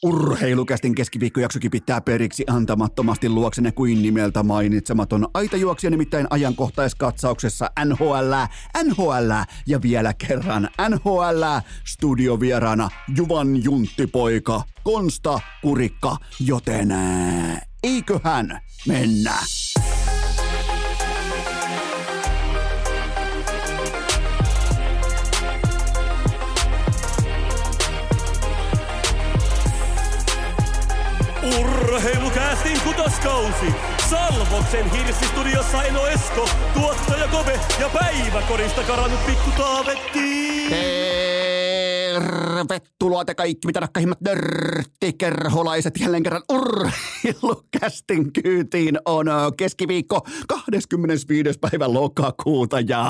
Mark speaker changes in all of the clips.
Speaker 1: Urheilukästin keskiviikkojakso kipittää periksi antamattomasti luoksenne kuin nimeltä mainitsematon aitajuoksija, nimittäin ajankohtaiskatsauksessa NHL ja vielä kerran NHL studiovieraana Juvan Junttipoika Konsta Kurikka, joten eiköhän mennä.
Speaker 2: Urheilukästin kutoskausi. Salvoksen hirsistudiossa Eno Esko, tuottaja Kove ja päiväkorista karannut pikku Taavetti.
Speaker 1: Tervetuloa te kaikki, mitä rakkahimmat nörttikerholaiset. Jälleen kerran urheilukästin kyytiin on keskiviikko 25. päivä lokakuuta ja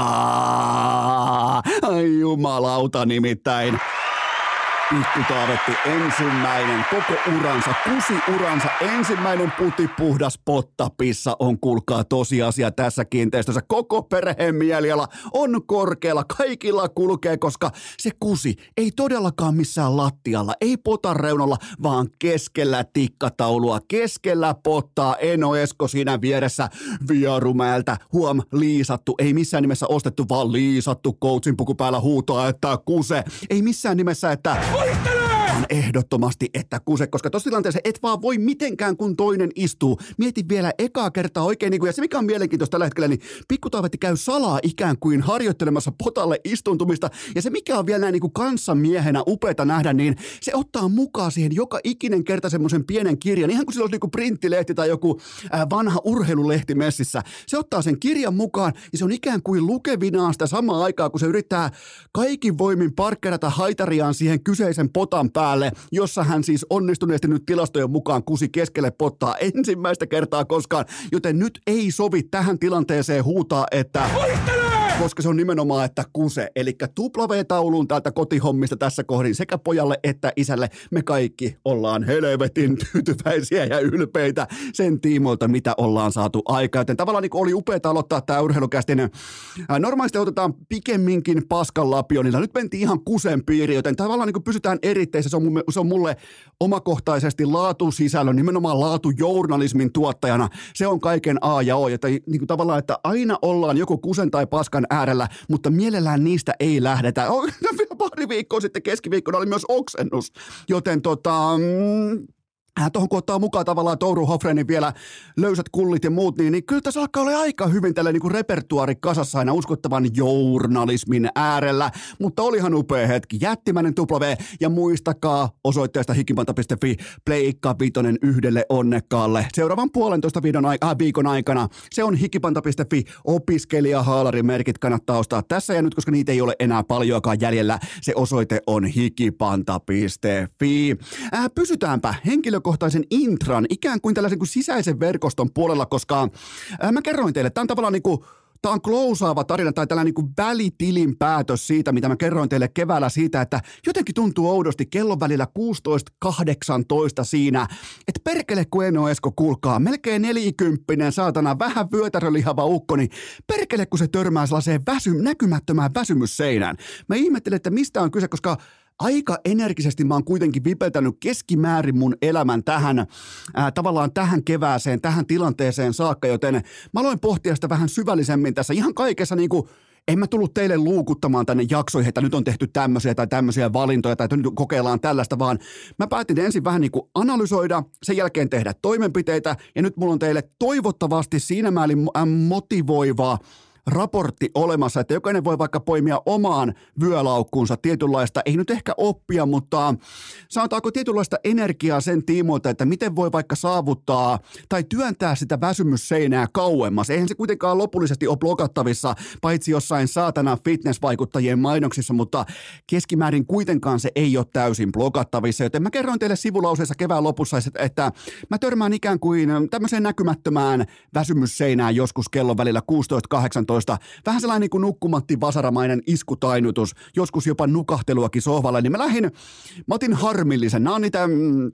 Speaker 1: ai jumalauta nimittäin. Pikku Taavetti ensimmäinen koko uransa, kusiuransa, ensimmäinen putipuhdas pottapissa on kuulkaa tosiasia tässä kiinteistössä. Koko perheen mieliala on korkealla, kaikilla kulkee, koska se kusi ei todellakaan missään lattialla, ei potan reunalla, vaan keskellä tikkataulua, keskellä pottaa. Eno Esko siinä vieressä Vierumäeltä, liisattu, ei missään nimessä ostettu, vaan liisattu, coachin puku päällä huutaa, että kuse, ei missään nimessä, että vaan ehdottomasti, että kuse, koska tuossa tilanteessa et vaan voi mitenkään, kun toinen istuu. Mieti vielä ekaa kertaa oikein, ja se mikä on mielenkiintoista tällä hetkellä, niin Pikku Taavetti käy salaa ikään kuin harjoittelemassa potalle istuntumista, ja se mikä on vielä näin niin kuin kanssamiehenä upeata nähdä, niin se ottaa mukaan siihen joka ikinen kerta semmoisen pienen kirjan, ihan kuin sillä olisi niin kuin printtilehti tai joku vanha urheilulehti messissä. Se ottaa sen kirjan mukaan, ja se on ikään kuin lukevinaan sitä samaa aikaa, kun se yrittää kaikin voimin parkkerata haitariaan siihen kyseisen potan päälle, jossa hän siis onnistuneesti nyt tilastojen mukaan kusi keskelle pottaa ensimmäistä kertaa koskaan, joten nyt ei sovi tähän tilanteeseen huutaa, että koska se on nimenomaan, että kuse, eli W-tauluun täältä kotihommista tässä kohdin sekä pojalle että isälle. Me kaikki ollaan helvetin tyytyväisiä ja ylpeitä sen tiimoilta, mitä ollaan saatu aikaa. Joten tavallaan niin oli upeata aloittaa tämä urheilukästin. Normaalisti otetaan pikemminkin paskan lapionilla. Nyt mentiin ihan kusen piiriin, joten tavallaan niin pysytään eritteissä. Se on mulle omakohtaisesti laatusisällön, nimenomaan laatujournalismin tuottajana. Se on kaiken A ja O. Joten niin tavallaan, että aina ollaan joko kusen tai paskan äärellä, mutta mielellään niistä ei lähdetä. Pari viikkoa sitten keskiviikkona oli myös oksennus, joten tuohon kun ottaa mukaan tavallaan Touru Hofrenin vielä löysät kullit ja muut, niin kyllä tässä alkaa olla aika hyvin tällä niin kuin repertuaari kasassa aina uskottavan journalismin äärellä, mutta olihan upea hetki, jättimäinen W, ja muistakaa osoitteesta hikipanta.fi, pleikka vitonen yhdelle onnekkaalle. Seuraavan 1,5 viikon aikana se on hikipanta.fi, opiskelijahaalarin kannattaa ostaa tässä ja nyt, koska niitä ei ole enää paljoakaan jäljellä, se osoite on hikipanta.fi. Pysytäänpä henkilökohtaisen intran, ikään kuin tällaisen kuin sisäisen verkoston puolella, koska mä kerroin teille, tämä on tavallaan niin kuin tämä on klousaava tarina tai tällainen niin kuin välitilin päätös siitä, mitä mä kerroin teille keväällä siitä, että jotenkin tuntuu oudosti kellon välillä 16-18 siinä, että perkele kun Eno Esko kuulkaa, melkein 40 saatana, vähän vyötärölihava ukko, niin perkele kun se törmää sellaiseen näkymättömään väsymysseinään. Mä ihmettelen, että mistä on kyse, koska aika energisesti mä oon kuitenkin vipeltänyt keskimäärin mun elämän tavallaan tähän kevääseen, tähän tilanteeseen saakka, joten mä aloin pohtia sitä vähän syvällisemmin tässä ihan kaikessa niin kuin en mä tullut teille luukuttamaan tänne jaksoihin, että nyt on tehty tämmöisiä valintoja tai nyt kokeillaan tällaista, vaan mä päätin ensin vähän niin kuin analysoida, sen jälkeen tehdä toimenpiteitä ja nyt mulla on teille toivottavasti siinä määrin motivoivaa raportti olemassa, että jokainen voi vaikka poimia omaan vyölaukkuunsa tietynlaista, ei nyt ehkä oppia, mutta sanotaanko tietynlaista energiaa sen tiimoilta, että miten voi vaikka saavuttaa tai työntää sitä väsymysseinää kauemmas. Eihän se kuitenkaan lopullisesti ole blokattavissa, paitsi jossain saatana fitnessvaikuttajien mainoksissa, mutta keskimäärin kuitenkaan se ei ole täysin blokattavissa, joten mä kerroin teille sivulauseessa kevään lopussa, että mä törmään ikään kuin tämmöiseen näkymättömään väsymysseinään joskus kellon välillä 16-18, vähän sellainen niin kuin nukkumatti vasaramainen iskutainutus, joskus jopa nukahteluakin sohvalle, niin mä otin harmillisen. Nämä on niitä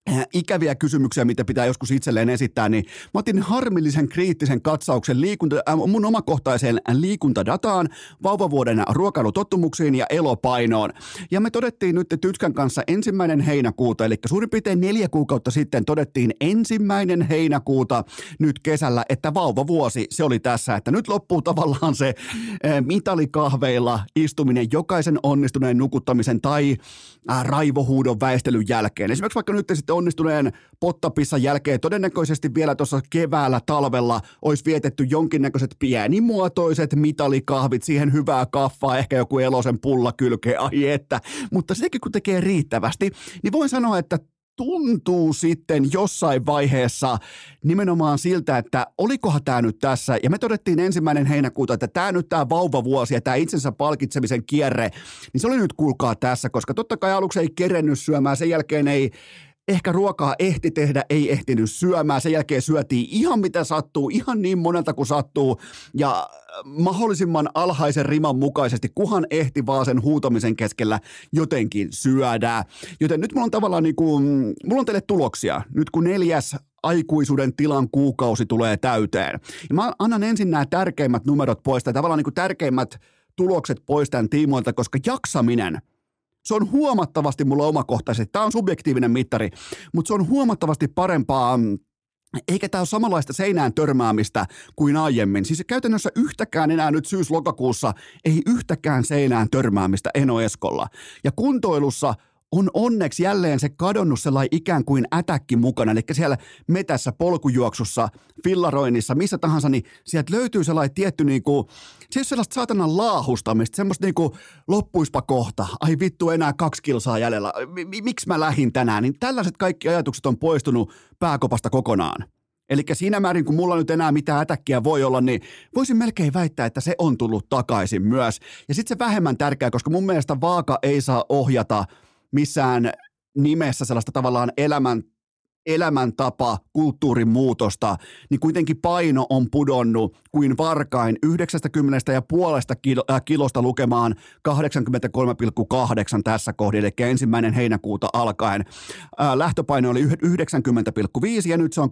Speaker 1: ikäviä kysymyksiä, mitä pitää joskus itselleen esittää, niin mä otin harmillisen kriittisen katsauksen mun omakohtaiseen liikuntadataan, vauvavuoden ruokailutottumuksiin ja elopainoon. Ja me todettiin nyt Tytskän kanssa 1. heinäkuuta, eli suurin piirtein 4 kuukautta sitten todettiin 1. heinäkuuta nyt kesällä, että vauvavuosi se oli tässä, että nyt loppuu tavallaan se mitalikahveilla istuminen jokaisen onnistuneen nukuttamisen tai raivohuudon väistelyn jälkeen. Esimerkiksi vaikka nyt sitten onnistuneen pottapissan jälkeen todennäköisesti vielä tuossa keväällä, talvella olisi vietetty jonkinnäköiset pienimuotoiset mitalikahvit, siihen hyvää kaffaa, ehkä joku Elosen pulla kylkeen, ai että. Mutta sekin kun tekee riittävästi, niin voin sanoa, että tuntuu sitten jossain vaiheessa nimenomaan siltä, että olikohan tämä nyt tässä, ja me todettiin 1. heinäkuuta, että tämä nyt tämä vauvavuosi ja tämä itsensä palkitsemisen kierre, niin se oli nyt kuulkaa tässä, koska totta kai aluksi ei kerennyt syömään, sen jälkeen ei ehkä ruokaa ehti tehdä, ei ehtinyt syömään, sen jälkeen syötiin ihan mitä sattuu, ihan niin monelta kuin sattuu, ja mahdollisimman alhaisen riman mukaisesti, kuhan ehti vaan sen huutamisen keskellä jotenkin syödään. Joten nyt mulla on tavallaan mulla on teille tuloksia, nyt kun 4. aikuisuuden tilan kuukausi tulee täyteen. Ja mä annan ensin nämä tärkeimmät numerot pois, tai tavallaan tärkeimmät tulokset pois tämän tiimoilta, koska jaksaminen, se on huomattavasti mulla omakohtaisesti, tämä on subjektiivinen mittari, mutta se on huomattavasti parempaa, eikä tämä ole samanlaista seinään törmäämistä kuin aiemmin. Siis käytännössä yhtäkään enää nyt syys-lokakuussa ei yhtäkään seinään törmäämistä Eno Eskolla. Ja kuntoilussa on onneksi jälleen se kadonnut sellainen ikään kuin ätäkki mukana, eli siellä metässä, polkujuoksussa, fillaroinnissa, missä tahansa, niin sieltä löytyy sellainen tietty se on sellaista saatanan laahustamista, semmoista loppuispa kohta, ai vittu enää 2 kilsaa jäljellä, miksi mä lähdin tänään, niin tällaiset kaikki ajatukset on poistunut pääkopasta kokonaan. Eli siinä määrin, kun mulla nyt enää mitään ätäkkiä voi olla, niin voisin melkein väittää, että se on tullut takaisin myös. Ja sitten se vähemmän tärkeää, koska mun mielestä vaaka ei saa ohjata missään nimessä sellaista tavallaan elämäntapa, kulttuurin muutosta, niin kuitenkin paino on pudonnut kuin varkain 90,5 kilosta lukemaan 83,8 tässä kohdin, eli 1. heinäkuuta alkaen. Lähtöpaino oli 90,5 ja nyt se on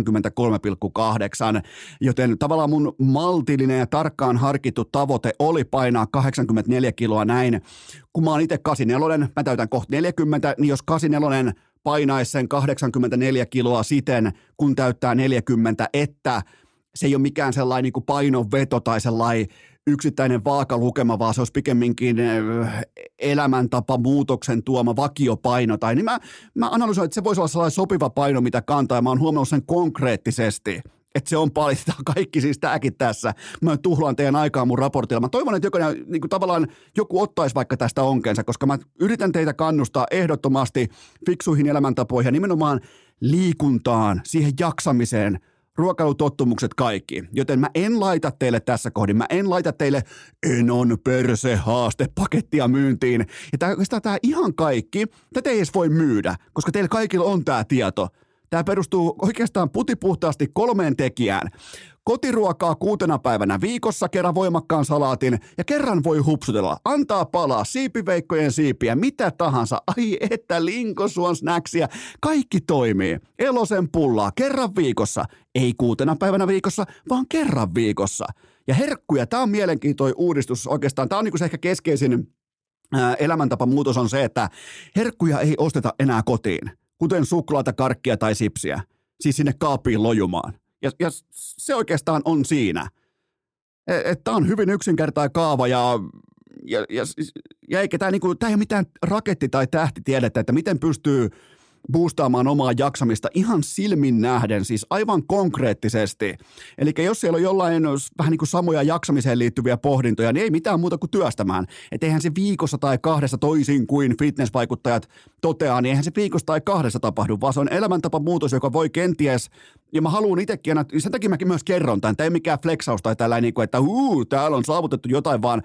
Speaker 1: 83,8, joten tavallaan mun maltillinen ja tarkkaan harkittu tavoite oli painaa 84 kiloa näin. Kun mä oon itse 84, mä täytän kohta 40, niin jos 84 painaisi sen 84 kiloa siten, kun täyttää 40, että se ei ole mikään sellainen painonveto tai sellainen yksittäinen vaakalukema, vaan se olisi pikemminkin elämäntapa muutoksen tuoma vakiopaino. Tai niin mä analysoin, että se voisi olla sellainen sopiva paino, mitä kantaa, ja mä oon huomannut sen konkreettisesti. Että se on paljon, kaikki siis tämäkin tässä. Mä tuhlaan teidän aikaa mun raportilla. Mä toivon, että jokainen tavallaan joku ottaisi vaikka tästä onkeensa, koska mä yritän teitä kannustaa ehdottomasti fiksuihin elämäntapoihin ja nimenomaan liikuntaan, siihen jaksamiseen, ruokailutottumukset kaikki. Joten mä en laita teille tässä kohdin, mä en laita teille Enon persehaastepakettia myyntiin. Ja tämä ihan kaikki, tätä ei edes voi myydä, koska teillä kaikilla on tämä tieto. Tämä perustuu oikeastaan putipuhtaasti 3 tekijään. Kotiruokaa 6 päivänä viikossa, kerran voimakkaan salaatin ja kerran voi hupsutella. Antaa palaa, siipiveikkojen siipiä, mitä tahansa. Ai että linkosuon snacksia, kaikki toimii. Elosen pullaa kerran viikossa, ei 6 päivänä viikossa, vaan kerran viikossa. Ja herkkuja, tämä on mielenkiintoinen uudistus oikeastaan. Tämä on se ehkä keskeisin elämäntapamuutos on se, että herkkuja ei osteta enää kotiin, kuten suklaata, karkkia tai sipsiä, siis sinne kaapiin lojumaan. Ja se oikeastaan on siinä. Tämä on hyvin yksinkertainen kaava ja eikä tämä ei ole mitään raketti- tai tähtitiedettä, että miten pystyy boostaamaan omaa jaksamista ihan silmin nähden, siis aivan konkreettisesti. Eli jos siellä on jollain vähän niin kuin samoja jaksamiseen liittyviä pohdintoja, niin ei mitään muuta kuin työstämään. Että eihän se viikossa tai 2 toisin kuin fitnessvaikuttajat toteaa, niin eihän se viikossa tai 2 tapahdu, vaan se on elämäntapamuutos, joka voi kenties, ja mä haluan itsekin, sen takia mäkin myös kerron tämän, tämä ei mikään flexaus tai tällainen, että täällä on saavutettu jotain, vaan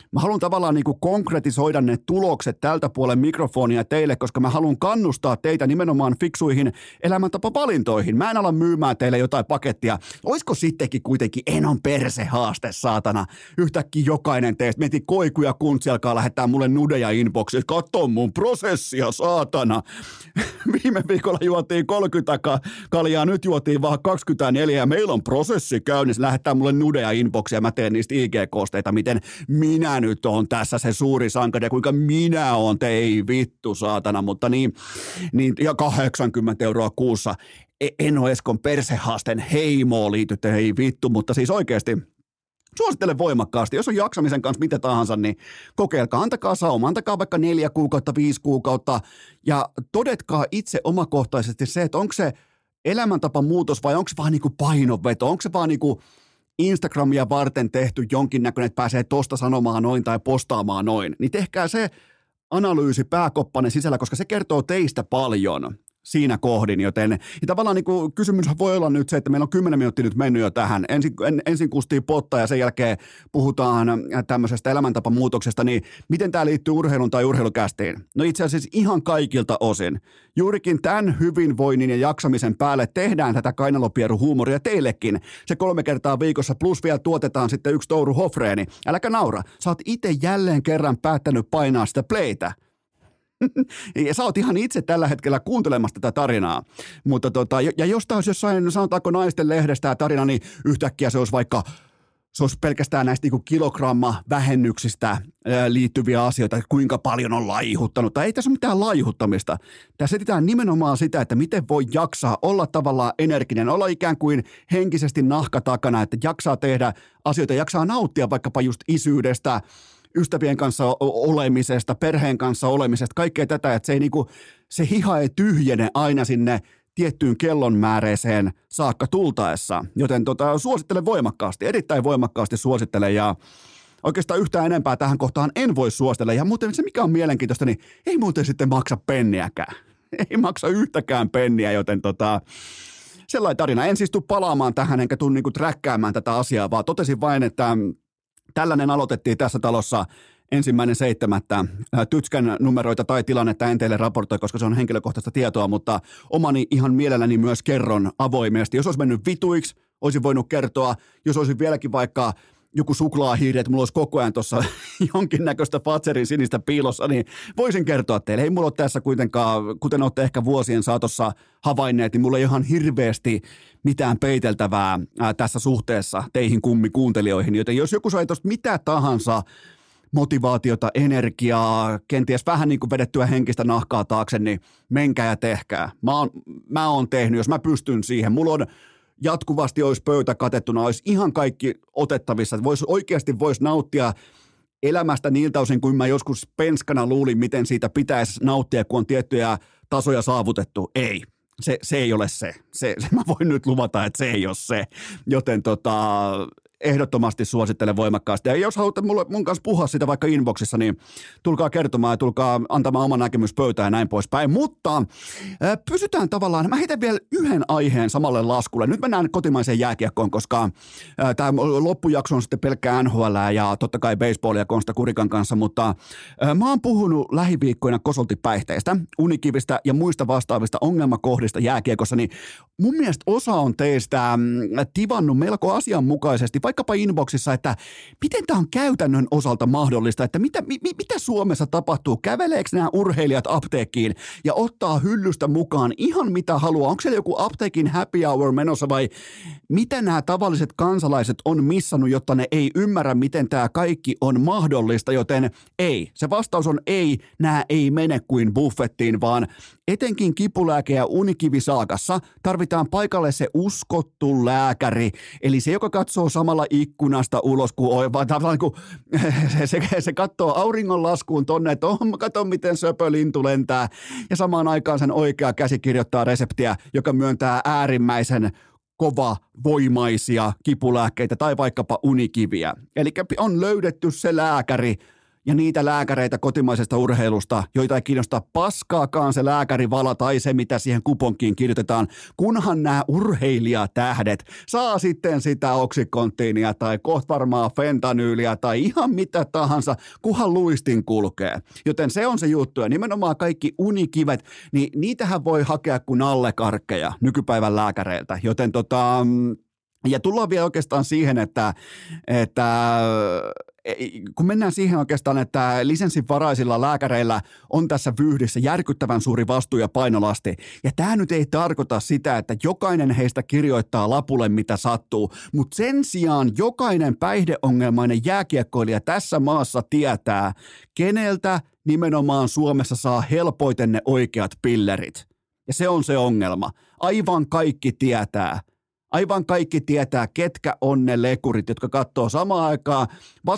Speaker 1: mä haluan tavallaan niin kuin konkretisoida ne tulokset tältä puolen mikrofonia teille, koska mä haluan kannustaa teitä nimenomaan fiksuihin elämäntapavalintoihin. Mä en ala myymään teille jotain pakettia. Oisko sittenkin kuitenkin enon persehaaste, saatana? Yhtäkkiä jokainen teistä mieti Koiku ja Kuntsi alkaa lähettää mulle nudeja inboxiin. Katso mun prosessia, saatana. Viime viikolla juotiin 30 kaljaa, nyt juotiin vaan 24 ja meillä on prosessi käynnissä. Lähettää mulle nudeja inboxia ja mä teen niistä IG-koosteita, miten minä nyt on tässä se suuri sankari ja kuinka minä on, te ei vittu, saatana, mutta niin ja 80 € kuussa. Eno Eskon persehaasten heimoon liitytte, ei vittu, mutta siis oikeasti suosittelen voimakkaasti. Jos on jaksamisen kanssa mitä tahansa, niin kokeilkaa. Antakaa sauma. Antakaa vaikka 4 kuukautta, 5 kuukautta ja todetkaa itse omakohtaisesti se, että onko se elämäntapa muutos vai onko se vaan niinku painonveto? Onko se vaan niinku Instagramia varten tehty jonkinnäköinen, että pääsee tosta sanomaan noin tai postaamaan noin? Niin tehkää se analyysi pääkoppanen sisällä, koska se kertoo teistä paljon siinä kohdin, joten ja tavallaan niin kuin kysymys voi olla nyt se, että meillä on 10 minuuttia nyt mennyt jo tähän. Ensin kustiin potta ja sen jälkeen puhutaan tämmöisestä elämäntapamuutoksesta, niin miten tämä liittyy urheilun tai urheilukästiin? No itse asiassa ihan kaikilta osin. Juurikin tämän hyvinvoinnin ja jaksamisen päälle tehdään tätä kainalopieruhuumoria teillekin. Se 3 kertaa viikossa plus vielä tuotetaan sitten 1 touru hofreeni. Äläkä naura, sä oot itse jälleen kerran päättänyt painaa sitä playtä. Ja sä oot ihan itse tällä hetkellä kuuntelemassa tätä tarinaa, mutta ja jos taas jossain, sanotaanko naisten lehdestä tämä tarina, niin yhtäkkiä se olisi pelkästään näistä niinku kilogramma-vähennyksistä liittyviä asioita, että kuinka paljon on laihuttanut, tai ei tässä ole mitään laihuttamista. Tässä etsitään nimenomaan sitä, että miten voi jaksaa olla tavallaan energinen, olla ikään kuin henkisesti nahka takana, että jaksaa tehdä asioita, jaksaa nauttia vaikkapa just isyydestä, ystävien kanssa olemisesta, perheen kanssa olemisesta, kaikkea tätä, että se hiha ei tyhjene aina sinne tiettyyn kellonmääreeseen saakka tultaessa. Joten suosittelen voimakkaasti, erittäin voimakkaasti suosittelen ja oikeastaan yhtään enempää tähän kohtaan en voi suositella. Ja muuten se, mikä on mielenkiintoista, niin ei muuten sitten maksa penniäkään. Ei maksa yhtäkään penniä, joten sellainen tarina. En siis tule palaamaan tähän enkä tule niinku träkkäämään tätä asiaa, vaan totesin vain, että tällainen aloitettiin tässä talossa 1.7. Tytskän numeroita tai tilannetta en teille raportoi, koska se on henkilökohtaista tietoa, mutta omani ihan mielelläni myös kerron avoimesti. Jos olisi mennyt vituiksi, olisin voinut kertoa. Jos olisi vieläkin vaikka joku suklaahiiri, että mulla olisi koko ajan tuossa jonkinnäköistä Fatserin sinistä piilossa, niin voisin kertoa teille. Ei mulla ole tässä kuitenkaan, kuten olette ehkä vuosien saatossa havainneet, niin mulla ei ihan hirveästi mitään peiteltävää tässä suhteessa teihin kuuntelijoihin. Joten jos joku sai tuosta mitä tahansa motivaatiota, energiaa, kenties vähän niin kuin vedettyä henkistä nahkaa taakse, niin menkää ja tehkää. Mä oon tehnyt, jos mä pystyn siihen. Mulla on jatkuvasti olisi pöytä katettuna, olisi ihan kaikki otettavissa. Oikeasti voisi nauttia elämästä niiltä osin, kuin mä joskus penskana luulin, miten siitä pitäisi nauttia, kun on tiettyjä tasoja saavutettu. Ei. Se ei ole se. Mä voin nyt luvata, että se ei ole se. Joten ehdottomasti suosittelen voimakkaasti. Ja jos haluatte mun kanssa puhua sitä vaikka inboxissa, niin tulkaa kertomaan ja tulkaa antamaan oma näkemys pöytään ja näin poispäin. Mutta pysytään tavallaan, mä heitän vielä yhden aiheen samalle laskulle. Nyt mennään kotimaiseen jääkiekkoon, koska tämä loppujakso on sitten pelkkää NHL ja totta kai baseballia Konsta Kurikan kanssa, mutta mä oon puhunut lähiviikkoina kosoltipäihteistä, unikivistä ja muista vastaavista ongelmakohdista jääkiekossa, niin mun mielestä osa on teistä tivannut melko asianmukaisesti vaikkapa inboxissa, että miten tämä on käytännön osalta mahdollista, että mitä Suomessa tapahtuu, käveleekö nämä urheilijat apteekkiin ja ottaa hyllystä mukaan ihan mitä haluaa, onko siellä joku apteekin happy hour menossa vai mitä nämä tavalliset kansalaiset on missannut, jotta ne ei ymmärrä, miten tämä kaikki on mahdollista, joten ei, se vastaus on ei, nämä ei mene kuin buffettiin, vaan etenkin kipulääke- ja unikivisaakassa tarvitaan paikalle se uskottu lääkäri, eli se, joka katsoo samalla ikkunasta ulos, se katsoo auringonlaskuun tonne, että kato miten söpölintu lentää, ja samaan aikaan sen oikea käsi kirjoittaa reseptiä, joka myöntää äärimmäisen kovavoimaisia kipulääkkeitä tai vaikkapa unikiviä. Eli on löydetty se lääkäri, ja niitä lääkäreitä kotimaisesta urheilusta, joita ei kiinnosta paskaakaan se lääkärivala tai se, mitä siihen kuponkiin kirjoitetaan, kunhan nämä urheilijatähdet saa sitten sitä oksikonttiinia tai kohta varmaan fentanyyliä tai ihan mitä tahansa, kunhan luistin kulkee. Joten se on se juttu ja nimenomaan kaikki unikivet, niin niitähän voi hakea kuin allekarkkeja nykypäivän lääkäreiltä, joten ja tullaan vielä oikeastaan siihen, että kun mennään siihen oikeastaan, että lisenssinvaraisilla lääkäreillä on tässä vyyhdissä järkyttävän suuri vastuu ja painolasti. Ja tämä nyt ei tarkoita sitä, että jokainen heistä kirjoittaa lapulle mitä sattuu, mutta sen sijaan jokainen päihdeongelmainen jääkiekkoilija tässä maassa tietää, keneltä nimenomaan Suomessa saa helpoiten ne oikeat pillerit. Ja se on se ongelma. Aivan kaikki tietää. Aivan kaikki tietää, ketkä on ne lekurit, jotka katsoo samaan aikaan.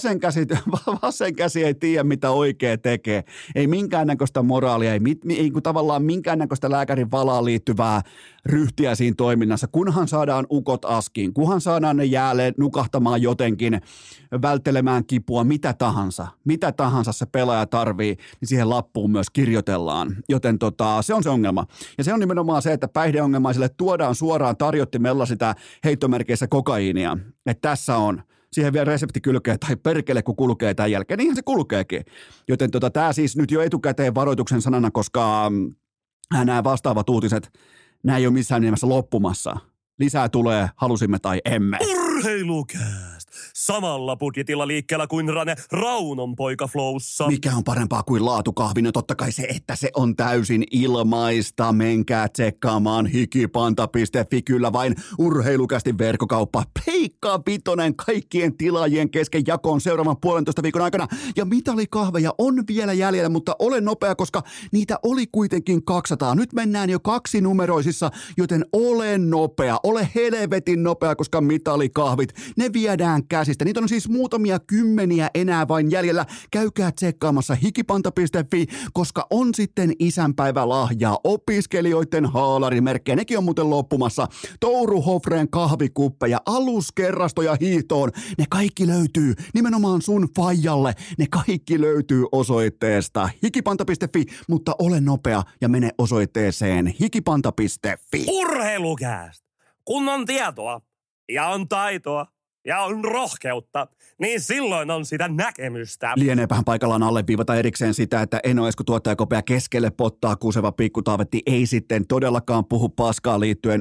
Speaker 1: Vasen käsi ei tiedä, mitä oikea tekee. Ei minkäännäköistä moraalia, ei tavallaan minkäännäköistä lääkärin valaan liittyvää ryhtiä siinä toiminnassa, kunhan saadaan ukot askiin, kunhan saadaan ne jäälle nukahtamaan jotenkin, välttelemään kipua, mitä tahansa se pelaaja tarvii, niin siihen lappuun myös kirjoitellaan. Joten se on se ongelma. Ja se on nimenomaan se, että päihdeongelmaisille tuodaan suoraan tarjottimella sitä heittomerkeissä kokaiinia. Että tässä on. Siihen vielä resepti kylkee tai perkele, kun kulkee tämän jälkeen. Niinhän se kulkeekin. Joten tämä siis nyt jo etukäteen varoituksen sanana, koska nämä vastaavat uutiset, nämä ei ole missään nimessä loppumassa. Lisää tulee, halusimme tai emme.
Speaker 2: Urheilukääst! Samalla budjetilla liikkeellä kuin Rane Raunon poika Flowssa.
Speaker 1: Mikä on parempaa kuin laatukahvi? No totta kai se, että se on täysin ilmaista. Menkää tsekkaamaan hikipanta.fi. Kyllä vain Urheilukästin verkkokauppa. Pleikkaa vitonen kaikkien tilaajien kesken jakoon seuraavan 1,5 viikon aikana. Ja mitalikahveja on vielä jäljellä, mutta ole nopea, koska niitä oli kuitenkin 200. Nyt mennään jo 2-numeroisissa, joten ole nopea. Ole helvetin nopea, koska mitalikahvit, ne viedään käsistä. Niitä on siis muutamia kymmeniä enää vain jäljellä. Käykää tsekkaamassa hikipanta.fi, koska on sitten isänpäivälahjaa opiskelijoiden haalarimerkkejä. Nekin on muuten loppumassa. Touru Hofreen kahvikuppeja, aluskerrastoja hiihtoon. Ne kaikki löytyy nimenomaan sun faijalle. Ne kaikki löytyy osoitteesta hikipanta.fi, mutta ole nopea ja mene osoitteeseen hikipanta.fi.
Speaker 2: Urheilukääst! Kun on tietoa ja on taitoa ja on rohkeutta, niin silloin on sitä näkemystä.
Speaker 1: Lieneepähän paikallaan alleviivata erikseen sitä, että Eno Esko tuottajakopea keskelle pottaa kuseva pikkutaavetti ei sitten todellakaan puhu paskaa liittyen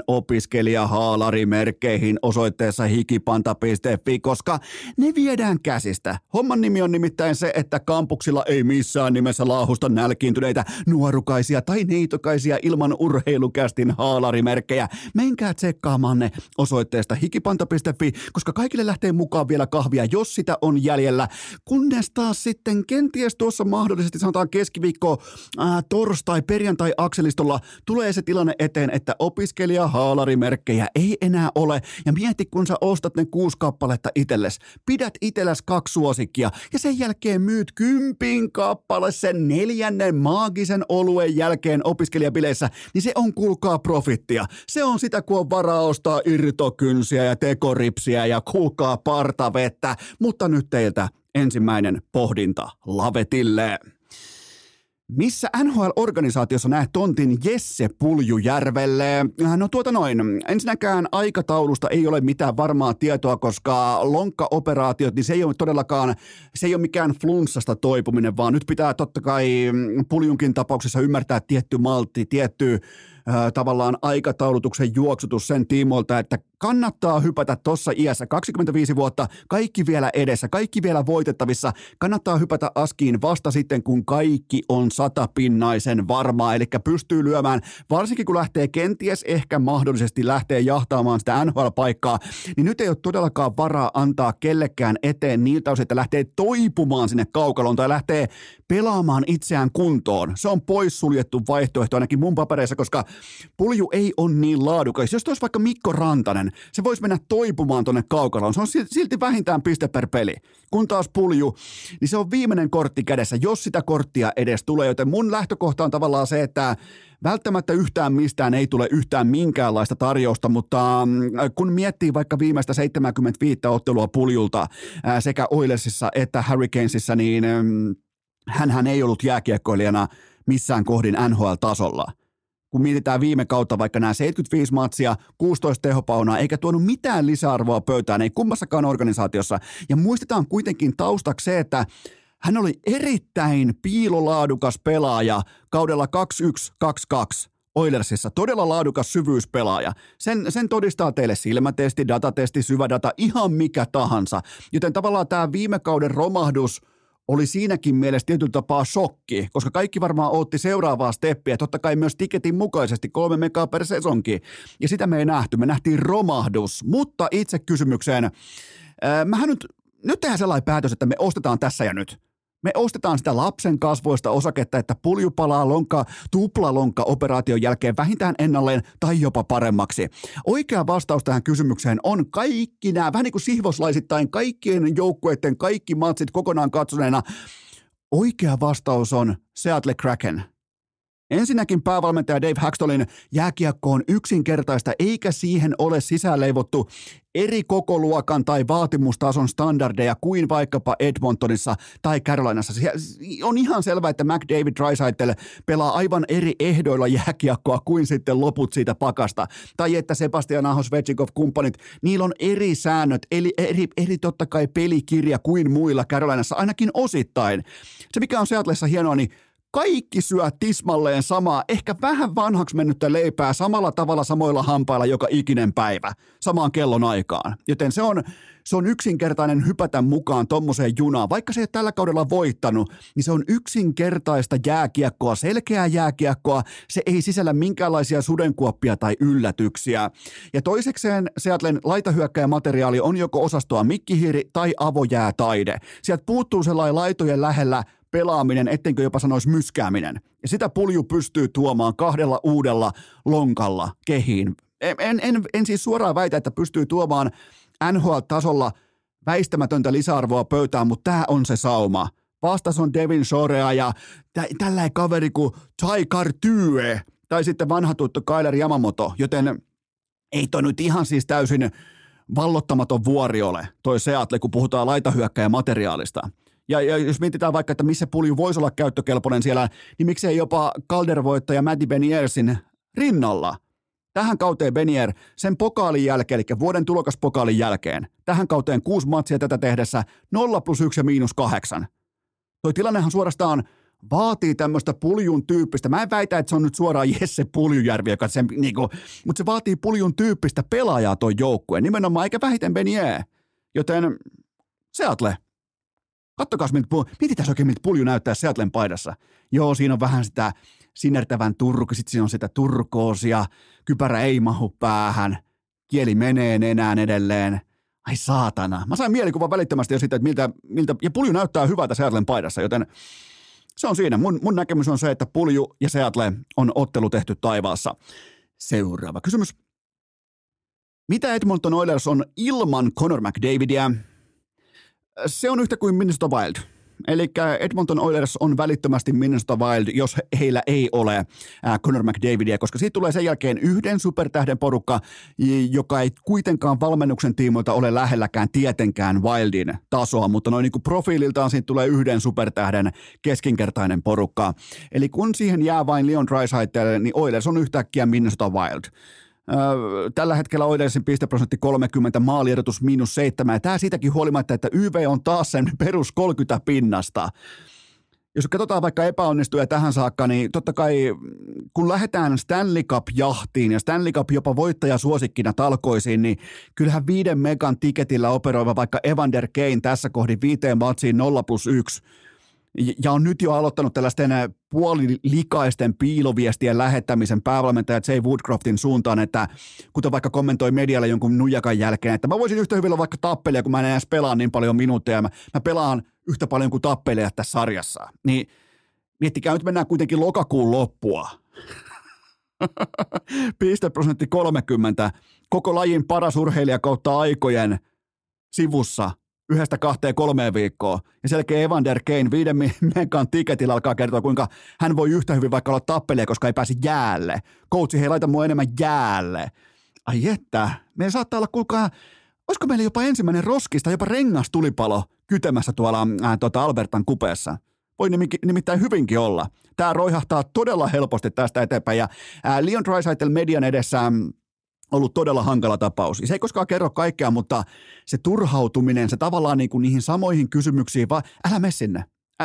Speaker 1: opiskelijahaalarimerkkeihin osoitteessa hikipanta.fi, koska ne viedään käsistä. Homman nimi on nimittäin se, että kampuksilla ei missään nimessä laahusta nälkiintyneitä nuorukaisia tai neitokaisia ilman Urheilukästin haalarimerkkejä. Menkää tsekkaamaan ne osoitteesta hikipanta.fi, koska kaikille lähtee mukaan vielä kahvia, jos sitä on jäljellä, kunnes taas sitten kenties tuossa mahdollisesti sanotaan keskiviikko, torstai, perjantai akselistolla tulee se tilanne eteen, että opiskelijahaalarimerkkejä ei enää ole ja mieti, kun sä ostat ne 6 kappaletta itsellesi, pidät itsellesi 2 suosikkia ja sen jälkeen myyt 10 kappale sen 4. maagisen oluen jälkeen opiskelijabileissä, niin se on kuulkaa profittia. Se on sitä, kun on varaa ostaa irtokynsiä ja tekoripsiä ja kuulkaa partavettä. Mutta nyt teiltä ensimmäinen pohdinta lavetille. Missä NHL-organisaatiossa näet tontin Jesse Puljujärvelle? No ensinnäkään aikataulusta ei ole mitään varmaa tietoa, koska lonkkaoperaatiot, niin se ei ole todellakaan, se ei ole mikään flunssasta toipuminen, vaan nyt pitää totta kai Puljunkin tapauksessa ymmärtää tietty maltti, tietty tavallaan aikataulutuksen juoksutus sen tiimoilta, että kannattaa hypätä tuossa iässä, 25 vuotta, kaikki vielä edessä, kaikki vielä voitettavissa, kannattaa hypätä askiin vasta sitten, kun kaikki on 100-pinnaisen varmaa, eli pystyy lyömään, varsinkin kun lähtee kenties ehkä mahdollisesti lähtee jahtaamaan sitä NHL-paikkaa, niin nyt ei ole todellakaan varaa antaa kellekään eteen niiltä osin, että lähtee toipumaan sinne kaukaloon tai lähtee pelaamaan itseään kuntoon. Se on poissuljettu vaihtoehto ainakin mun papereissa, koska Pulju ei ole niin laadukas. Jos olisi vaikka Mikko Rantanen, se voisi mennä toipumaan tuonne kaukaloon. Se on silti vähintään piste per peli. Kun taas Pulju, niin se on viimeinen kortti kädessä, jos sitä korttia edes tulee. Joten mun lähtökohta on tavallaan se, että välttämättä yhtään mistään ei tule yhtään minkäänlaista tarjousta, mutta kun miettii vaikka viimeistä 75 ottelua Puljulta sekä Oilersissa että Hurricanesissa, niin hänhän ei ollut jääkiekkoilijana missään kohdin NHL-tasolla. Kun mietitään viime kautta vaikka nämä 75 matsia, 16 tehopaunaa, eikä tuonut mitään lisäarvoa pöytään, ei kummassakaan organisaatiossa. Ja muistetaan kuitenkin taustaksi se, että hän oli erittäin piilolaadukas pelaaja kaudella 21-22 Oilersissa. Todella laadukas syvyyspelaaja. Sen todistaa teille silmätesti, datatesti, syvädata, ihan mikä tahansa. Joten tavallaan tämä viime kauden romahdus oli siinäkin mielessä tietyllä tapaa shokki, koska kaikki varmaan odotti seuraavaa steppiä, totta kai myös tiketin mukaisesti 3 megaa per sesonki. Ja sitä me ei nähty, me nähtiin romahdus. Mutta itse kysymykseen, nyt tehdään sellainen päätös, että me ostetaan tässä ja nyt. Me ostetaan sitä lapsen kasvoista osaketta, että pulju palaa tuplalonkka-operaation jälkeen vähintään ennalleen tai jopa paremmaksi. Oikea vastaus tähän kysymykseen on kaikki nämä, vähän niin kuin sihvoslaisittain, kaikkien joukkueiden, kaikki matsit kokonaan katsoneena. Oikea vastaus on Seattle Kraken. Ensinnäkin päävalmentaja Dave Hakstolin jääkiekko on yksinkertaista, eikä siihen ole sisäänleivottu eri kokoluokan tai vaatimustason standardeja kuin vaikkapa Edmontonissa tai Carolinassa. On ihan selvää, että McDavid Draisaitl pelaa aivan eri ehdoilla jääkiekkoa kuin sitten loput siitä pakasta. Tai että Sebastian Aho, Svechnikov, kumppanit, niillä on eri säännöt, eli eri totta kai pelikirja kuin muilla Carolinassa, ainakin osittain. Se mikä on Seattlessa hienoa, niin kaikki syö tismalleen samaa, ehkä vähän vanhaksi mennyttä leipää samalla tavalla samoilla hampailla joka ikinen päivä, samaan kellon aikaan. Joten se on yksinkertainen hypätä mukaan tommoseen junaan. Vaikka se ei ole tällä kaudella voittanut, niin se on yksinkertaista jääkiekkoa, selkeää jääkiekkoa. Se ei sisällä minkäänlaisia sudenkuoppia tai yllätyksiä. Ja toisekseen Seattlen laitahyökkäjämateriaali on joko osastoa mikkihiiri tai avojäätaide. Sieltä puuttuu sellainen laitojen lähellä pelaaminen, ettenkö jopa sanoisi myskääminen. Ja sitä Pulju pystyy tuomaan 2 uudella lonkalla kehiin. En siis suoraan väitä, että pystyy tuomaan NHL-tasolla väistämätöntä lisäarvoa pöytään, mutta tämä on se sauma. Vastas on Devin Shorea ja tällainen kaveri kuin Tai Kartye tai sitten vanha tuttu Kailer Yamamoto, joten ei toi nyt ihan siis täysin vallottamaton vuori ole toi Seattle, kun puhutaan laitahyökkäjämateriaalista. Ja jos mietitään vaikka, että missä Pulju voisi olla käyttökelpoinen siellä, niin miksei jopa Calder-voittaja Matty Beniersin rinnalla. Tähän kauteen Benier sen pokaalin jälkeen, eli vuoden tulokaspokaalin jälkeen, tähän kauteen 6 matsia tätä tehdessä 0+1 ja -8. Toi tilannehan suorastaan vaatii tämmöistä Puljun tyyppistä. Mä en väitä, että se on nyt suoraan Jesse Puljujärvi, joka sen, mutta se vaatii Puljun tyyppistä pelaajaa toi joukkue, nimenomaan eikä vähiten Benier. Joten Seattle. Kattokaa, mietitään oikein, miltä Pulju näyttää Seattlen paidassa. Joo, siinä on vähän sitä sinertävän sitten siinä on sitä turkoosia, kypärä ei mahu päähän, kieli menee nenään edelleen. Ai saatana. Mä sain mielikuvan välittömästi jo siitä, että miltä ja Pulju näyttää hyvältä Seattlen paidassa, joten se on siinä. Mun näkemys on se, että Pulju ja Seattle on ottelu tehty taivaassa. Seuraava kysymys. Mitä Edmonton Oilers on ilman Connor McDavidia? Se on yhtä kuin Minnesota Wild. Eli Edmonton Oilers on välittömästi Minnesota Wild, jos heillä ei ole Connor McDavidia, koska siitä tulee sen jälkeen yhden supertähden porukka, joka ei kuitenkaan valmennuksen tiimoilta ole lähelläkään tietenkään Wildin tasoa, mutta noin niin kuin profiililtaan siitä tulee yhden supertähden keskinkertainen porukka. Eli kun siihen jää vain Leon Draisaitl, niin Oilers on yhtäkkiä Minnesota Wild. Tällä hetkellä Oilersin pisteprosentti 30, maaliedotus -7, ja tämä siitäkin huolimatta, että YV on taas sen perus 30 pinnasta. Jos katsotaan vaikka epäonnistuja tähän saakka, niin totta kai kun lähdetään Stanley Cup-jahtiin ja Stanley Cup jopa voittajasuosikkina talkoisiin, niin kyllähän 5 megan tiketillä operoiva vaikka Evander Kane tässä kohdin 5 matsiin 0+1, ja on nyt jo aloittanut tällaisten puolilikaisten piiloviestien lähettämisen päävalmentaja Jay Woodcroftin suuntaan, että kuten vaikka kommentoi medialle jonkun nujakan jälkeen, että mä voisin yhtä hyvin olla vaikka Tappelia, kun mä en edes pelaa niin paljon minuutteja, mä pelaan yhtä paljon kuin Tappelijat tässä sarjassa. Niin miettikää, nyt mennään kuitenkin lokakuun loppua. Pisteprosentti 30, koko lajin paras urheilija kautta aikojen sivussa 1-2-3 viikkoa. Ja sen jälkeen Evander Kane 5 megan tiketillä alkaa kertoa, kuinka hän voi yhtä hyvin vaikka olla tappelia, koska ei pääse jäälle. Coachi, hei, laita mua enemmän jäälle. Ai että, meillä saattaa olla, kuulkaa, olisiko meillä jopa ensimmäinen roskista, jopa rengastulipalo kytemässä tuolla Albertan kupeessa? Voi nimittäin hyvinkin olla. Tämä roihahtaa todella helposti tästä eteenpäin. Ja Leon Draisaitl median edessä ollut todella hankala tapaus. Se ei koskaan kerro kaikkea, mutta se turhautuminen, se tavallaan niin kuin niihin samoihin kysymyksiin, vaan älä mene sinne.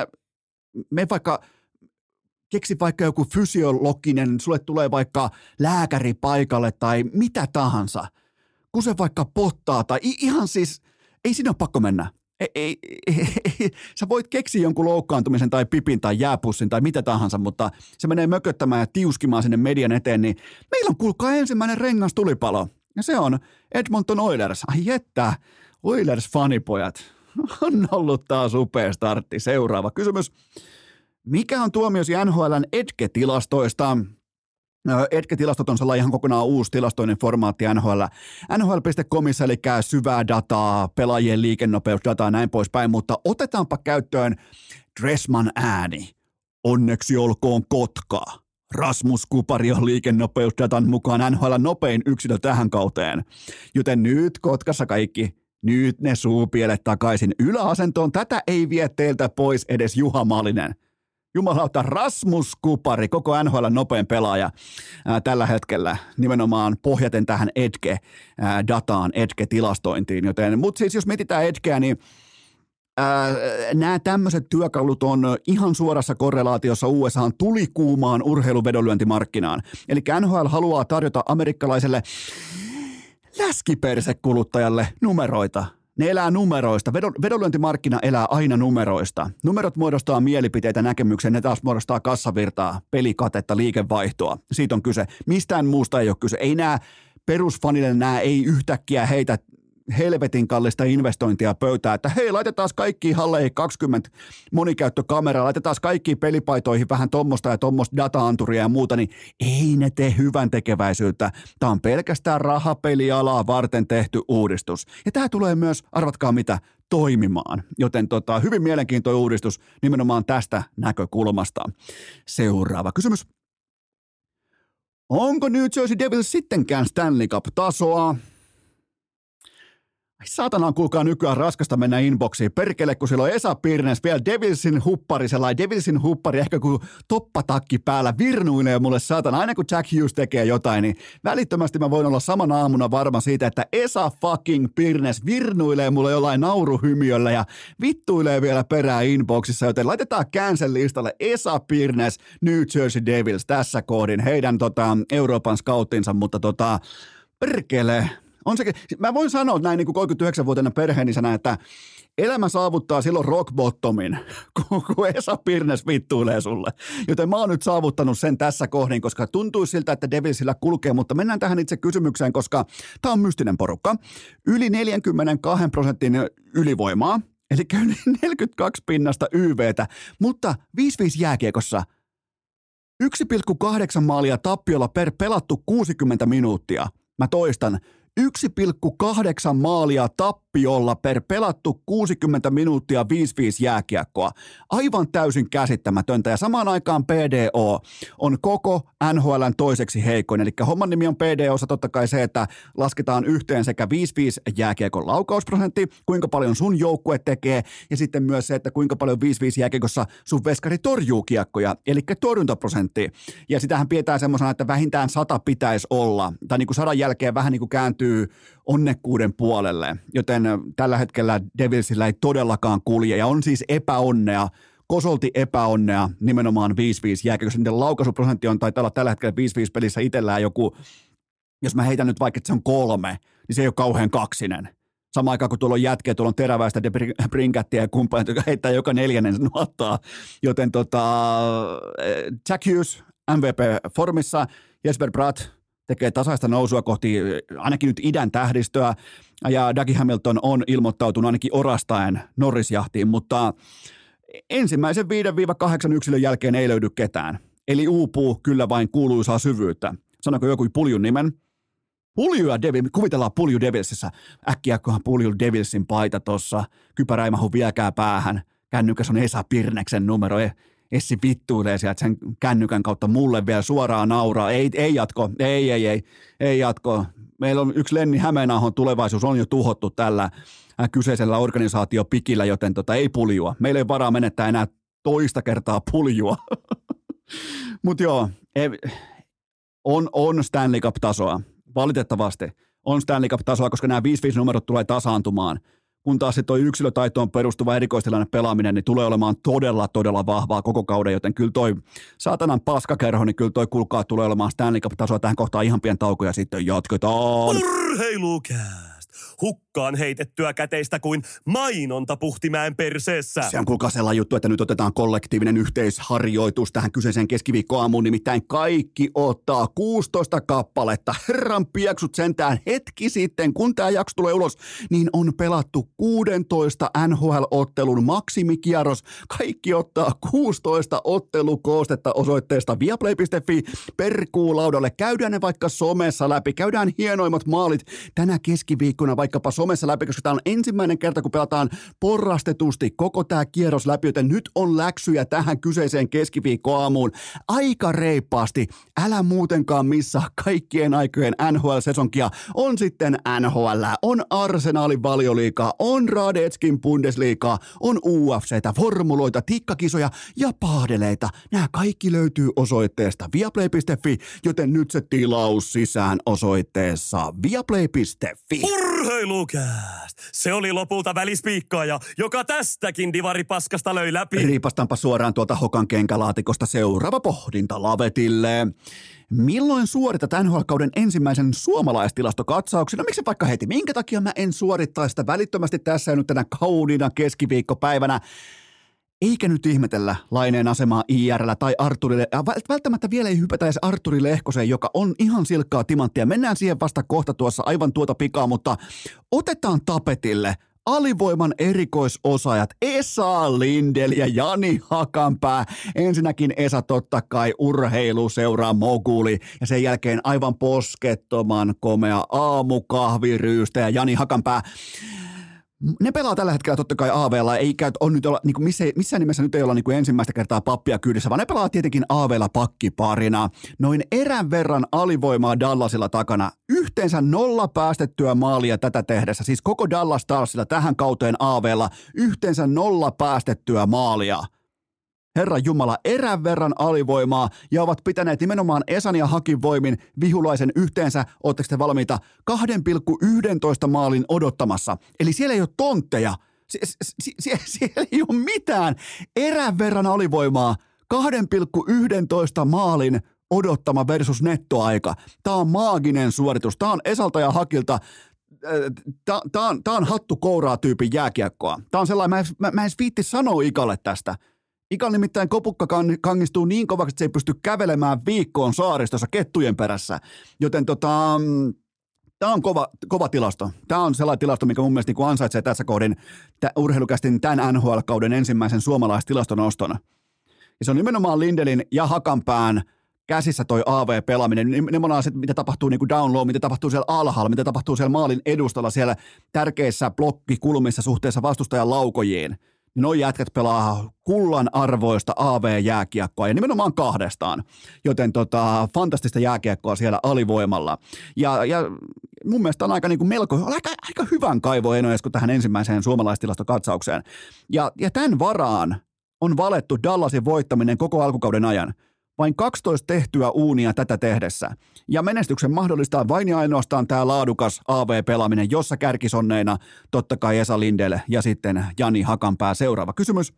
Speaker 1: Keksi vaikka joku fysiologinen, sulle tulee vaikka lääkäri paikalle tai mitä tahansa. Kun se vaikka pottaa tai ihan siis, ei siinä ole pakko mennä. Ei. Sä voit keksiä jonkun loukkaantumisen tai pipin tai jääpussin tai mitä tahansa, mutta se menee mököttämään ja tiuskimaan sinne median eteen, niin meillä on kuulkaa ensimmäinen rengastulipalo. Ja se on Edmonton Oilers. Ai että, Oilers-fanipojat. On ollut taas upea startti. Seuraava kysymys. Mikä on tuomiosi NHL:n Edge-tilastoista? Edge-tilastot on sellainen ihan kokonaan uusi tilastoinen formaatti NHL.comissa, eli syvää dataa, pelaajien liikennopeusdataa ja näin poispäin, mutta otetaanpa käyttöön Dressman ääni. Onneksi olkoon Kotka. Rasmus Kupari on liikennopeusdatan mukaan NHL nopein yksilö tähän kauteen. Joten nyt Kotkassa kaikki, nyt ne suupielet takaisin yläasentoon. Tätä ei vie teiltä pois edes Juha Malinen. Jumalauta, Rasmus Kupari, koko NHL nopein pelaaja tällä hetkellä, nimenomaan pohjaten tähän Edge-dataan, Edge-tilastointiin. Mutta siis jos mietitään Edgeä, niin nämä tämmöiset työkalut on ihan suorassa korrelaatiossa USA:n tulikuumaan urheiluvedonlyöntimarkkinaan. Eli NHL haluaa tarjota amerikkalaiselle läskipersekuluttajalle numeroita. Ne elää numeroista. Vedonlyöntimarkkina elää aina numeroista. Numerot muodostaa mielipiteitä, näkemyksiä, ne taas muodostaa kassavirtaa, pelikatetta, liikevaihtoa. Siitä on kyse. Mistään muusta ei ole kyse. Ei nämä perusfanille ei yhtäkkiä heitä helvetin kallista investointia pöytään, että hei, laitetaan kaikkiin halleihin 20 monikäyttökameraa, laitetaan kaikkiin pelipaitoihin vähän tommosta ja tommosta data-anturia ja muuta, niin ei ne tee hyvän tekeväisyyttä. Tämä on pelkästään rahapelialaa varten tehty uudistus. Ja tämä tulee myös, arvatkaa mitä, toimimaan. Joten hyvin mielenkiintoinen uudistus nimenomaan tästä näkökulmasta. Seuraava kysymys. Onko New Jersey Devils sittenkään Stanley Cup-tasoa? Saatana on kuulkaa nykyään raskasta mennä inboxiin. Perkele, kun siellä on Esa Pirnes, vielä Devilsin huppari, ehkä kun toppatakki päällä virnuilee mulle saatana. Aina kun Jack Hughes tekee jotain, niin välittömästi mä voin olla samana aamuna varma siitä, että Esa fucking Pirnes virnuilee mulle jollain nauruhymiöllä ja vittuilee vielä perään inboxissa, joten laitetaan cancel listalle Esa Pirnes, New Jersey Devils tässä koodin, heidän Euroopan scouttinsa, mutta perkele. On sekin. Mä voin sanoa näin niin kuin 39-vuotiaana perheenisänä, että elämä saavuttaa silloin rock bottomin, kun Esa Pirnes vittuilee sulle. Joten mä oon nyt saavuttanut sen tässä kohdin, koska tuntuu siltä, että Devilsillä kulkee, mutta mennään tähän itse kysymykseen, koska tää on mystinen porukka. Yli 42% ylivoimaa, eli yli 42 pinnasta YVtä, mutta 5-5 jääkiekossa 1,8 maalia tappiolla per pelattu 60 minuuttia. Mä toistan. 1,8 maalia tappiolla per pelattu 60 minuuttia 5-5 jääkiekkoa. Aivan täysin käsittämätöntä ja samaan aikaan PDO on koko NHL:n toiseksi heikoin. Eli homman nimi on PDOssa totta kai se, että lasketaan yhteen sekä 5-5 jääkiekon laukausprosentti, kuinka paljon sun joukkue tekee ja sitten myös se, että kuinka paljon 5-5 jääkiekossa sun veskari torjuu kiekkoja, eli torjuntaprosentti. Ja sitähän pidetään semmoisena, että vähintään 100 pitäisi olla, tai niin kuin 100 jälkeen vähän niin kuin kääntyy onnekkuuden puolelle, joten tällä hetkellä Devilsillä ei todellakaan kulje ja on siis epäonnea, kosolti epäonnea nimenomaan 5-5 jääkiekossa. Niiden laukaisuprosentti on taitaa olla tällä hetkellä 5-5 pelissä itsellään joku, jos mä heitän nyt vaikka, että se on 3, niin se ei ole kauhean kaksinen. Samaan aikaan kun tuolla on jätkeä, tuolla on teräväistä Brinkattia ja kumppanit, joka heittää joka 4. nuottaa. Joten Jack Hughes MVP-formissa, Jesper Bratt tekee tasaista nousua kohti ainakin nyt idän tähdistöä, ja Dougie Hamilton on ilmoittautunut ainakin orastaen Norris-jahtiin, mutta ensimmäisen 5-8 yksilön jälkeen ei löydy ketään. Eli uupuu kyllä vain kuuluisaa syvyyttä. Sanoiko joku puljun nimen? Pulju ja Devils, kuvitellaan Pulju Devilsissä. Äkkiäköhän Pulju Devilsin paita tossa. Kypärä ei mahu vieläkään päähän. Kännykäs on Esa Pirneksen numero. Essi vittuilee sieltä sen kännykän kautta mulle vielä suoraan nauraa. Ei jatko. Ei jatko. Meillä on yksi Lenni Hämeenahon tulevaisuus on jo tuhottu tällä kyseisellä organisaatiopikillä, joten ei Puljua. Meillä ei varaa menettää enää toista kertaa Puljua. Mutta joo, on Stanley Cup-tasoa. Valitettavasti on Stanley Cup-tasoa, koska nämä 5-5 numerot tulee tasaantumaan. Kun taas se toi yksilötaitoon perustuva erikoistilanne pelaaminen, niin tulee olemaan todella, todella vahvaa koko kauden, joten kyllä toi saatanan paskakerho, niin kyllä toi kuulkaa tulee olemaan Stanley Cup-tasoa tähän kohtaan ihan pieni tauko ja sitten jatketaan.
Speaker 2: Urheilukääst! Hukkaan heitettyä käteistä kuin mainonta Puhtimäen perseessä.
Speaker 1: Se on kuulkaa sellainen juttu, että nyt otetaan kollektiivinen yhteisharjoitus tähän kyseiseen keskiviikkoaamuun, nimittäin kaikki ottaa 16 kappaletta. Herran pieksut sentään hetki sitten, kun tämä jakso tulee ulos, niin on pelattu 16 NHL-ottelun maksimikierros. Kaikki ottaa 16 ottelukoostetta osoitteesta viaplay.fi per kuulaudalle. Käydään ne vaikka somessa läpi, käydään hienoimmat maalit tänä keskiviikkona vaikkapa somessa läpi, koska tämä on ensimmäinen kerta, kun pelataan porrastetusti koko tämä kierros läpi, joten nyt on läksyjä tähän kyseiseen keskiviikkoaamuun aika reippaasti. Älä muutenkaan missaa kaikkien aikojen NHL-sesonkia. On sitten NHL, on Arsenalin valioliigaa, on Radetskin Bundesliigaa, on UFCtä, formuloita, tikkakisoja ja pahdeleita. Nämä kaikki löytyy osoitteesta viaplay.fi, joten nyt se tilaus sisään osoitteessa viaplay.fi.
Speaker 2: Urheilukääst! Se oli lopulta välispiikkaaja, joka tästäkin divaripaskasta löi läpi.
Speaker 1: Riipastaanpa suoraan tuolta Hokan kenkälaatikosta seuraava pohdinta lavetille. Milloin suoritat NHL-kauden ensimmäisen suomalaistilastokatsauksen? No miksi vaikka heti? Minkä takia mä en suorittaisi sitä välittömästi tässä ja nyt tänä kauniina keskiviikkopäivänä? Eikä nyt ihmetellä Laineen asemaa IR:llä tai Arturille. Välttämättä vielä ei hypätä edes Arturi Lehkoseen, joka on ihan silkkaa timanttia. Mennään siihen vasta kohta tuossa aivan tuota pikaa, mutta otetaan tapetille alivoiman erikoisosaajat Esa Lindell ja Jani Hakanpää. Ensinnäkin Esa totta kai urheiluseuraa moguli ja sen jälkeen aivan poskettoman komea aamukahviryystä ja Jani Hakanpää. Ne pelaa tällä hetkellä totta kai AV:lla, eikä on nyt olla, niin kuin missään nimessä nyt ei olla niin kuin ensimmäistä kertaa pappia kyydissä, vaan ne pelaa tietenkin AV:lla pakkiparina. Noin erän verran alivoimaa Dallasilla takana, yhteensä 0 päästettyä maalia tätä tehdessä, siis koko Dallas Starsilla tähän kauteen AV:lla yhteensä 0 päästettyä maalia. Herran Jumala, erän verran alivoimaa ja ovat pitäneet nimenomaan Esan ja Hakin voimin Vihulaisen yhteensä, ootteko te valmiita, 2,11 maalin odottamassa. Eli siellä ei ole tontteja, siellä ei ole mitään. Erän verran alivoimaa, 2,11 maalin odottama versus nettoaika. Tämä on maaginen suoritus. Tämä on Esalta ja Hakilta. Tämä on hattu kouraa tyypin jääkiekkoa. Tämä on sellainen, mä en edes viitti sanoa Ikalle tästä. Ikal nimittäin kopukka kangistuu niin kovaksi, että se ei pysty kävelemään viikkoon saaristossa kettujen perässä. Joten tämä on kova tilasto. Tämä on sellainen tilasto, mikä mun mielestä niin ansaitsee tässä kohdin urheilukästin tämän NHL-kauden ensimmäisen suomalaistilastonoston. Ja se on nimenomaan Lindelin ja Hakanpään käsissä toi AV-pelaaminen. Nimenomaan se, mitä tapahtuu niin kuin down low, mitä tapahtuu siellä alhaalla, mitä tapahtuu siellä maalin edustalla, siellä tärkeissä blokkikulmissa suhteessa vastustajan laukojiin. Niin noi jätkät pelaa kullan arvoista AV-jääkiekkoa ja nimenomaan kahdestaan, joten fantastista jääkiekkoa siellä alivoimalla. Ja mun mielestä on aika niin kuin aika hyvän kaivo Eino Esko tähän ensimmäiseen suomalaistilastokatsaukseen. Ja tämän varaan on valettu Dallasin voittaminen koko alkukauden ajan. Vain 12 tehtyä uunia tätä tehdessä. Ja menestyksen mahdollistaa vain ja ainoastaan tämä laadukas AV-pelaaminen, jossa kärkisonneina totta kai Esa Lindell ja sitten Jani Hakanpää. Seuraava kysymys.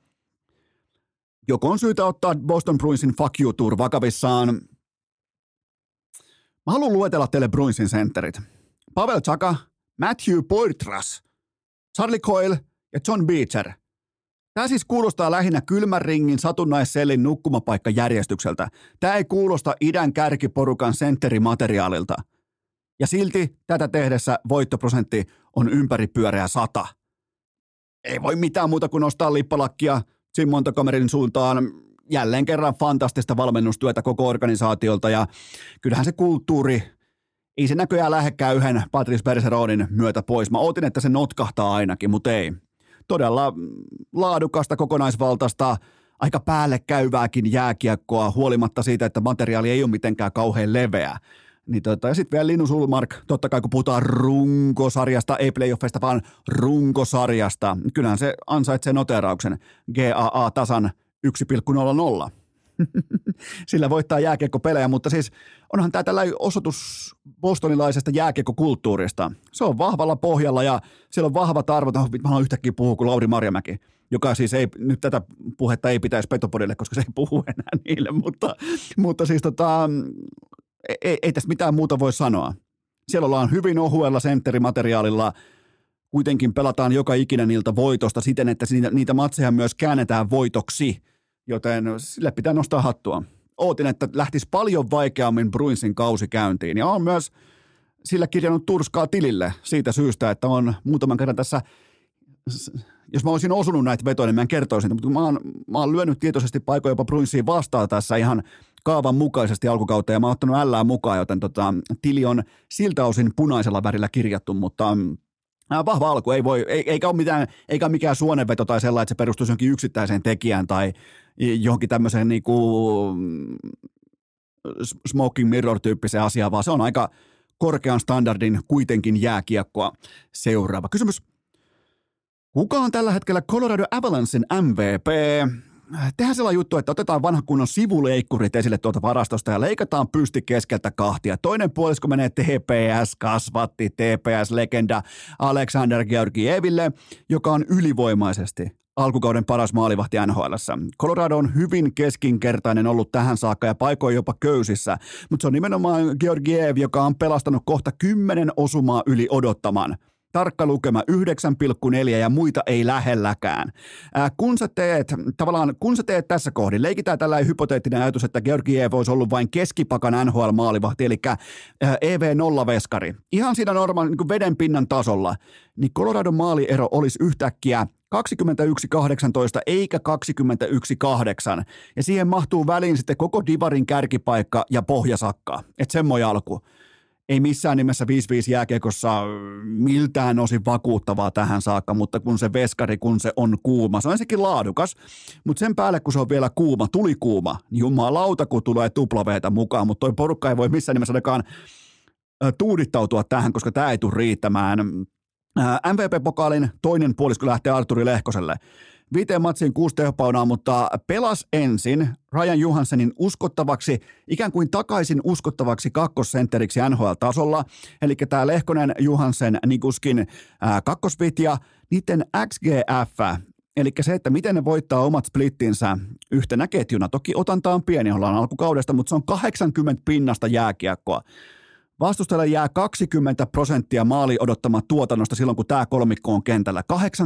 Speaker 1: Joko on syytä ottaa Boston Bruinsin fuck you tour vakavissaan? Mä haluan luetella teille Bruinsin sentterit. Pavel Chaka, Matthew Poitras, Charlie Coyle ja John Beecher. Tämä siis kuulostaa lähinnä kylmän ringin satunnaissellin nukkumapaikkajärjestykseltä. Tämä ei kuulosta idän kärkiporukan sentterimateriaalilta. Ja silti tätä tehdessä voittoprosentti on ympäripyöreä 100. Ei voi mitään muuta kuin nostaa lippalakkia Jim Montgomeryn suuntaan. Jälleen kerran fantastista valmennustyötä koko organisaatiolta ja kyllähän se kulttuuri ei se näköjään lähekkään yhden Patrice Bergeronin myötä pois. Mä ootin, että se notkahtaa ainakin, mutta ei. Todella laadukasta, kokonaisvaltaista, aika päälle käyvääkin jääkiekkoa, huolimatta siitä, että materiaali ei ole mitenkään kauhean leveä. Niin ja sitten vielä Linus Ullmark, totta kai kun puhutaan runkosarjasta, ei playoffeista, vaan runkosarjasta. Kyllähän se ansaitsee noterauksen. GAA tasan 1,00. Sillä voittaa jääkiekkopelejä, mutta siis onhan tämä tällainen osoitus bostonilaisesta jääkiekkokulttuurista. Se on vahvalla pohjalla ja siellä on vahvat arvot. Mä haluan yhtäkkiä puhua kuin Lauri Marjamäki, joka siis ei, nyt tätä puhetta ei pitäisi Petopodille, koska se ei puhu enää niille, mutta siis ei tässä mitään muuta voi sanoa. Siellä ollaan hyvin ohuella sentterimateriaalilla, kuitenkin pelataan joka ikinen niiltä voitosta siten, että niitä matseja myös käännetään voitoksi, joten sille pitää nostaa hattua. Ootin, että lähtisi paljon vaikeammin Bruinsin kausi käyntiin ja on myös sillä kirjannut turskaa tilille siitä syystä, että on muutaman kerran tässä, jos mä olisin osunut näitä vetoja, niin mä en kertoisin, mutta mä oon lyönyt tietoisesti paikoin jopa Bruinsiin vastaan tässä ihan kaavan mukaisesti alkukautta ja mä oon ottanut ällää mukaan, joten tili on siltä osin punaisella värillä kirjattu, mutta vahva alku, eikä ole mitään, eikä mikään suonenveto tai sellainen, että se perustuisi johonkin yksittäiseen tekijään tai johonkin tämmöiseen niinku smoking mirror-tyyppiseen asiaan, vaan se on aika korkean standardin kuitenkin jääkiekkoa. Seuraava kysymys. Kuka on tällä hetkellä Colorado Avalanchen MVP? Tehdään sellainen juttu, että otetaan vanha kunnon sivuleikkurit esille tuolta varastosta ja leikataan pysti keskeltä kahtia. Toinen puolisko menee TPS-kasvatti, TPS-legenda Alexander Georgieville, joka on ylivoimaisesti alkukauden paras maalivahti NHL:ssä. Colorado on hyvin keskinkertainen ollut tähän saakka ja paikoin jopa köysissä, mutta se on nimenomaan Georgiev, joka on pelastanut kohta 10 osumaa yli odottaman. Tarkka lukema 9,4 ja muita ei lähelläkään. Kun sä teet tässä kohdin, leikitään tällainen hypoteettinen ajatus, että Georgiev olisi ollut vain keskipakan NHL-maalivahti, eli EV0-veskari. Ihan siinä normaali niin kuin veden pinnan tasolla, niin Coloradon maaliero olisi yhtäkkiä 21-18 eikä 21-8. Ja siihen mahtuu väliin sitten koko divarin kärkipaikka ja pohjasakka. Että semmoinen alku. Ei missään nimessä 5-5 jääkiekossa miltään osin vakuuttavaa tähän saakka, mutta kun se veskari, kun se on kuuma, se on ensinnäkin laadukas, mutta sen päälle kun se on vielä kuuma, tuli kuuma, niin jumalauta kun tulee tuplaveetä mukaan, mutta toi porukka ei voi missään nimessä ainakaan tuudittautua tähän, koska tämä ei tule riittämään. MVP-pokaalin toinen puolisko lähtee Arturi Lehkoselle. 5 matsiin 6 tehopaunaa, mutta pelas ensin Ryan Johanssonin uskottavaksi, ikään kuin takaisin uskottavaksi kakkosentteriksi NHL-tasolla. Eli tämä Lehkonen, Johansson, Nikuskin kakkosvitja, niiden XGF, eli se, että miten ne voittaa omat splittinsä yhtenä ketjuna. Toki otanta on pieni, ollaan alkukaudesta, mutta se on 80 pinnasta jääkiekkoa. Vastustajalle jää 20% maali odottama tuotannosta silloin, kun tämä kolmikko on kentällä.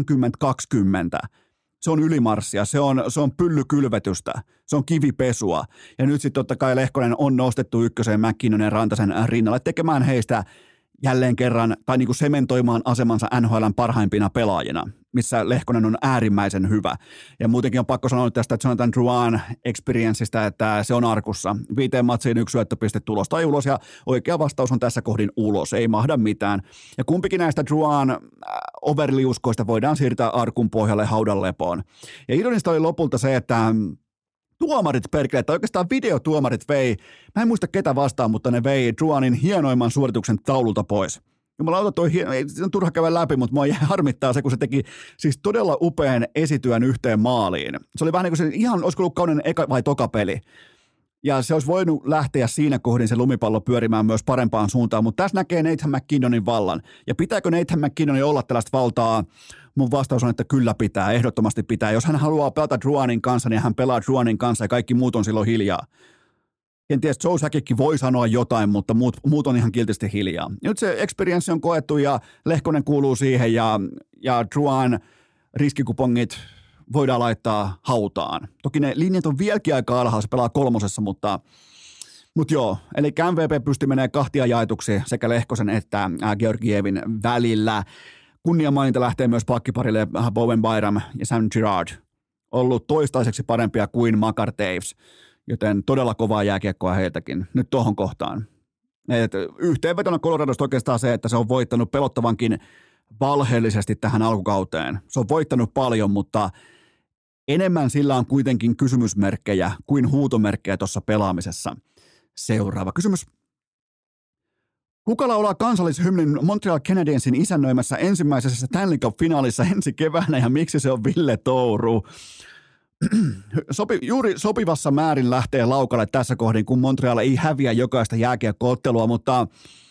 Speaker 1: 80-20. Se on ylimarssia, se on pyllykylvetystä, se on kivipesua. Ja nyt sitten totta kai Lehkonen on nostettu ykköseen McKinnon ja Rantasen rinnalle tekemään heistä jälleen kerran, tai niin kuin sementoimaan asemansa NHL:n parhaimpina pelaajina, missä Lehkonen on äärimmäisen hyvä. Ja muutenkin on pakko sanoa tästä Jonathan Drouin experienceistä, että se on arkussa. 5 matsiin 1 syöttöpiste tulos tai ulos, ja oikea vastaus on tässä kohdin ulos, ei mahda mitään. Ja kumpikin näistä Drouin overliuskoista voidaan siirtää arkun pohjalle haudan lepoon. Ja ironista oli lopulta se, että tuomarit perkele, tai oikeastaan videotuomarit vei, mä en muista ketä vastaan, mutta ne vei Drouinin hienoimman suorituksen taululta pois. Jumalauta, ei on turha käydä läpi, mutta mua harmittaa se, kun se teki siis todella upean esityön yhteen maaliin. Se oli vähän niin kuin se ihan, olisiko ollut kauden eka vai toka peli. Ja se olisi voinut lähteä siinä kohdin se lumipallo pyörimään myös parempaan suuntaan, mutta tässä näkee Nathan McKinnonin vallan. Ja pitääkö Nathan McKinnonin olla tällaista valtaa? Mun vastaus on, että kyllä pitää, ehdottomasti pitää. Jos hän haluaa pelata Drouinin kanssa, niin hän pelaa Drouinin kanssa ja kaikki muut on silloin hiljaa. Kenties Joe Sakicki voi sanoa jotain, mutta muut on ihan kiltisti hiljaa. Nyt se experience on koettu ja Lehkonen kuuluu siihen ja Drouin riskikupongit voidaan laittaa hautaan. Toki ne linjat on vieläkin aika alhaalla, se pelaa 3, mutta joo, eli MVP pystyi menee kahtia jaetuksi sekä Lehkosen että Georgievin välillä. Kunniamaininta lähtee myös pakkiparille Bowen Byram ja Sam Girard. Ollut toistaiseksi parempia kuin Makar Taves, joten todella kovaa jääkiekkoa heiltäkin nyt tuohon kohtaan. Yhteenvetona Coloradosta oikeastaan se, että se on voittanut pelottavankin valheellisesti tähän alkukauteen. Se on voittanut paljon, mutta enemmän sillä on kuitenkin kysymysmerkkejä kuin huutomerkkejä tuossa pelaamisessa. Seuraava kysymys. Kuka laulaa kansallishymnin Montreal Canadiensin isännöimässä ensimmäisessä Stanley Cup-finaalissa ensi keväänä ja miksi se on Ville Touru? Juuri sopivassa määrin lähtee laukalle tässä kohdin, kun Montreal ei häviä jokaista jääkiekko-ottelua, mutta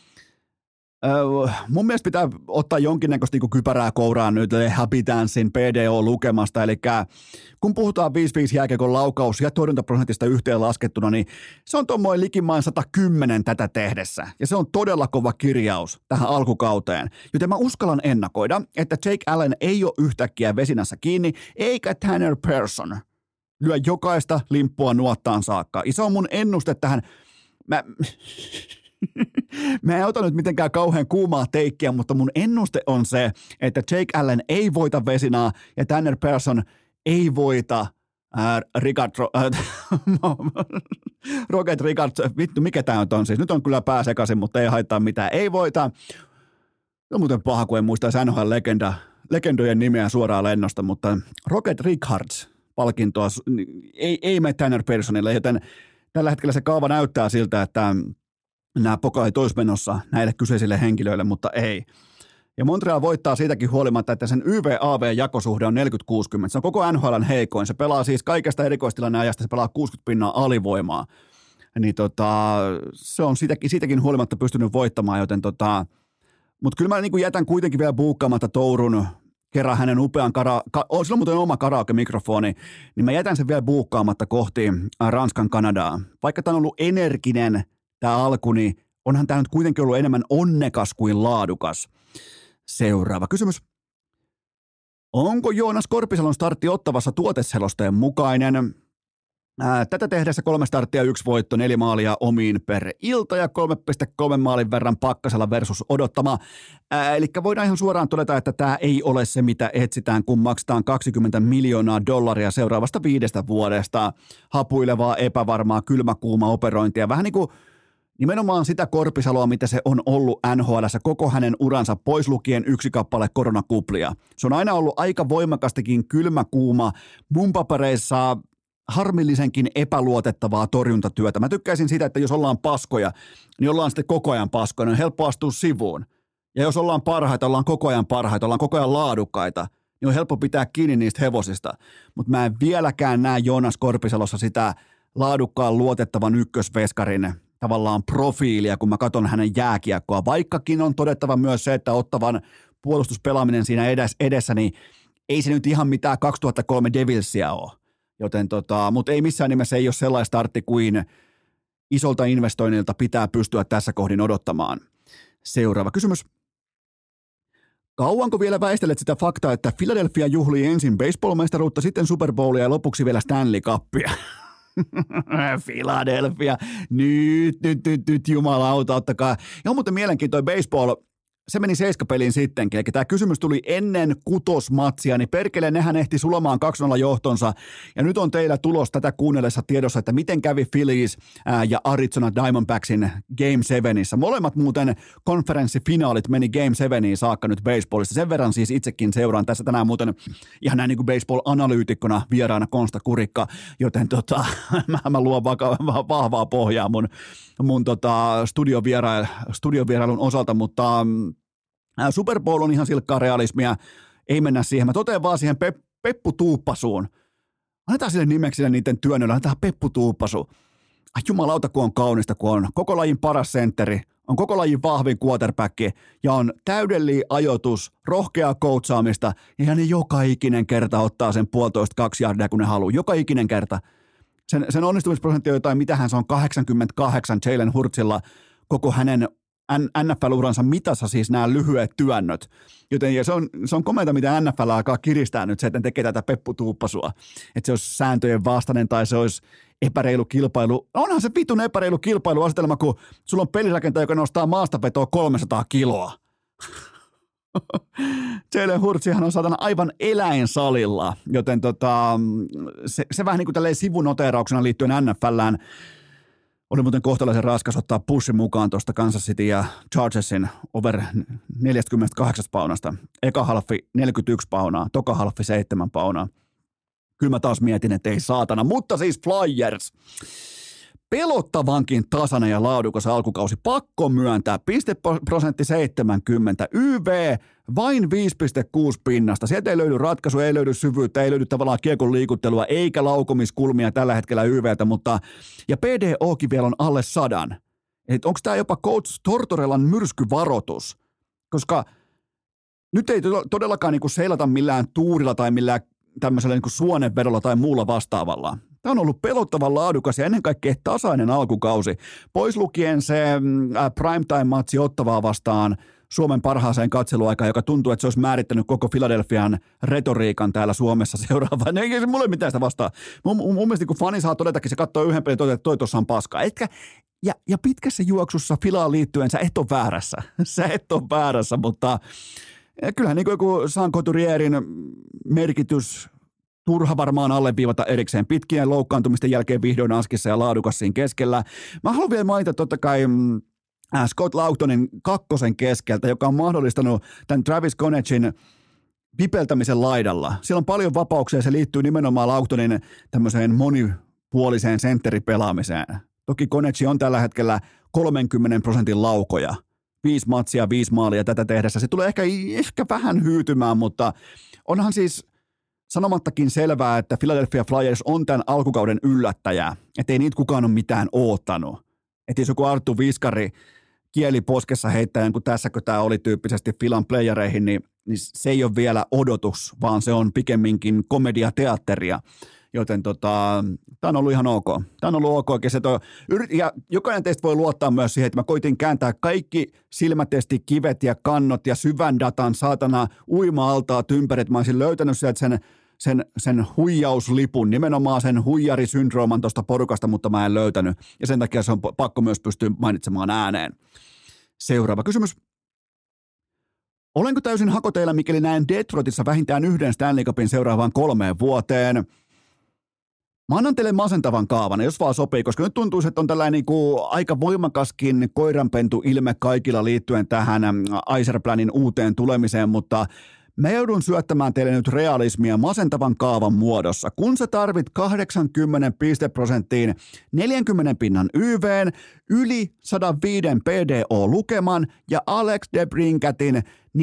Speaker 1: mun mielestä pitää ottaa jonkinnäköistä niin kypärää kouraan nyt Happy Dancein PDO-lukemasta, eli kun puhutaan 5-5 jääkiekon laukaus ja torjuntaprosentista yhteen laskettuna, niin se on tuommoinen likimain 110 tätä tehdessä, ja se on todella kova kirjaus tähän alkukauteen, joten mä uskallan ennakoida, että Jake Allen ei ole yhtäkkiä vesinässä kiinni, eikä Tanner Persson lyö jokaista limppua nuottaan saakka. Ja se on mun ennuste tähän, Mä en ota nyt mitenkään kauhean kuumaa teikkiä, mutta mun ennuste on se, että Jake Allen ei voita Vesinaa ja Tanner Persson ei voita Rocket Richard, vittu mikä tää on siis, nyt on kyllä pää sekaisin, mutta ei haittaa mitään, ei voita, on muuten paha, kun en muista NHL-legendojen nimeä suoraan lennosta, mutta Rocket Richards palkintoa ei mene Tanner Perssonille, joten tällä hetkellä se kaava näyttää siltä, että nämä pokaalit olisi menossa näille kyseisille henkilöille, mutta ei. Ja Montreal voittaa siitäkin huolimatta, että sen YV-AV-jakosuhde on 40-60. Se on koko NHL:n heikoin. Se pelaa siis kaikesta erikoistilanne ajasta, se pelaa 60% alivoimaa. Niin se on siitäkin huolimatta pystynyt voittamaan, joten mutta kyllä mä niin jätän kuitenkin vielä buukkaamatta Tourun kerran hänen upean sillä on muuten oma karaoke-mikrofoni, niin mä jätän sen vielä buukkaamatta kohti Ranskan Kanadaa. Vaikka tämä on ollut energinen tämä alku, niin onhan tämä nyt kuitenkin ollut enemmän onnekas kuin laadukas. Seuraava kysymys. Onko Joonas Korpisalon startti Ottavassa tuoteselosteen mukainen? Tätä tehdessä 3 starttia, 1 voitto, 4 maalia omiin per ilta ja 3,3 maalin verran Pakkasella versus odottama. Eli voidaan ihan suoraan todeta, että tämä ei ole se, mitä etsitään, kun maksetaan $20 miljoonaa seuraavasta 5 vuodesta. Hapuilevaa, epävarmaa, kylmäkuuma operointia. Vähän niin kuin nimenomaan sitä Korpisaloa, mitä se on ollut NHL:ssä koko hänen uransa, pois lukien 1 kappale koronakuplia. Se on aina ollut aika voimakastakin kylmäkuuma, mun papereissa harmillisenkin epäluotettavaa torjuntatyötä. Mä tykkäisin sitä, että jos ollaan paskoja, niin ollaan sitten koko ajan paskoja, niin on helppo astua sivuun. Ja jos ollaan parhaita, ollaan koko ajan laadukkaita, niin on helppo pitää kiinni niistä hevosista. Mutta mä en vieläkään näe Joonas Korpisalossa sitä laadukkaan luotettavan ykkösveskarin tavallaan profiilia, kun mä katson hänen jääkiekkoa. Vaikkakin on todettava myös se, että Ottavan puolustuspelaaminen siinä edessä, niin ei se nyt ihan mitään 2003 Devilsia ole. Joten mutta ei missään nimessä ei ole sellainen startti kuin isolta investoinnilta pitää pystyä tässä kohdin odottamaan. Seuraava kysymys. Kauanko vielä väistelet sitä faktaa, että Philadelphia juhlii ensin baseball-mestaruutta, sitten Super Bowlia ja lopuksi vielä Stanley Cupia? Philadelphia, nyt jumalauta, ottakaa. Ja on muuten mielenkiintoinen baseball. Se meni 7-peliin sittenkin, eli tämä kysymys tuli ennen kutosmatsia, niin perkele, nehän ehti sulamaan 2-0 johtonsa, ja nyt on teillä tulos tätä kuunnellessa tiedossa, että miten kävi Phillies ja Arizona Diamondbacksin Game 7. Molemmat muuten konferenssifinaalit meni Game 7 saakka nyt baseballista, sen verran siis itsekin seuraan tässä tänään muuten ihan näin niin kuin baseball-analyytikkona vieraana Konsta Kurikka, joten mä luon vahvaa pohjaa mun studiovierailun osalta, mutta Super Bowl on ihan silkkaa realismia, ei mennä siihen. Mä totean vaan siihen Peppu Tuuppasuun. Annetaan sille nimeksi niiden työnnöllä, annetaan Peppu Tuuppasu. Ai jumalauta, kun on kaunista, kun on koko lajin paras sentteri, on koko lajin vahvin quarterback ja on täydellinen ajoitus, rohkeaa coachaamista ja ne joka ikinen kerta ottaa sen 1,5-2 jardia, kun ne haluaa. Joka ikinen kerta. Sen onnistumisprosentti on jotain, mitähän se on 88 Jalen Hurtsilla koko hänen NFL-uransa mitassa, siis nämä lyhyet työnnöt. Joten ja se on komeata, mitä NFL alkaa kiristää nyt se, että ne tekee tätä pepputuuppasua. Että se olisi sääntöjen vastainen tai se olisi epäreilu kilpailu. Onhan se vitun epäreilu kilpailuasetelma, kun sulla on pelirakentaja, joka nostaa maastavetoa 300 kiloa. Jalen Hurtsihan on saatana aivan eläinsalilla, joten se vähän niin kuin tälleen sivunoteerauksena liittyen NFLään. Oli muuten kohtalaisen raskas ottaa pussin mukaan tuosta Kansas City ja Chargersin over 48 paunasta. Eka halfi 41 paunaa, toka halfi 7 paunaa. Kyllä mä taas mietin, että ei saatana, mutta siis Flyers. Pelottavankin tasainen ja laadukas alkukausi, pakko myöntää, pisteprosentti 70, YV vain 5,6 pinnasta, sieltä ei löydy ratkaisu, ei löydy syvyyttä, ei löydy tavallaan kiekon liikuttelua, eikä laukomiskulmia tällä hetkellä YVltä, mutta ja PDOkin vielä on alle 100. Eli onko tämä jopa Coach Tortorellan myrskyvaroitus, koska nyt ei todellakaan niinku seilata millään tuurilla tai millään tämmöisellä niinku suonenvedolla tai muulla vastaavalla. Tämä on ollut pelottavan laadukas ja ennen kaikkea tasainen alkukausi. Pois lukien se primetime-matsi Ottavaa vastaan Suomen parhaaseen katseluaikaan, joka tuntuu, että se olisi määrittänyt koko Philadelphian retoriikan täällä Suomessa seuraavaan. Ei se mulle mitään sitä vastaa. Mun mielestä kun fani saa todetakin, se katsoo yhden pelin ja että toi tuossa on paskaa. Ja pitkässä juoksussa Philaan liittyen sä et ole väärässä. Sä et ole väärässä, mutta kyllähän niin kuin joku Jean Couturierin merkitys turha varmaan alleviivata erikseen pitkien loukkaantumisten jälkeen vihdoin askissa ja laadukas siinä keskellä. Mä haluan vielä mainita totta kai Scott Laughtonin kakkosen keskeltä, joka on mahdollistanut tämän Travis Konechin vipeltämisen laidalla. Siellä on paljon vapauksia ja se liittyy nimenomaan Laughtonin tämmöiseen monipuoliseen sentteripelaamiseen. Toki Konecchi on tällä hetkellä 30% laukoja. 5 matsia, 5 maalia tätä tehdessä. Se tulee ehkä vähän hyytymään, mutta onhan siis sanomattakin selvää, että Philadelphia Flyers on tämän alkukauden yllättäjä, että ei niitä kukaan ole mitään oottanut. Että jos joku Arttu Viskari kieli poskessa heittää jonkun tässäkö tämä oli tyyppisesti Philan playereihin, niin se ei ole vielä odotus, vaan se on pikemminkin komediateatteria. Joten tämä on ollut ihan ok. Tämä on ollut ok. Ja jokainen teistä voi luottaa myös siihen, että mä koitin kääntää kaikki silmätestikivet ja kannot ja syvän datan saatana uima-altaa tympärit. Mä olisin löytänyt sieltä sen huijauslipun, nimenomaan sen huijarisyndrooman tuosta porukasta, mutta mä en löytänyt. Ja sen takia se on pakko myös pystyä mainitsemaan ääneen. Seuraava kysymys. Olenko täysin hakoteilla, mikäli näen Detroitissa vähintään yhden Stanley Cupin seuraavaan 3 vuoteen? Mä annan teille masentavan kaavan, jos vaan sopii, koska nyt tuntuu, että on tällainen aika voimakaskin koiranpentu ilme kaikilla liittyen tähän Iserplanin uuteen tulemiseen, mutta mä joudun syöttämään teille nyt realismia masentavan kaavan muodossa. Kun sä tarvit 80 pisteprosenttiin 40 pinnan YV:n, yli 105 PDO-lukeman ja Alex DeBrincatin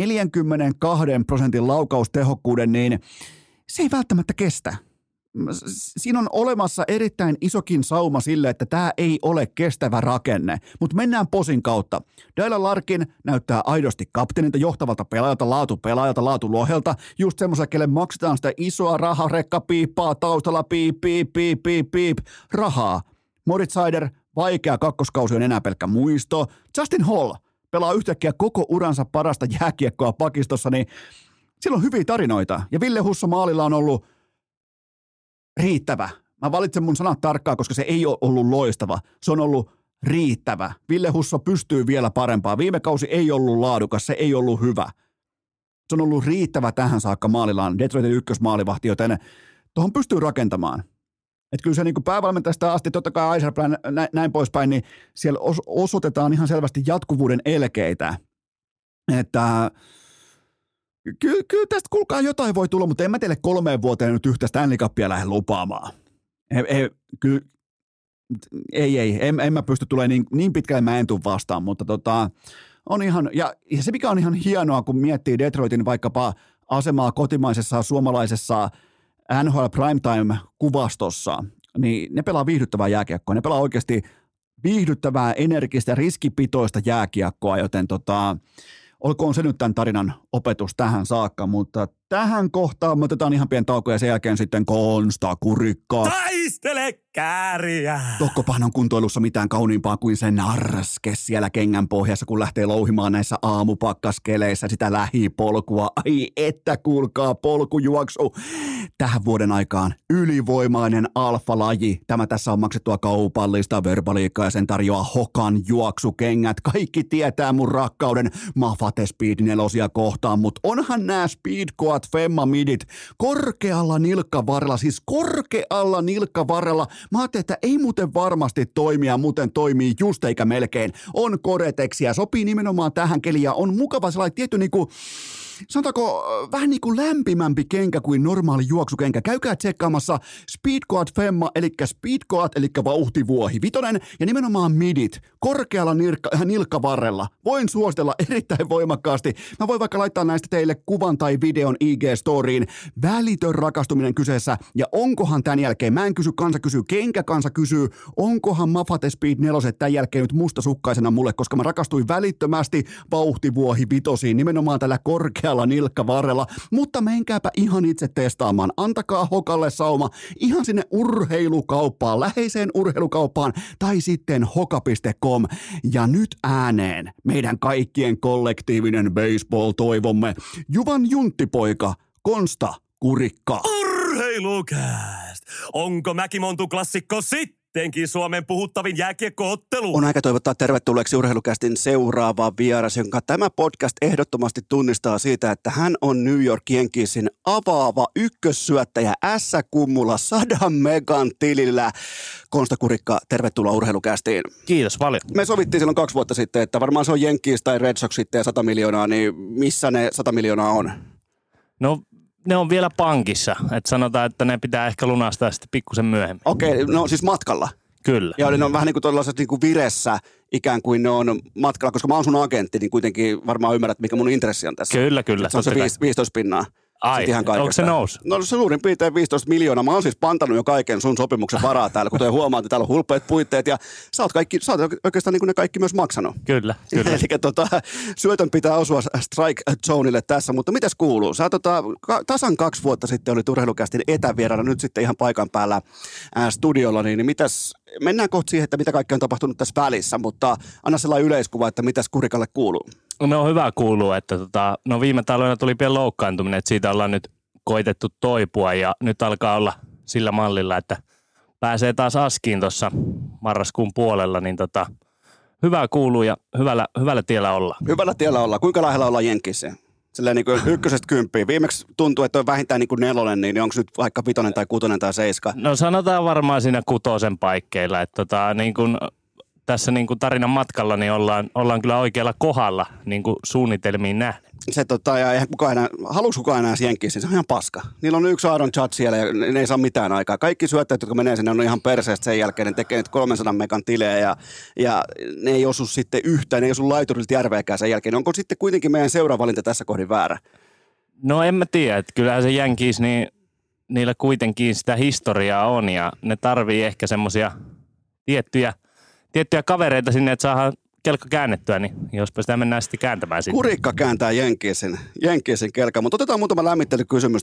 Speaker 1: 42% laukaustehokkuuden, niin se ei välttämättä kestä. Siinä on olemassa erittäin isokin sauma sille, että tämä ei ole kestävä rakenne, mutta mennään posin kautta. Dylan Larkin näyttää aidosti kapteenilta, johtavalta pelaajalta, laatulohelta, just semmoiselle, kelle maksetaan sitä isoa raharekkapiippaa taustalla, piip, rahaa. Moritz Seider, vaikea kakkoskausi on enää pelkkä muisto. Justin Hall pelaa yhtäkkiä koko uransa parasta jääkiekkoa pakistossa, niin sillä on hyviä tarinoita. Ja Ville Husso maalilla on ollut riittävä. Mä valitsen mun sanat tarkkaan, koska se ei ole ollut loistava. Se on ollut riittävä. Ville Husso pystyy vielä parempaa. Viime kausi ei ollut laadukas, se ei ollut hyvä. Se on ollut riittävä tähän saakka maalillaan. Detroitin ykkösmaalivahti, joten tuohon pystyy rakentamaan. Että kyllä se niin kuin päävalmentajasta asti, totta kai Iserplan näin poispäin, niin siellä osoitetaan ihan selvästi jatkuvuuden elkeitä. Että Kyllä tästä kuulkaa jotain voi tulla, mutta en mä teille 3 vuoteen nyt yhtä Stanley Cupia lähde lupaamaan. En mä pysty tulemaan niin pitkälle, mä en tule vastaan, mutta on ihan, ja se mikä on ihan hienoa, kun miettii Detroitin vaikkapa asemaa kotimaisessa suomalaisessa NHL Primetime-kuvastossa, niin ne pelaa viihdyttävää jääkiekkoa, ne pelaa oikeasti viihdyttävää, energistä, riskipitoista jääkiekkoa, joten olkoon se nyt tämän tarinan opetus tähän saakka, mutta tähän kohtaan me otetaan ihan pieni tauko ja sen jälkeen sitten Konsta Kurikka.
Speaker 2: Taistele kääriä!
Speaker 1: Tokkopahan on kuntoilussa mitään kauniimpaa kuin se narske siellä kengän pohjassa, kun lähtee louhimaan näissä aamupakkaskeleissa sitä lähipolkua. Ai että kuulkaa, polkujuoksu. Tähän vuoden aikaan ylivoimainen alfalaji. Tämä tässä on maksettua kaupallista verbaliikkaa ja sen tarjoaa Hokan juoksukengät. Kaikki tietää mun rakkauden Mafate Speed 4 kohtaan, mutta onhan nämä Speedcoat Squad Femma midit korkealla nilkkavarrella, siis korkealla nilkkavarrella. Mä ajattelin, että ei muuten varmasti toimia, muuten toimii just eikä melkein. On Gore-Texia, sopii nimenomaan tähän keliin ja on mukava sellainen tietty niinku, sanotaanko vähän niin kuin lämpimämpi kenkä kuin normaali juoksukenkä. Käykää tsekkaamassa Speedgoat Femma, eli Speedgoat, eli vauhtivuohi vitonen, ja nimenomaan midit, korkealla nilkkavarrella. Voin suositella erittäin voimakkaasti. Mä voin vaikka laittaa näistä teille kuvan tai videon IG-storiin. Välitön rakastuminen kyseessä, ja onkohan tämän jälkeen, mä en kysy, kansa kysyy, kenkä kansa kysyy, onkohan Mafate Speed 4 tämän jälkeen nyt mustasukkaisena mulle, koska mä rakastuin välittömästi vauhtivuohi vitosiin, nimenomaan tällä korkealla nilkkavarrella, mutta menkääpä ihan itse testaamaan. Antakaa Hokalle sauma ihan sinne urheilukauppaan, läheiseen urheilukauppaan tai sitten hoka.com. Ja nyt ääneen meidän kaikkien kollektiivinen baseball-toivomme. Juvan junttipoika Konsta Kurikka.
Speaker 2: Urheilukääst! Onko Mäkimontu-klassikko sittenkin Suomen puhuttavin jääkiekkoottelu?
Speaker 3: On aika toivottaa tervetulleeksi Urheilukästin seuraava vieras, jonka tämä podcast ehdottomasti tunnistaa siitä, että hän on New York Yankeesin avaava ykkössyöttäjä S-kummulla 100 megan tilillä. Konsta Kurikka, tervetuloa Urheilukästiin.
Speaker 4: Kiitos paljon.
Speaker 3: Me sovittiin silloin 2 vuotta sitten, että varmaan se on Yankees tai Red Sox sitten ja 100 miljoonaa, niin missä ne 100 miljoonaa on?
Speaker 4: No ne on vielä pankissa, että sanotaan, että ne pitää ehkä lunastaa sitten pikkusen myöhemmin.
Speaker 3: Okei, no siis matkalla.
Speaker 4: Kyllä.
Speaker 3: Ja ne on vähän niin kuin tollaiset niin kuin viressä, ikään kuin ne on matkalla, koska mä oon sun agentti, niin kuitenkin varmaan ymmärrät, mikä mun intressi on tässä.
Speaker 4: Kyllä.
Speaker 3: Se on se 15 pinnaa.
Speaker 4: Ai, onko se nousu?
Speaker 3: No se suurin piirtein 15 miljoonaa. Mä oon siis pantanut jo kaiken sun sopimuksen varaa täällä, kuten huomaat, että täällä on hulppeat puitteet ja sä oot oikeastaan niin kuin ne kaikki myös maksanut.
Speaker 4: Kyllä.
Speaker 3: Eli syötön pitää osua strike zoneille tässä, mutta mitäs kuuluu? Sä tasan 2 vuotta sitten olit Urheilukästin etävieraana, nyt sitten ihan paikan päällä studiolla, niin mitäs, mennään kohta siihen, että mitä kaikkea on tapahtunut tässä välissä, mutta anna sellainen yleiskuva, että mitäs Kurikalle kuuluu.
Speaker 4: No hyvä kuuluu, että viime talvena tuli pieni loukkaantuminen, että siitä ollaan nyt koitettu toipua ja nyt alkaa olla sillä mallilla, että pääsee taas askiin tuossa marraskuun puolella, niin hyvä kuuluu ja hyvällä tiellä ollaan.
Speaker 3: Hyvällä tiellä ollaan. Kuinka lähellä ollaan Jenkissä? Silleen niin kuin 1-10. Viimeksi tuntuu, että on vähintään niin kuin 4, niin onko nyt vaikka 5 tai 6 tai 7?
Speaker 4: No sanotaan varmaan siinä 6 paikkeilla, että niin kuin tässä niin kuin tarinan matkalla niin ollaan kyllä oikealla kohdalla niin kuin suunnitelmiin nähden.
Speaker 3: Se ja eihän haluuks kukaan enää Jenkissä, se on ihan paska. Niillä on 1 Aaron Judge siellä ja ne ei saa mitään aikaa. Kaikki syöttäjät, jotka menee sinne, on ihan perseestä sen jälkeen. Ne tekee nyt 300 megan tilejä ja ne ei osu sitten yhtään, ne ei osu laiturilta järveäkään sen jälkeen. Onko sitten kuitenkin meidän seuraavalinta tässä kohdin väärä?
Speaker 4: No en mä tiedä, että kyllähän se Yankees, niin niillä kuitenkin sitä historiaa on ja ne tarvii ehkä semmoisia tiettyjä kavereita sinne, että saadaan kelkka käännettyä, niin jospa sitä mennään sitten kääntämään sinne.
Speaker 3: Kurikka kääntää Jenkiesin kelkkaa, mutta otetaan muutama lämmittelykysymys.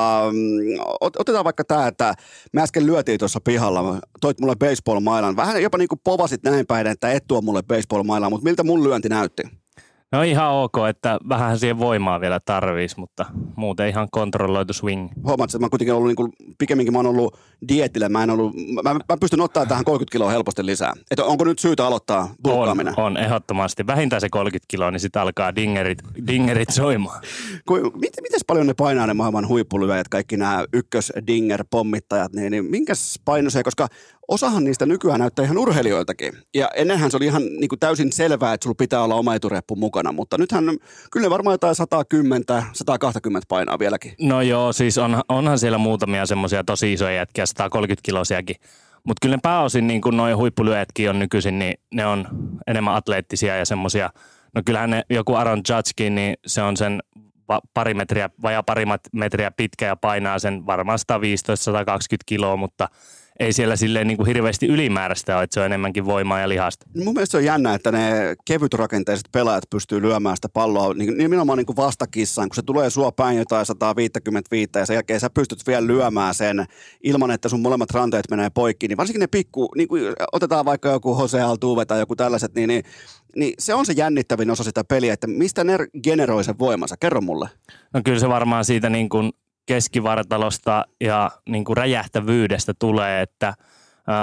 Speaker 3: Otetaan vaikka tämä, että me äsken lyötiin tuossa pihalla, toit mulle baseball-mailan. Vähän jopa niin kuin povasit näin päin, että et tuo mulle baseball-mailaa, mutta miltä mun lyönti näytti?
Speaker 4: No ihan ok, että vähän siihen voimaa vielä tarvitsisi, mutta muuten ihan kontrolloitu swing.
Speaker 3: Huomaat, että mä kuitenkin ollut pikemminkin mä oon ollut dietillä, mä pystyn ottaa tähän 30 kiloa helposti lisää. Että onko nyt syytä aloittaa bulkkaaminen?
Speaker 4: On, ehdottomasti. Vähintään se 30 kiloa, niin sitten alkaa dingerit soimaan.
Speaker 3: Mites paljon ne painaa ne maailman huippulyöjät, kaikki nämä ykkös-dinger-pommittajat, niin minkäs painoisia, koska osahan niistä nykyään näyttää ihan urheilijoiltakin. Ja ennenhän se oli ihan niin kuin täysin selvää, että sulla pitää olla oma etureppu mukana, mutta nythän kyllä ne varmaan jotain 110-120 painaa vieläkin.
Speaker 4: No joo, siis onhan siellä muutamia semmoisia tosi isoja jätkiä, 130-kilosiakin. Mutta kyllä ne pääosin, niin kuin nuo huippulyöjätkin on nykyisin, niin ne on enemmän atleettisia ja semmoisia. No kyllähän ne, joku Aaron Judgekin, niin se on sen pari metriä pitkä ja painaa sen varmaan 115-120 kiloa, mutta ei siellä silleen niin kuin hirveästi ylimääräistä ole, että se on enemmänkin voimaa ja lihasta.
Speaker 3: Mun mielestä se on jännä, että ne kevytrakenteiset pelaajat pystyy lyömään sitä palloa nimenomaan niin kuin vastakissaan, kun se tulee sua päin jotain 155 ja sen jälkeen sä pystyt vielä lyömään sen ilman, että sun molemmat ranteet menee poikki. Niin varsinkin ne niin kuin otetaan vaikka joku Jose Altuve tai joku tällaiset, niin se on se jännittävin osa sitä peliä, että mistä ne generoi sen voimansa? Kerro mulle.
Speaker 4: No kyllä se varmaan siitä niin kuin keskivartalosta ja niin kuin räjähtävyydestä tulee, että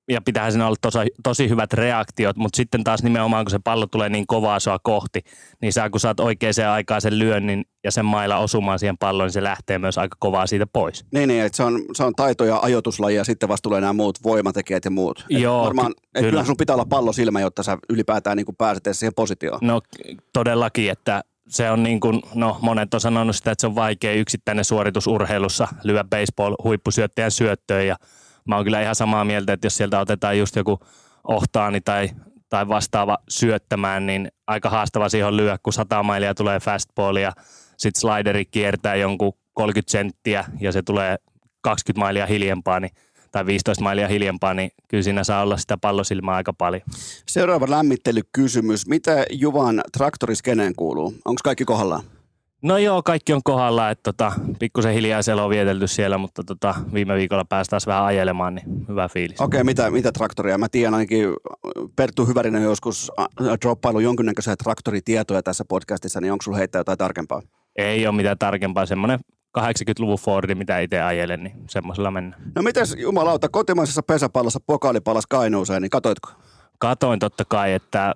Speaker 4: ja pitäähän siinä olla tosi hyvät reaktiot, mutta sitten taas nimenomaan, kun se pallo tulee niin kovaa sua kohti, niin kun saat oikeaan aikaan sen lyönnin ja sen mailla osumaan siihen palloon, niin se lähtee myös aika kovaa siitä pois.
Speaker 3: Niin, että se on taito ja ajoituslaji ja sitten vasta tulee nämä muut voimatekijät ja muut.
Speaker 4: Joo,
Speaker 3: varmaan, kyllä sun pitää olla pallo silmä, jotta sä ylipäätään niin kuin pääset siihen positioon.
Speaker 4: No todellakin, että se on niin kuin, monet on sanonut sitä, että se on vaikea yksittäinen suoritus urheilussa lyödä baseball-huippusyöttäjän syöttöön ja mä oon kyllä ihan samaa mieltä, että jos sieltä otetaan just joku ohtaani tai vastaava syöttämään, niin aika haastava siihen on lyödä, kun 100 mailia tulee fastballia ja sitten slideri kiertää jonkun 30 senttiä ja se tulee 20 mailia hiljempaa tai 15 mailia hiljempaa, niin kyllä siinä saa olla sitä pallosilmää aika paljon.
Speaker 3: Seuraava lämmittelykysymys. Mitä Juvan traktoriskeneen kuuluu? Onko kaikki kohdallaan?
Speaker 4: No joo, kaikki on kohdallaan, että pikkusen hiljaisella on vietelty siellä, mutta viime viikolla pääsi taas vähän ajelemaan, niin hyvä fiilis.
Speaker 3: Okei, mitä traktoria? Mä tiedän ainakin, Perttu Hyvärinen joskus droppailu jonkinnäköisiä traktoritietoja tässä podcastissa, niin onko sulla heittää jotain tarkempaa?
Speaker 4: Ei ole mitään tarkempaa, semmoinen 80-luvun Fordi, mitä itse ajelen, niin semmoisella mennään.
Speaker 3: No mites jumalauta, kotimaisessa pesäpallossa pokaali palasi Kainuuseen, niin katoitko?
Speaker 4: Katoin totta kai,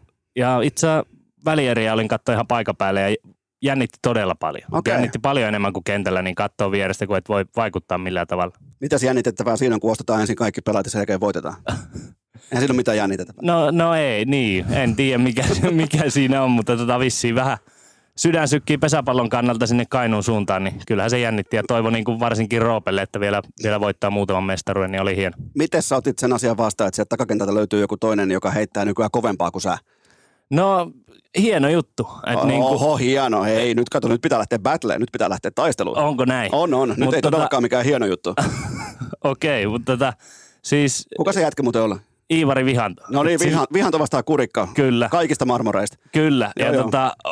Speaker 4: ja itse välieriä olin katsoa ihan paikan päälle ja jännitti todella paljon.
Speaker 3: Okay.
Speaker 4: Jännitti paljon enemmän kuin kentällä, niin katsoo vierestä, kun et voi vaikuttaa millään tavalla.
Speaker 3: Mitäs jännitettävää siinä on, kun ostetaan ensin kaikki pelaat ja sen jälkeen voitetaan? Eihän siinä ole mitään jännitettävää.
Speaker 4: No ei, niin. En tiedä mikä siinä on, mutta vissiin vähän sydän sykkii pesäpallon kannalta sinne Kainuun suuntaan, niin kyllähän se jännitti ja toivon niin kuin varsinkin Roopelle, että vielä voittaa muutaman mestaruuden, niin oli hieno.
Speaker 3: Miten sä otit sen asian vastaan, että sieltä takakentältä löytyy joku toinen, joka heittää nykyään kovempaa kuin sä?
Speaker 4: No, hieno juttu.
Speaker 3: Oho, hieno. Hei, nyt kato, nyt pitää lähteä battleen, nyt pitää lähteä taisteluun.
Speaker 4: Onko näin?
Speaker 3: On. Nyt ei todellakaan mikään hieno juttu.
Speaker 4: Okei, mutta siis...
Speaker 3: Kuka se jätkä muuten olla?
Speaker 4: Iivari Vihanto.
Speaker 3: No niin, Vihanto vastaa Kurikka.
Speaker 4: Kyllä.
Speaker 3: Kaikista marmoreista.
Speaker 4: Kyllä,
Speaker 3: joo.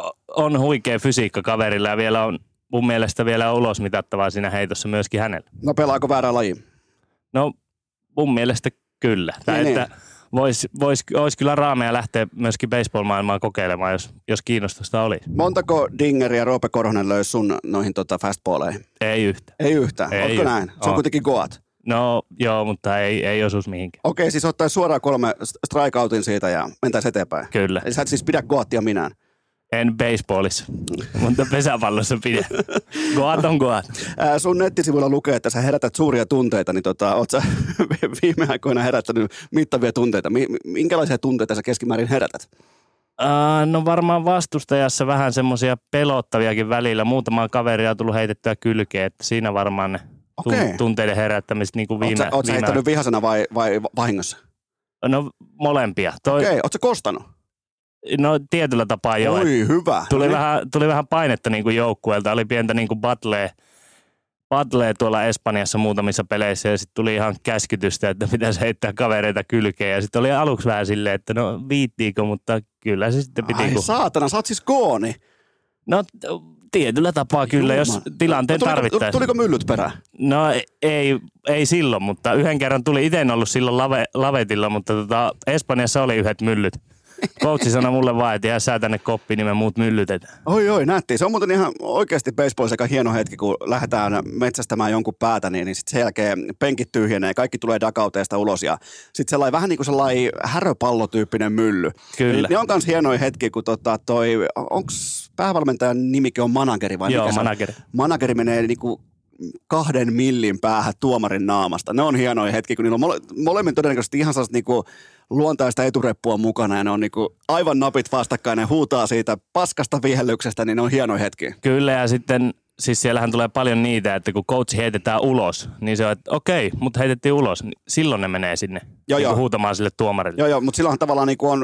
Speaker 4: On huikea fysiikka kaverilla ja vielä on mun mielestä vielä ulosmitattavaa siinä heitossa myöskin hänellä.
Speaker 3: No pelaako väärää laji?
Speaker 4: No mun mielestä kyllä. Että Olisi kyllä raameja lähteä myöskin baseball-maailmaan kokeilemaan, jos kiinnostusta olisi. Montako
Speaker 3: dingeriä Roope Korhonen löysi sun noihin fastballeihin?
Speaker 4: Ei yhtään.
Speaker 3: Ei yhtään? Ootko näin? Se on kuitenkin goat.
Speaker 4: No joo, mutta ei osuisi mihinkään.
Speaker 3: Okei, siis ottaisi suoraan 3 strikeoutin siitä ja mentäisi eteenpäin.
Speaker 4: Kyllä.
Speaker 3: Sä et siis pidä goattia minään?
Speaker 4: En baseballissa, mutta pesäpallossa pidä. Goat on goat.
Speaker 3: Sun nettisivuilla lukee, että sä herätät suuria tunteita, niin oot sä viime aikoina herättänyt mittavia tunteita. Minkälaisia tunteita sä keskimäärin herätät?
Speaker 4: No varmaan vastustajassa vähän semmoisia pelottaviakin välillä. Muutamaa kaveria on tullut heitettyä kylkeen, että siinä varmaan ne tunteiden herättämiset niin kuin viime...
Speaker 3: Oot sä heittänyt vihasena vai vahingossa?
Speaker 4: No molempia.
Speaker 3: Okei, oot sä kostanut?
Speaker 4: No tietyllä tapaa joo.
Speaker 3: Oi, hyvä.
Speaker 4: Tuli vähän painetta niin kuin joukkueelta. Oli pientä niin kuin battlea tuolla Espanjassa muutamissa peleissä ja sitten tuli ihan käskytystä, että pitäisi heittää kavereita kylkeen. Ja sitten oli aluksi vähän silleen, että no viittiikö, mutta kyllä se sitten piti.
Speaker 3: Ai saatana, sä oot siis gooni.
Speaker 4: No tietyllä tapaa kyllä, jos tilanteen tarvittaisiin.
Speaker 3: Tuliko myllyt perään?
Speaker 4: No ei silloin, mutta yhden kerran tuli. Itse en ollut silloin lavetilla, mutta Espanjassa oli yhdet myllyt. Coachi sanoi mulle vaan, että jää sä tänne koppiin, niin me muut myllytetään.
Speaker 3: Oi, nätti. Se on muuten ihan oikeasti baseball sekä hieno hetki, kun lähdetään metsästämään jonkun päätä, niin sitten sen jälkeen penkit tyhjenee, kaikki tulee dugouteista ulos ja sitten sellainen vähän niin kuin sellainen häröpallotyyppinen mylly.
Speaker 4: Kyllä.
Speaker 3: Ne on myös hienoja hetki, kun onks päävalmentajan nimikin on manageri vai
Speaker 4: joo,
Speaker 3: mikä
Speaker 4: manageri.
Speaker 3: Manageri menee niinku 2 millin päähän tuomarin naamasta. Ne on hienoja hetki, kun niillä on molemmin todennäköisesti ihan sellaista niinku luontaista etureppua mukana ja ne on niinku aivan napit vastakkain ja huutaa siitä paskasta vihellyksestä, niin ne on hienoja hetki.
Speaker 4: Kyllä ja sitten siis siellähän tulee paljon niitä, että kun coach heitetään ulos, niin se on, että okei, mutta heitettiin ulos, niin silloin ne menee sinne niin huutamaan sille tuomarille.
Speaker 3: Joo, mutta silloinhan tavallaan niinku on,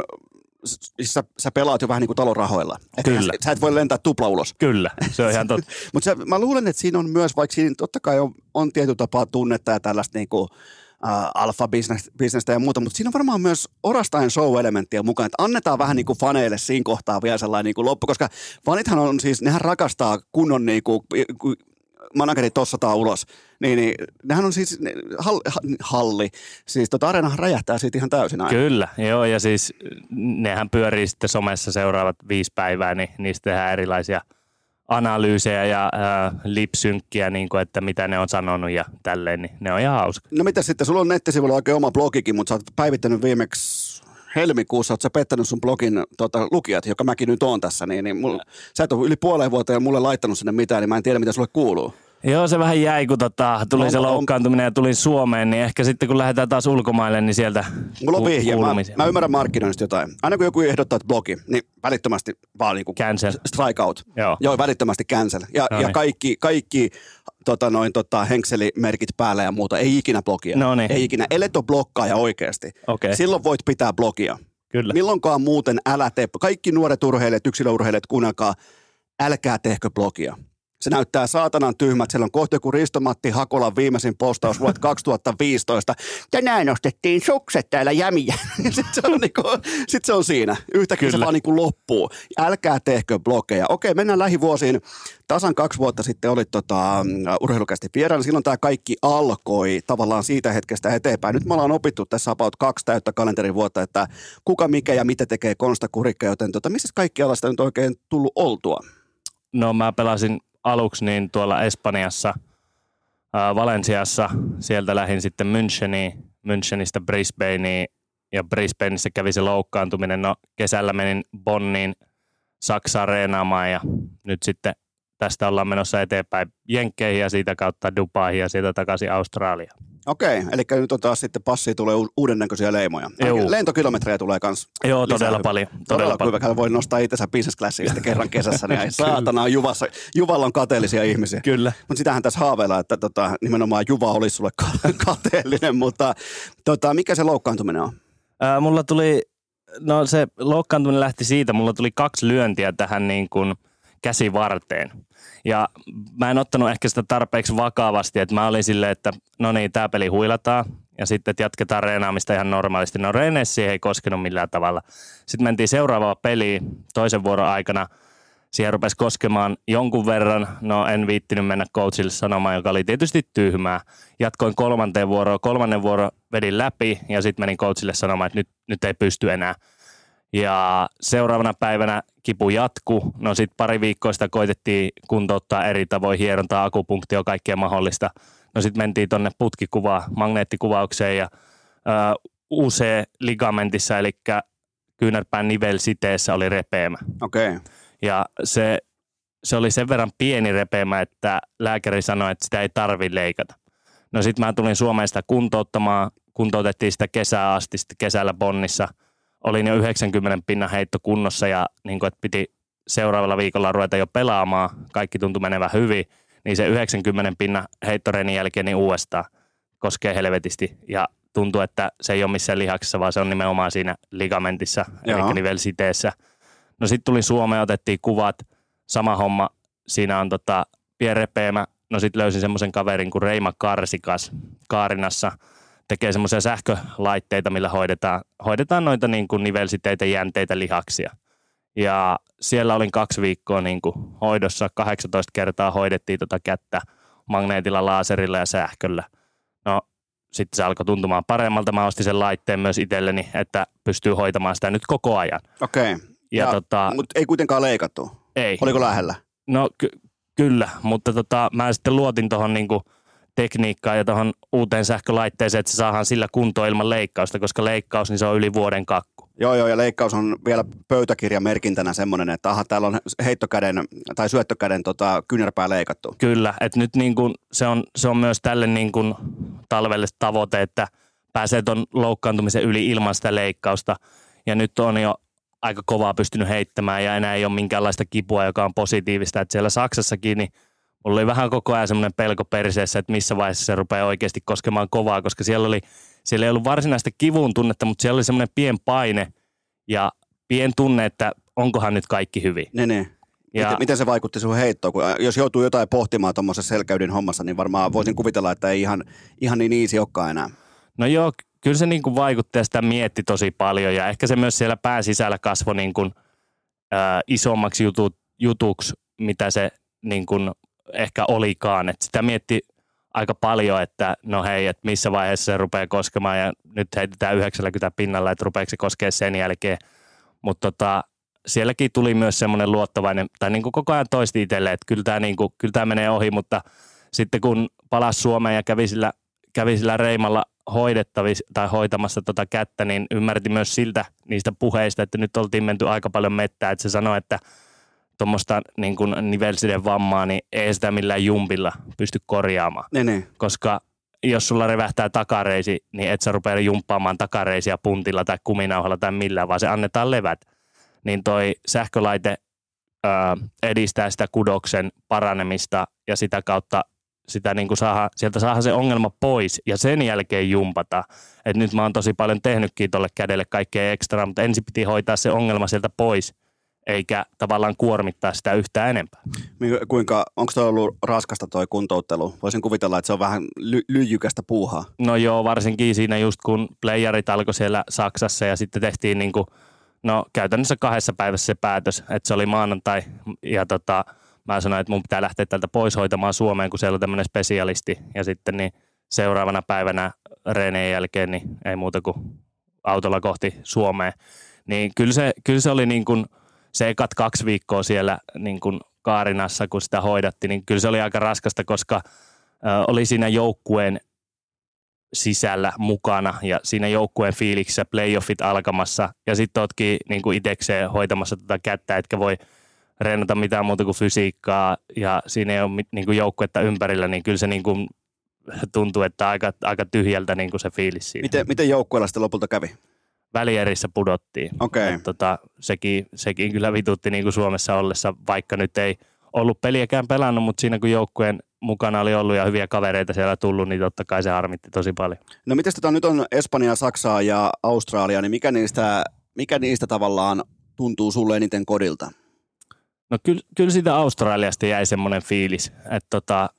Speaker 3: sä pelaat jo vähän niin kuin talorahoilla.
Speaker 4: Kyllä.
Speaker 3: Sä et voi lentää tupla ulos.
Speaker 4: Kyllä, se on ihan totta.
Speaker 3: Mutta mä luulen, että siinä on myös, vaikka siinä totta kai on tietyllä tapaa tunnetta ja tällaista niinku alfa-bisnestä ja muuta, mutta siinä on varmaan myös orastaen show-elementtiä mukaan, että annetaan vähän niin kuin faneille siinä kohtaa vielä sellainen niin kuin loppu, koska fanithan on siis, nehän rakastaa kunnon niin kuin manageri tossataan ulos, niin nehän on siis halli, siis areenahan räjähtää siitä ihan täysin aina.
Speaker 4: Kyllä, joo, ja siis nehän pyörii sitten somessa seuraavat 5 päivää, niin niistä tehdään erilaisia analyysejä ja lipsynkkiä, niin kuin, että mitä ne on sanonut ja tälleen, niin ne on ihan hauska.
Speaker 3: No mitä sitten, sulla on nettisivulla oikein oma blogikin, mutta sä oot päivittänyt viimeksi helmikuussa, oot sä pettänyt sun blogin lukijat, joka mäkin nyt oon tässä, niin sä et ole yli puoleen vuoteen mulle laittanut sinne mitään, niin mä en tiedä, mitä sulle kuuluu.
Speaker 4: Joo, se vähän jäi, kun tuli se loukkaantuminen ja tulin Suomeen, niin ehkä sitten kun lähdetään taas ulkomaille, niin sieltä
Speaker 3: mulla on vihje, mä ymmärrän markkinoinnista jotain. Aina kun joku ehdottaa, että blogi, niin välittömästi vaan niinku strike out. Joo, välittömästi cancel. Ja kaikki henkselimerkit päällä ja muuta, ei ikinä blogia.
Speaker 4: No niin.
Speaker 3: Ei ikinä, ellet ole blokkaaja oikeasti.
Speaker 4: Okay.
Speaker 3: Silloin voit pitää blogia.
Speaker 4: Kyllä.
Speaker 3: Milloinkaan muuten älä tee, kaikki nuoret urheilijat, yksilöurheilijat, kuunnelkaa, älkää tehkö blogia. Se näyttää saatanan tyhmät. Siellä on kohta joku Risto-Matti Hakolan viimeisin postaus vuodelta 2015. Tänään nostettiin sukset täällä jämiä. Sitten se on siinä. Yhtäkkiä se vaan niin kuin loppuu. Älkää tehkö blogeja. Okei, mennään lähivuosiin. Tasan 2 vuotta sitten olit urheilukästi vieraana. Silloin tämä kaikki alkoi tavallaan siitä hetkestä eteenpäin. Nyt me ollaan opittu tässä about 2 täyttä kalenterivuotta, että kuka, mikä ja mitä tekee Konsta Kurikka. Joten missä kaikki alasta nyt oikein tullut oltua?
Speaker 4: No mä pelasin aluksi niin tuolla Espanjassa, Valensiassa, sieltä lähdin sitten Münchenistä Brisbaneen ja Brisbaneissa kävi se loukkaantuminen. No kesällä menin Bonniin Saksaan reenaamaan ja nyt sitten tästä ollaan menossa eteenpäin Jenkkeihin ja siitä kautta Dubaihin ja siitä takaisin Australiaan.
Speaker 3: Okei, eli nyt on taas sitten passiin tulee uudennäköisiä leimoja. Lentokilometrejä tulee kans.
Speaker 4: Joo, todella paljon. Todella paljon.
Speaker 3: Hyvä, voi nostaa itsensä business classiin sitten kerran kesässä, niin saatana on Juvalla on kateellisia ihmisiä.
Speaker 4: Kyllä.
Speaker 3: Mutta sitähän tässä haaveillaan, että nimenomaan Juva olisi sulle kateellinen, mutta mikä se loukkaantuminen on?
Speaker 4: Mulla tuli, se loukkaantuminen lähti siitä, mulla tuli 2 lyöntiä tähän niin kuin käsivarteen. Ja mä en ottanut ehkä sitä tarpeeksi vakavasti, että mä olin silleen, että no niin, tää peli huilataan ja sitten että jatketaan reenaamista ihan normaalisti. No reeneissä ei koskenut millään tavalla. Sitten mentiin seuraavaan peliin toisen vuoron aikana. Siihen rupesi koskemaan jonkun verran. No en viittinyt mennä coachille sanomaan, joka oli tietysti tyhmää. Jatkoin 3. vuoroon. 3. vuoro vedin läpi ja sitten menin coachille sanomaan, että nyt ei pysty enää. Ja seuraavana päivänä kipu jatkuu. No sitten pari viikkoa sitä koitettiin kuntouttaa eri tavoin, hierontaa, akupunktio, kaikkea mahdollista. No sitten mentiin tonne magneettikuvaukseen ja UC-ligamentissa, eli kyynärpään nivelsiteessä oli repeämä.
Speaker 3: Okei. Okay.
Speaker 4: Ja se oli sen verran pieni repeämä, että lääkäri sanoi, että sitä ei tarvitse leikata. No sitten mä tulin Suomeen sitä kuntouttamaan. Kuntoutettiin sitä kesää asti, sitten kesällä Bonnissa. Olin jo 90 pinnan heitto kunnossa ja niin kuin, että piti seuraavalla viikolla ruveta jo pelaamaan. Kaikki tuntui menevän hyvin. Niin se 90 pinnan heittoreinin jälkeen niin uudestaan koskee helvetisti. Ja tuntuu, että se ei ole missään lihaksessa, vaan se on nimenomaan siinä ligamentissa, eli nivelsiteessä. No sitten tuli Suomeen, otettiin kuvat. Sama homma. Siinä on pienrepeämä. No sitten löysin semmoisen kaverin kuin Reima Karsikas Kaarinassa. Tekee semmoisia sähkölaitteita, millä hoidetaan noita niin kuin nivelsiteitä, jänteitä, lihaksia. Ja siellä olin 2 viikkoa niin kuin hoidossa, 18 kertaa hoidettiin kättä magneetilla, laaserilla ja sähköllä. No sitten se alkoi tuntumaan paremmalta. Mä ostin sen laitteen myös itselleni, että pystyy hoitamaan sitä nyt koko ajan.
Speaker 3: Okei. Mutta ei kuitenkaan leikattu?
Speaker 4: Ei.
Speaker 3: Oliko lähellä?
Speaker 4: No kyllä, mutta mä sitten luotin tuohon niinku tekniikkaa ja tuohon uuteen sähkölaitteeseen, että se saadaan sillä kuntoon ilman leikkausta, koska leikkaus, niin se on yli vuoden kakku. Joo,
Speaker 3: ja leikkaus on vielä pöytäkirjamerkintänä semmoinen, että täällä on heittokäden tai syöttökäden kyynärpää leikattu.
Speaker 4: Kyllä, että nyt niin kuin se on myös tälle niin kuin talvelle tavoite, että pääsee ton loukkaantumisen yli ilman sitä leikkausta. Ja nyt on jo aika kovaa pystynyt heittämään ja enää ei ole minkäänlaista kipua, joka on positiivista. Että siellä Saksassakin, niin mulla oli vähän koko ajan semmoinen pelko perseessä, että missä vaiheessa se rupeaa oikeasti koskemaan kovaa, koska siellä ei ollut varsinaista kivun tunnetta, mutta siellä oli semmoinen pien paine ja pien tunne, että onkohan nyt kaikki hyvin.
Speaker 3: Ne. Miten se vaikutti sun heittoon? Jos joutuu jotain pohtimaan tuommoisessa selkäydin hommassa, niin varmaan voisin kuvitella, että ei ihan niin easy olekaan enää.
Speaker 4: No joo, kyllä se niin kuin vaikutti ja sitä mietti tosi paljon ja ehkä se myös siellä pään sisällä kasvoi niin kuin, isommaksi jutuksi, mitä se niin kuin ehkä olikaan. Et sitä mietti aika paljon, että no hei, että missä vaiheessa se rupeaa koskemaan ja nyt heitetään 90 pinnalla, että rupeeko se koskea sen jälkeen. Mutta sielläkin tuli myös semmoinen luottavainen, tai niin kuin koko ajan toisti itselleen, että kyllä tämä menee ohi, mutta sitten kun palasi Suomeen ja kävi sillä reimalla hoitamassa kättä, niin ymmärti myös niistä puheista, että nyt oltiin menty aika paljon mettää, että se sanoi, että tuommoista niin kuin nivelsiden vammaa, niin ei sitä millään jumpilla pysty korjaamaan.
Speaker 3: Ne.
Speaker 4: Koska jos sulla revähtää takareisi, niin et sä rupea jumppaamaan takareisia puntilla tai kuminauhalla tai millään, vaan se annetaan levät. Niin toi sähkölaite edistää sitä kudoksen paranemista ja sitä kautta sitä niin kuin sieltä saadaan se ongelma pois ja sen jälkeen jumpata. Et nyt mä oon tosi paljon tehnytkin tolle kädelle kaikkea ekstraa, mutta ensin piti hoitaa se ongelma sieltä pois, eikä tavallaan kuormittaa sitä yhtään enempää.
Speaker 3: Onko toi ollut raskasta toi kuntouttelu? Voisin kuvitella, että se on vähän lyijykästä puuhaa.
Speaker 4: No joo, varsinkin siinä just kun playerit alkoi siellä Saksassa ja sitten tehtiin niin kuin, käytännössä 2 päivässä se päätös, että se oli maanantai ja mä sanoin, että mun pitää lähteä täältä pois hoitamaan Suomeen, kun siellä on tämmöinen spesialisti ja sitten niin seuraavana päivänä reenien jälkeen niin ei muuta kuin autolla kohti Suomeen. Niin kyllä se oli niin kuin se ekat 2 viikkoa siellä niin kuin Kaarinassa, kun sitä hoidatti, niin kyllä se oli aika raskasta, koska oli siinä joukkueen sisällä mukana ja siinä joukkueen fiiliksissä playoffit alkamassa ja sitten ootkin niin kuin itsekseen hoitamassa kättä, etkä voi reenata mitään muuta kuin fysiikkaa ja siinä ei ole niin kuin joukkuetta ympärillä, niin kyllä se niin kuin tuntuu, että aika tyhjältä niin kuin se fiilis siinä.
Speaker 3: Miten joukkueella sitten lopulta kävi?
Speaker 4: Välierissä pudottiin.
Speaker 3: Okay.
Speaker 4: Sekin kyllä vitutti niin kuin Suomessa ollessa, vaikka nyt ei ollut peliäkään pelannut, mutta siinä kun joukkueen mukana oli ollut ja hyviä kavereita siellä tullut, niin totta kai se harmitti tosi paljon.
Speaker 3: No mites nyt on Espanja, Saksaa ja Australia, niin mikä niistä tavallaan tuntuu sulle eniten kodilta?
Speaker 4: No kyllä siitä Australiasta jäi semmoinen fiilis, että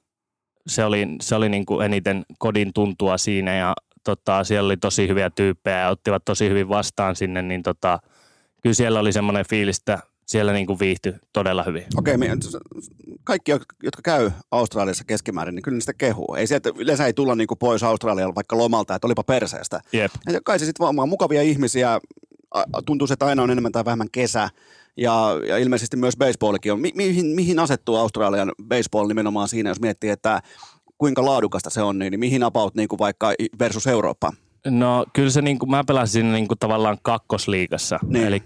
Speaker 4: se oli niin kuin eniten kodin tuntua siinä ja siellä oli tosi hyviä tyyppejä ja ottivat tosi hyvin vastaan sinne, niin kyllä siellä oli semmoinen fiilis, että siellä niin kuin viihtyi todella hyvin.
Speaker 3: Okei, kaikki, jotka käy Australiassa keskimäärin, niin kyllä niistä kehuu. Ei sieltä, yleensä ei tulla niin kuin pois Australialla vaikka lomalta, että olipa perseestä.
Speaker 4: Jep.
Speaker 3: Ja kai se sitten vaan mukavia ihmisiä, tuntuu, että aina on enemmän tai vähemmän kesä. Ja ilmeisesti myös baseballikin on. Mihin asettuu Australian baseball nimenomaan siinä, jos miettii, että kuinka laadukasta se on, niin mihin about niin kuin vaikka versus Eurooppa?
Speaker 4: No kyllä se, niin kuin, mä pelasin siinä niin kuin tavallaan kakkosliigassa, niin. Eli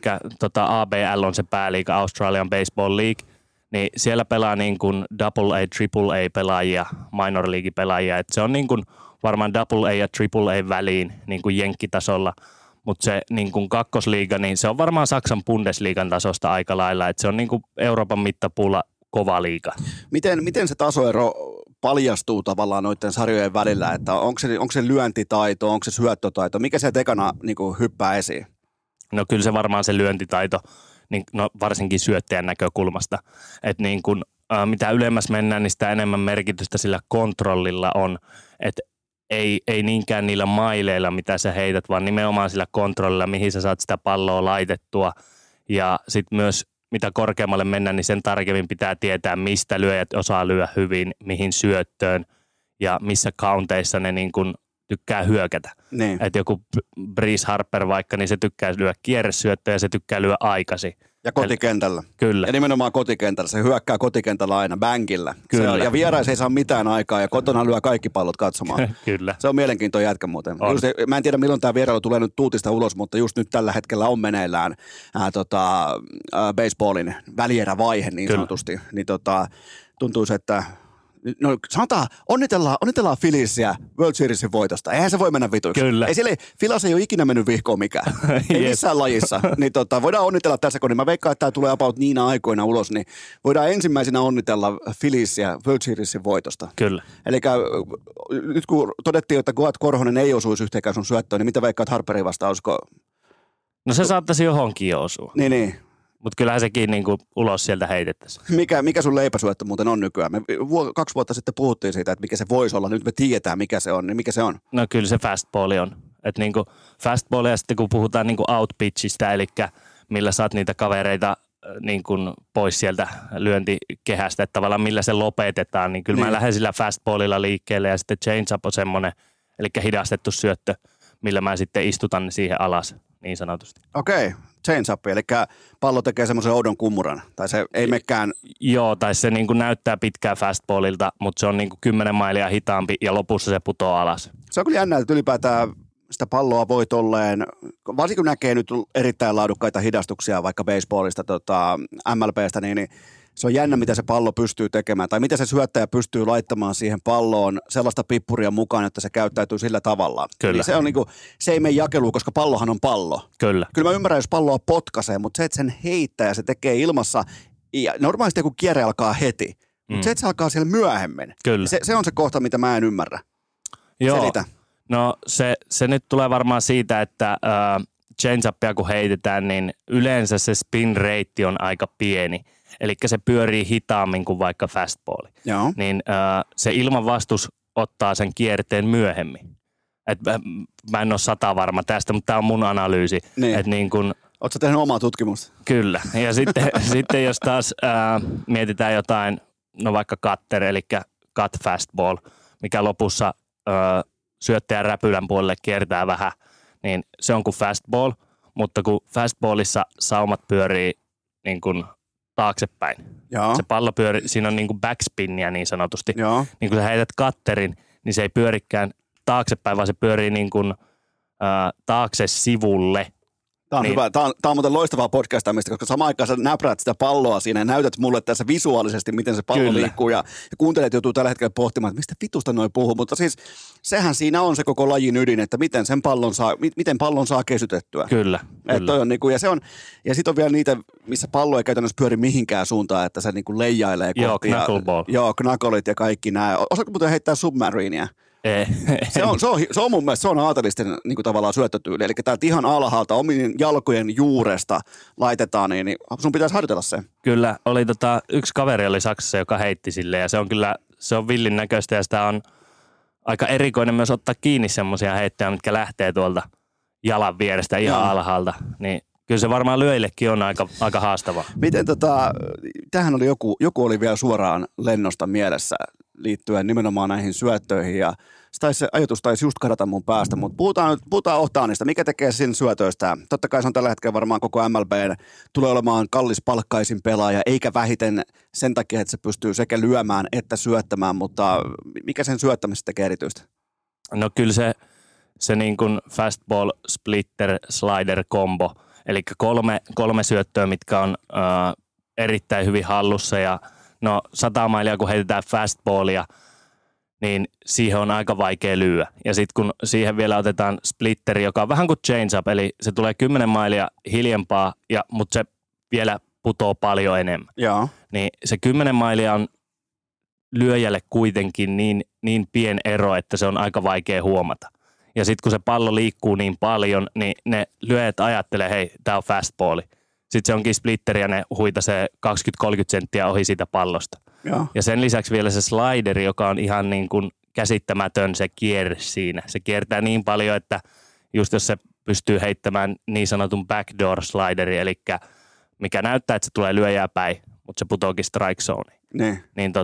Speaker 4: ABL on se pääliiga, Australian Baseball League, niin siellä pelaa niin kuin AA, AAA-pelaajia, minor league-pelaajia, että se on niin kuin varmaan AA ja AAA väliin niin kuin jenkkitasolla, mutta se niin kuin kakkosliiga, niin se on varmaan Saksan Bundesliigan tasosta aika lailla, että se on niin kuin Euroopan mittapuulla kova liiga.
Speaker 3: Miten se tasoero paljastuu tavallaan noiden sarjojen välillä, että onko se lyöntitaito, onko se syöttötaito, mikä se ekana niin kuin hyppää esiin?
Speaker 4: No kyllä se varmaan se lyöntitaito, niin, varsinkin syöttäjän näkökulmasta, että niin kuin, mitä ylemmäs mennään, niin sitä enemmän merkitystä sillä kontrollilla on, että ei niinkään niillä maileilla, mitä sä heität, vaan nimenomaan sillä kontrollilla, mihin sä saat sitä palloa laitettua ja sitten myös mitä korkeammalle mennään, niin sen tarkemmin pitää tietää, mistä lyöjät osaa lyödä hyvin, mihin syöttöön ja missä counteissa ne niin kuin tykkää hyökätä.
Speaker 3: Niin.
Speaker 4: Että joku Bryce Harper vaikka, niin se tykkää lyödä kierresyöttöä ja se tykkää lyödä aikaisin.
Speaker 3: Ja kotikentällä.
Speaker 4: Kyllä.
Speaker 3: Ja nimenomaan kotikentällä. Se hyökkää kotikentällä aina, bänkillä.
Speaker 4: Kyllä.
Speaker 3: Ja vierais ei saa mitään aikaa ja kotona lyö kaikki pallot katsomaan.
Speaker 4: Kyllä.
Speaker 3: Se on mielenkiintoinen jätkä muuten. Just, mä en tiedä milloin tämä vierailu tulee nyt tuutista ulos, mutta just nyt tällä hetkellä on meneillään baseballin välierävaihe niin
Speaker 4: Kyllä.
Speaker 3: sanotusti. Niin tuntuisi, että no sanotaan, onnitellaan Phillysia World Seriesin voitosta. Eihän se voi mennä vituiksi.
Speaker 4: Kyllä.
Speaker 3: Philas ei ole ikinä mennyt vihkoon mikään. Ei missään lajissa. Niin voidaan onnitella tässä, kun mä veikkaan, että tämä tulee about niinä aikoina ulos, niin voidaan ensimmäisenä onnitella Phillysia World Seriesin voitosta.
Speaker 4: Kyllä.
Speaker 3: Eli nyt kun todettiin, että Goat Korhonen ei osuisi yhteenkään sun syöttöön, niin mitä veikkaat Harperin vastaan, olisiko?
Speaker 4: No se saattaisi johonkin jo osua.
Speaker 3: Niin.
Speaker 4: Mutta kyllähän sekin niin kuin ulos sieltä heitettäisiin.
Speaker 3: Mikä sun leipäsyöttö muuten on nykyään? Me 2 vuotta sitten puhuttiin siitä, että mikä se voisi olla. Nyt me tiedetään, mikä se on. Niin mikä se on?
Speaker 4: No kyllä se fastballi on. Että niin kuin fastball ja sitten kun puhutaan niin kuin outpitchistä, eli millä saat niitä kavereita niin kuin pois sieltä lyöntikehästä, että tavallaan millä se lopetetaan, niin kyllä mä lähden sillä fastballilla liikkeelle ja sitten change-up on semmoinen, eli hidastettu syöttö, millä mä sitten istutan ne siihen alas niin sanotusti.
Speaker 3: Okei. change-up, eli pallo tekee semmoisen oudon kummuran, tai se ei mekään.
Speaker 4: Joo, tai se niin kuin näyttää pitkää fastballilta, mutta se on niin kuin 10 mailia hitaampi ja lopussa se putoaa alas.
Speaker 3: Se on kyllä jännä, että ylipäätään sitä palloa voi tolleen, varsinkin kun näkee nyt erittäin laadukkaita hidastuksia vaikka baseballista, MLBstä, niin se on jännä, mitä se pallo pystyy tekemään, tai mitä se syöttäjä pystyy laittamaan siihen palloon sellaista pippuria mukaan, että se käyttäytyy sillä tavalla.
Speaker 4: Kyllä.
Speaker 3: Eli se on niinku, se ei mene jakeluun, koska pallohan on pallo.
Speaker 4: Kyllä.
Speaker 3: Kyllä mä ymmärrän, jos palloa potkaisee, mutta se, että sen heittää ja se tekee ilmassa, ja normaalisti joku kierre alkaa heti, mutta se, että se alkaa siellä myöhemmin.
Speaker 4: Kyllä.
Speaker 3: Se on se kohta, mitä mä en ymmärrä.
Speaker 4: Joo.
Speaker 3: Selitä.
Speaker 4: No se nyt tulee varmaan siitä, että change-upia kun heitetään, niin yleensä se spin rate on aika pieni. Eli se pyörii hitaammin kuin vaikka fastball.
Speaker 3: Joo.
Speaker 4: Niin se ilmanvastus ottaa sen kierteen myöhemmin. Mä en ole 100 varma tästä, mutta tämä on mun analyysi.
Speaker 3: Niin. Ootko tehnyt omaa tutkimusta?
Speaker 4: Kyllä. Ja sitten jos taas mietitään jotain, no vaikka cutter, eli cut fastball, mikä lopussa syöttäjän räpylän puolelle kiertää vähän, niin se on kuin fastball, mutta kun fastballissa saumat pyörii niin kuin taaksepäin.
Speaker 3: Joo.
Speaker 4: Se pallo pyörii, siinä on niin kuin backspinniä niin sanotusti.
Speaker 3: Joo.
Speaker 4: Niin kun sä heität cutterin, niin se ei pyörikään taaksepäin, vaan se pyörii niin kuin taakse sivulle.
Speaker 3: Tämä on
Speaker 4: niin.
Speaker 3: hyvä. Tämä on muuten loistavaa podcastamista, koska samaan aikaan sä näpräät sitä palloa siinä ja näytät mulle tässä visuaalisesti, miten se pallo liikkuu. Ja kuuntelijat joutuu tällä hetkellä pohtimaan, että mistä vitusta noi puhuu. Mutta siis sehän siinä on se koko lajin ydin, että miten pallon saa kesytettyä.
Speaker 4: Kyllä.
Speaker 3: Toi on niinku, ja sitten on vielä niitä, missä pallo ei käytännössä pyöri mihinkään suuntaan, että se niinku leijailee kohti.
Speaker 4: Joo, knuckleball.
Speaker 3: Joo, knucklet ja kaikki nämä. Osaatko muuten heittää submarinea? Se on mun mielestä, se on aatelisten niin kuin tavallaan syöttötyyli. Eli täältä ihan alhaalta omien jalkojen juuresta laitetaan, niin sun pitäisi harjoitella se.
Speaker 4: Kyllä, oli yksi kaveri oli Saksassa, joka heitti sille ja se on villin näköistä ja sitä on aika erikoinen myös ottaa kiinni semmoisia heittäjä, mitkä lähtee tuolta jalan vierestä ihan alhaalta. Niin kyllä se varmaan lyöjillekin on aika haastavaa.
Speaker 3: Miten tämähän oli joku oli vielä suoraan lennosta mielessä liittyen nimenomaan näihin syöttöihin ja se ajatus taisi just kadata mun päästä, mutta puhutaan Ohtaanista. Mikä tekee sen syötöistä? Totta kai se on tällä hetkellä varmaan koko MLB:n tulee olemaan kallis palkkaisin pelaaja, eikä vähiten sen takia, että se pystyy sekä lyömään että syöttämään, mutta mikä sen syöttämisessä tekee erityistä?
Speaker 4: No kyllä se niin kuin fastball, splitter, slider kombo, eli kolme syöttöä, mitkä on erittäin hyvin hallussa ja 100 mailia kun heitetään fastballia, niin siihen on aika vaikea lyödä. Ja sitten kun siihen vielä otetaan splitteri, joka on vähän kuin change-up, eli se tulee 10 mailia hiljempaa, mutta se vielä putoo paljon enemmän.
Speaker 3: Joo.
Speaker 4: Niin se 10 mailia on lyöjälle kuitenkin niin pieni ero, että se on aika vaikea huomata. Ja sitten kun se pallo liikkuu niin paljon, niin ne lyöjät ajattelee, hei, tää on fastballi. Sitten se onkin splitteri ja ne huitasee 20-30 senttiä ohi siitä pallosta.
Speaker 3: Joo.
Speaker 4: Ja sen lisäksi vielä se slideri, joka on ihan niin kuin käsittämätön se kierre siinä. Se kiertää niin paljon, että just jos se pystyy heittämään niin sanotun backdoor slideri, eli mikä näyttää, että se tulee lyöjää päin, mutta se putoakin strike zone. Niin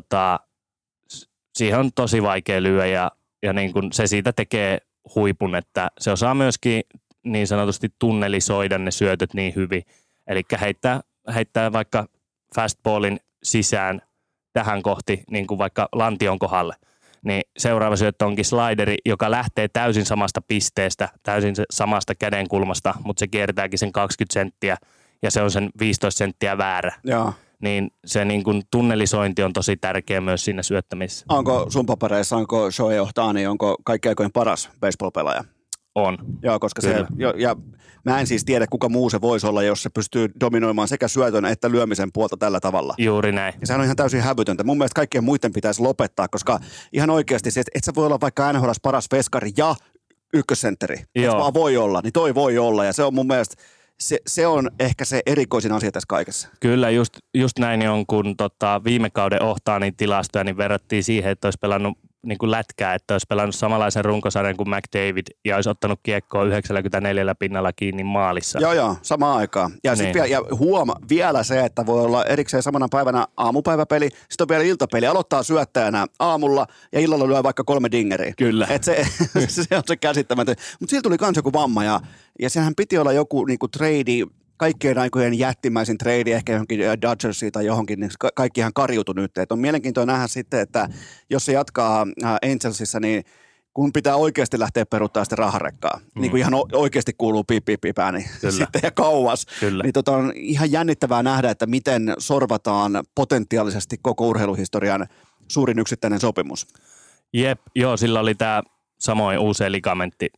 Speaker 4: siihen on tosi vaikea lyödä ja niin kuin se siitä tekee huipun, että se osaa myöskin niin sanotusti tunnelisoida ne syötöt niin hyvin. Eli heittää vaikka fastballin sisään tähän kohti, niin kuin vaikka lantion kohdalle. Niin seuraava syöttö onkin slideri, joka lähtee täysin samasta pisteestä, täysin samasta kädenkulmasta, mutta se kiertääkin sen 20 senttiä ja se on sen 15 senttiä väärä.
Speaker 3: Joo.
Speaker 4: Niin se niin kuin tunnelisointi on tosi tärkeä myös siinä syöttämisessä.
Speaker 3: Onko sun papereissa, onko Shohei Ohtani, onko kaikkein aikojen paras baseball-pelaaja?
Speaker 4: On.
Speaker 3: Joo, koska se, ja mä en siis tiedä, kuka muu se voisi olla, jos se pystyy dominoimaan sekä syötön että lyömisen puolta tällä tavalla.
Speaker 4: Juuri näin.
Speaker 3: Ja sehän on ihan täysin hävytöntä. Mun mielestä kaikkien muiden pitäisi lopettaa, koska ihan oikeasti se, että et sä voi olla vaikka NHL:ssä paras veskari ja ykkössentteri. Et vaan voi olla, niin toi voi olla. Ja se on mun mielestä, se on ehkä se erikoisin asia tässä kaikessa.
Speaker 4: Kyllä, just näin on, kun viime kauden Ohtaanin tilastoja, niin verrattiin siihen, että olisi pelannut niin kuin lätkää, että olisi pelannut samanlaisen runkosarjan kuin McDavid ja olisi ottanut kiekkoa 94 pinnalla kiinni maalissa.
Speaker 3: Joo, samaan aikaan. Ja
Speaker 4: niin.
Speaker 3: Vielä se, että voi olla erikseen samana päivänä aamupäiväpeli, sitten on vielä iltapeli, aloittaa syöttäjänä aamulla ja illalla lyö vaikka 3 dingeriä.
Speaker 4: Kyllä.
Speaker 3: Et se on se käsittämätön. Mutta sillä tuli kans joku vamma ja sehän piti olla joku niinku trade kaikkien aikojen jättimäisin trade ehkä johonkin Dodgersiin tai johonkin, niin kaikki ihan karjutu nyt. Et on mielenkiintoinen nähdä sitten, että jos se jatkaa Angelsissa, niin kun pitää oikeasti lähteä peruuttaa sitä raharekkaa, niin kuin ihan oikeasti kuuluu pip ääni sitten ja kauas, niin on ihan jännittävää nähdä, että miten sorvataan potentiaalisesti koko urheiluhistorian suurin yksittäinen sopimus.
Speaker 4: Jep, joo, sillä oli tämä samoin uusi ligamentti,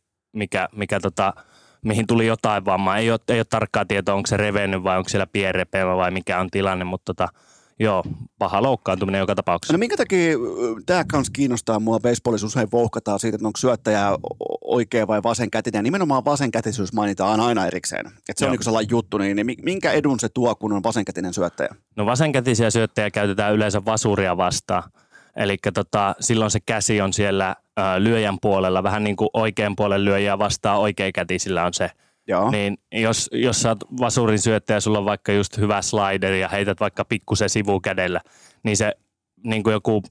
Speaker 4: mihin tuli jotain vammaa. Ei ole tarkkaa tietoa, onko se revennyt vai onko siellä pienrepeämä vai mikä on tilanne, mutta joo, paha loukkaantuminen joka tapauksessa.
Speaker 3: No minkä takia tämä kanssa kiinnostaa mua, baseballissa usein vouhkataan siitä, että onko syöttäjä oikea vai vasenkätinen, ja nimenomaan vasenkätisyys mainitaan aina erikseen. Että se on niin sellainen juttu, niin minkä edun se tuo, kun on vasenkätinen syöttäjä?
Speaker 4: No vasenkätisiä syöttäjiä käytetään yleensä vasuria vastaan, eli silloin se käsi on siellä lyöjän puolella, vähän niin kuin oikean puolen lyöjää vastaan oikeakätisillä on se. Joo. Niin jos sä oot vasurin syöttäjä, sulla on vaikka just hyvä slideri ja heität vaikka pikkusen sivukädellä, niin se niin kuin joku,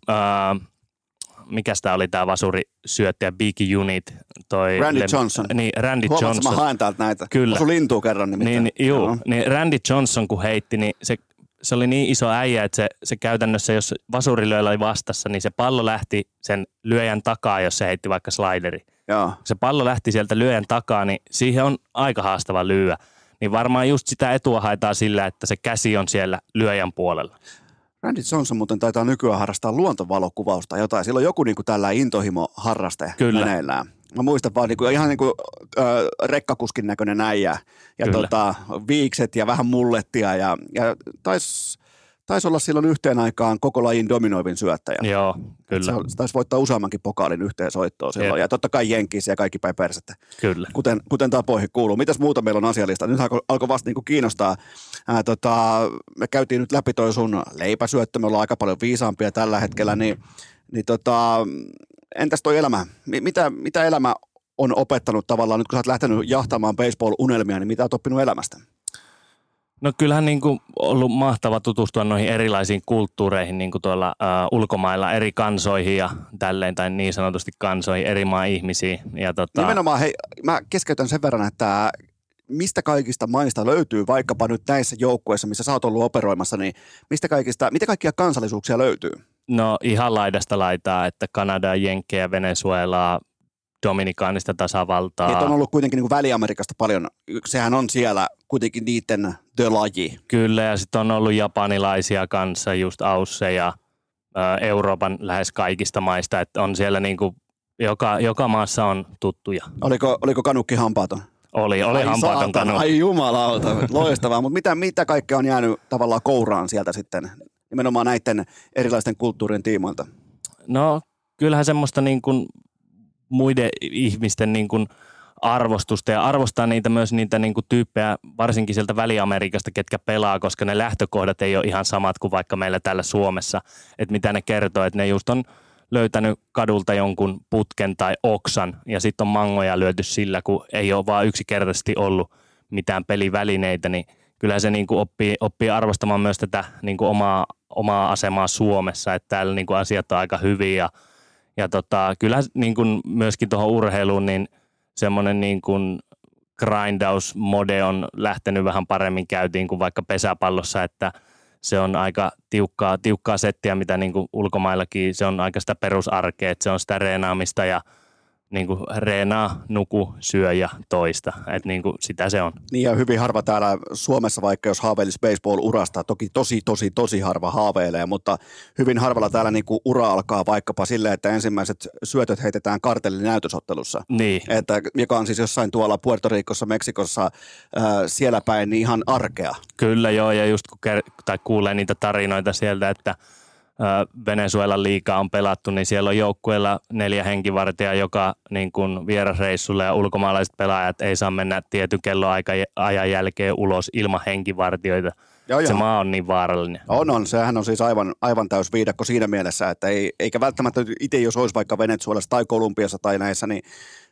Speaker 4: mikä sitä oli tää vasurisyöttäjä, Big Unit.
Speaker 3: Randy Johnson.
Speaker 4: Niin, Randy Johnson.
Speaker 3: Mä haen täältä näitä.
Speaker 4: Kyllä.
Speaker 3: Osu lintua kerran nimittäin.
Speaker 4: Niin Randy Johnson kun heitti, niin se oli niin iso äijä, että se käytännössä, jos vasurilyöjällä oli vastassa, niin se pallo lähti sen lyöjän takaa, jos se heitti vaikka slideri. Joo. Se pallo lähti sieltä lyöjän takaa, niin siihen on aika haastava lyödä. Niin varmaan just sitä etua haetaan sillä, että se käsi on siellä lyöjän puolella.
Speaker 3: Randy Johnson muuten taitaa nykyään harrastaa luontovalokuvausta jotain. Sillä on joku niin kuin tällä intohimo-harraste meneillään. Mä muistan vaan ihan niin kuin rekkakuskin näköinen äijä ja viikset ja vähän mullettia ja taisi olla silloin yhteen aikaan koko lajin dominoivin syöttäjä.
Speaker 4: Joo, kyllä.
Speaker 3: Se taisi voittaa useammankin pokaalin yhteen soittoon silloin. Ja totta kai Jenkissä ja kaikki päin persettä.
Speaker 4: Kyllä.
Speaker 3: Kuten tapoihin kuuluu. Mitäs muuta meillä on asiallista? Nyt alkoi vasta niin kuin kiinnostaa. Me käytiin nyt läpi toi sun leipäsyöttö. Me ollaan aika paljon viisaampia tällä hetkellä. Entäs toi elämä? Mitä elämä on opettanut tavallaan? Nyt kun sä oot lähtenyt jahtaamaan baseball-unelmia, niin mitä oot oppinut elämästä?
Speaker 4: No kyllähän niin kuin ollut mahtava tutustua noihin erilaisiin kulttuureihin niin kuin tuolla ulkomailla, eri kansoihin ja tälleen, tai niin sanotusti kansoihin, eri maan ihmisiin. Ja
Speaker 3: Nimenomaan, hei, mä keskeytän sen verran, että mistä kaikista maista löytyy, vaikkapa nyt näissä joukkueissa, missä sä oot ollut operoimassa, niin mitä kaikkia kansallisuuksia löytyy?
Speaker 4: No ihan laidasta laitaa, että Kanadaa, Jenkkejä, Venezuelaa, Dominikaanista tasavaltaa.
Speaker 3: Niitä on ollut kuitenkin niin kuin Väli-Amerikasta paljon. Sehän on siellä kuitenkin niiden laji.
Speaker 4: Kyllä, ja sitten on ollut japanilaisia kanssa, just Ausseja, Euroopan lähes kaikista maista. Että on siellä niin kuin joka maassa on tuttuja.
Speaker 3: Oliko kanukki hampaaton?
Speaker 4: Oli hampaaton kanukki.
Speaker 3: Ai jumalauta, loistavaa. Mutta mitä kaikkea on jäänyt tavallaan kouraan sieltä sitten, nimenomaan näiden erilaisten kulttuurien tiimoilta?
Speaker 4: No kyllähän semmoista niin kuin muiden ihmisten niin kuin arvostusta ja arvostaa myös niitä niin kuin tyyppejä, varsinkin sieltä Väli-Amerikasta, ketkä pelaa, koska ne lähtökohdat ei ole ihan samat kuin vaikka meillä täällä Suomessa. Että mitä ne kertoo, että ne just on löytänyt kadulta jonkun putken tai oksan ja sitten on mangoja lyöty sillä, kun ei ole vaan yksinkertaisesti ollut mitään pelivälineitä, niin kyllähän se niin kuin oppii arvostamaan myös tätä niin kuin omaa asemaa Suomessa, että täällä niin kuin asiat on aika hyviä ja kyllähän niin kuin myöskin tuohon urheiluun, niin semmoinen niin kuin grindaus-mode on lähtenyt vähän paremmin käyntiin kuin vaikka pesäpallossa, että se on aika tiukkaa settiä, mitä niin kuin ulkomaillakin, se on aika sitä perusarkea, että se on sitä reenaamista ja niin kuin reenaa, nuku, syö ja toista, että niin kuin sitä se on.
Speaker 3: Niin ja hyvin harva täällä Suomessa, vaikka jos haaveilisi baseball-urasta, toki tosi harva haaveilee, mutta hyvin harvalla täällä niin kuin ura alkaa vaikkapa silleen, että ensimmäiset syötöt heitetään kartellinäytösottelussa.
Speaker 4: Niin.
Speaker 3: Joka on siis jossain tuolla Puerto Ricossa, Meksikossa, siellä päin niin ihan arkea.
Speaker 4: Kyllä joo, ja just kun kuulee niitä tarinoita sieltä, että Venezuelan liigaa on pelattu, niin siellä on joukkueella 4 henkivartijaa joka niin kuin vierasreissulle ja ulkomaalaiset pelaajat ei saa mennä tietyn kelloajan jälkeen ulos ilman henkivartioita. Se maa on niin vaarallinen.
Speaker 3: On. Sehän on siis aivan täys viidakko siinä mielessä, että eikä välttämättä itse jos olisi vaikka Venezuelassa tai Kolumbiassa tai näissä, niin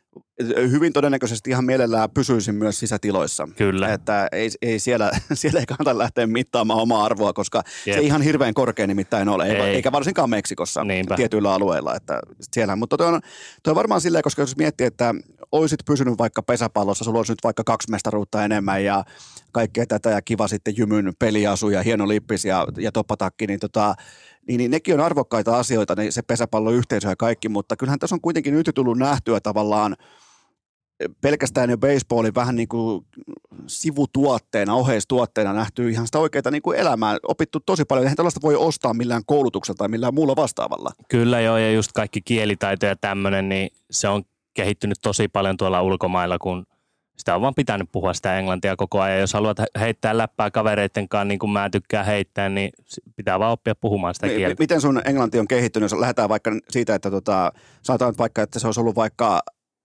Speaker 3: hyvin todennäköisesti ihan mielellään pysyisin myös sisätiloissa.
Speaker 4: Kyllä.
Speaker 3: Että ei siellä ei kannata lähteä mittaamaan omaa arvoa, koska se ei ihan hirveän korkea nimittäin ole, eikä varsinkaan Meksikossa tietyillä alueilla. Että siellä. Mutta toi on varmaan silleen, koska jos miettii, että oisit pysynyt vaikka pesäpallossa, sulla olisi nyt vaikka 2 mestaruutta enemmän ja kaikkea tätä ja kiva sitten jymyn peliasu ja hieno lippis ja toppatakki, niin nekin on arvokkaita asioita, niin se pesäpalloyhteisö ja kaikki, mutta kyllähän tässä on kuitenkin nyt tullut nähtyä tavallaan pelkästään jo baseballin vähän niin kuin sivutuotteena, oheistuotteena nähty ihan sitä oikeaa niin kuin elämää, opittu tosi paljon. Eihän tällaista voi ostaa millään koulutuksella tai millään muulla vastaavalla.
Speaker 4: Kyllä joo, ja just kaikki kielitaito ja tämmöinen, niin se on kehittynyt tosi paljon tuolla ulkomailla, kun sitä on vaan pitänyt puhua sitä englantia koko ajan. Jos haluat heittää läppää kavereitten kanssa, niin kuin mä tykkään heittää, niin pitää vaan oppia puhumaan sitä kieltä.
Speaker 3: Miten sun englanti on kehittynyt? Jos lähdetään vaikka siitä, että sanotaan vaikka, että se olisi ollut vaikka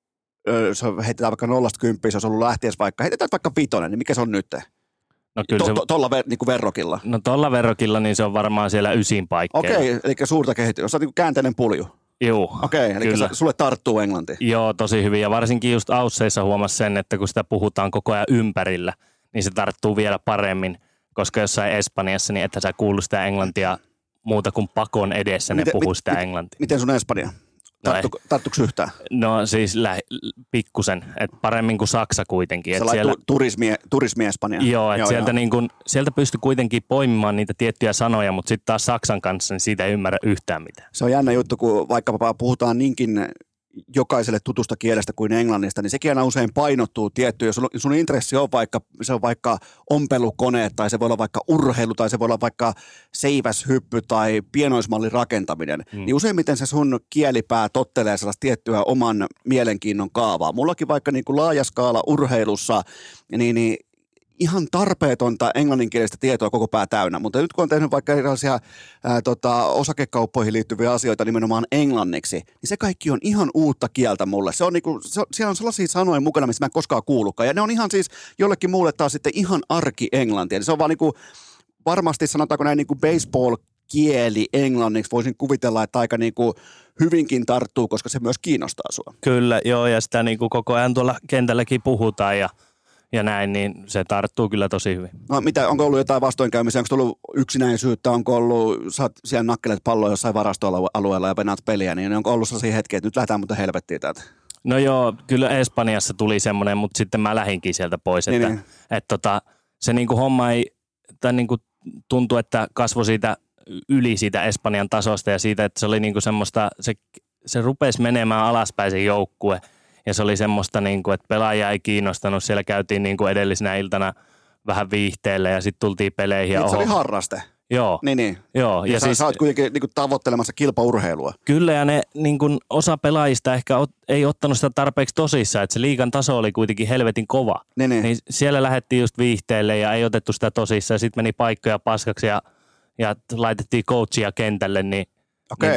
Speaker 3: heitetään vaikka 0-10, se olisi ollut lähtiessä vaikka, heitetään vaikka 5, niin mikä se on nyt?
Speaker 4: No kyllä
Speaker 3: Tuolla niinku verrokilla.
Speaker 4: No tuolla verrokilla niin se on varmaan siellä 9 paikkeilla.
Speaker 3: Okei, eli suurta kehitystä. Se on niinku käänteinen pulju.
Speaker 4: Joo.
Speaker 3: Okei, eli sulle tarttuu englanti.
Speaker 4: Joo, tosi hyvin. Ja varsinkin just Ausseissa huomasi sen, että kun sitä puhutaan koko ajan ympärillä, niin se tarttuu vielä paremmin, koska jossain Espanjassa, niin että sä kuulu sitä englantia muuta kuin pakon edessä, ne puhuu sitä englantia.
Speaker 3: Miten sun Espanja? Tarttuuko yhtään?
Speaker 4: No siis pikkusen, että paremmin kuin Saksa kuitenkin.
Speaker 3: Sellainen turismi Espanja.
Speaker 4: Joo, että sieltä pystyi kuitenkin poimimaan niitä tiettyjä sanoja, mutta sitten taas Saksan kanssa niin siitä ei ymmärrä yhtään mitään.
Speaker 3: Se on jännä juttu, kun vaikka puhutaan niinkin jokaiselle tutusta kielestä kuin englannista, niin sekin aina usein painottuu tiettyyn. Jos sun intressi on vaikka ompelukoneet, tai se voi olla vaikka urheilu, tai se voi olla vaikka seiväshyppy tai pienoismallin rakentaminen, niin useimmiten se sun kielipää tottelee sellaista tiettyä oman mielenkiinnon kaavaa. Mullakin vaikka niin kuin laaja skaala urheilussa, niin ihan tarpeetonta englanninkielistä tietoa koko pää täynnä, mutta nyt kun on tehnyt vaikka erilaisia osakekauppoihin liittyviä asioita nimenomaan englanniksi, niin se kaikki on ihan uutta kieltä mulle. Se on niinku, siellä on sellaisia sanoja mukana, missä mä en koskaan kuullutkaan, ja ne on ihan siis jollekin muulle taas sitten ihan arki-englantia. Eli se on vaan niinku, varmasti sanotaanko näin niinku baseball-kieli englanniksi, voisin kuvitella, että aika niinku hyvinkin tarttuu, koska se myös kiinnostaa sua.
Speaker 4: Kyllä, joo, ja sitä niinku koko ajan tuolla kentälläkin puhutaan, ja näin, niin se tarttuu kyllä tosi hyvin. No
Speaker 3: onko ollut jotain vastoinkäymisiä? Onko tullut yksinäisyyttä? Onko ollut, sä siellä nakkelet palloa jossain varastoalueella ja venaat peliä, niin onko ollut sellaisia hetkiä, että nyt lähdetään muuten helvettiin täältä?
Speaker 4: No joo, kyllä Espanjassa tuli semmoinen, mutta sitten mä lähdinkin sieltä pois. Että se niinku homma ei, tai niinku tuntui, että kasvoi siitä yli siitä Espanjan tasosta ja siitä, että se oli niinku semmoista, se rupesi menemään alaspäin se joukkue. Ja se oli semmoista, että pelaaja ei kiinnostanut. Siellä käytiin edellisenä iltana vähän viihteelle ja sitten tultiin peleihin.
Speaker 3: Se oli harraste.
Speaker 4: Joo.
Speaker 3: Niin.
Speaker 4: Joo.
Speaker 3: Ja sä oot kuitenkin tavoittelemassa kilpaurheilua.
Speaker 4: Kyllä, ja ne osa pelaajista ehkä ei ottanut sitä tarpeeksi tosissaan, että se liigan taso oli kuitenkin helvetin kova. Niin siellä lähdettiin just viihteelle ja ei otettu sitä tosissaan. Sitten meni paikkoja paskaksi ja laitettiin coachia kentälle, niin,
Speaker 3: okay.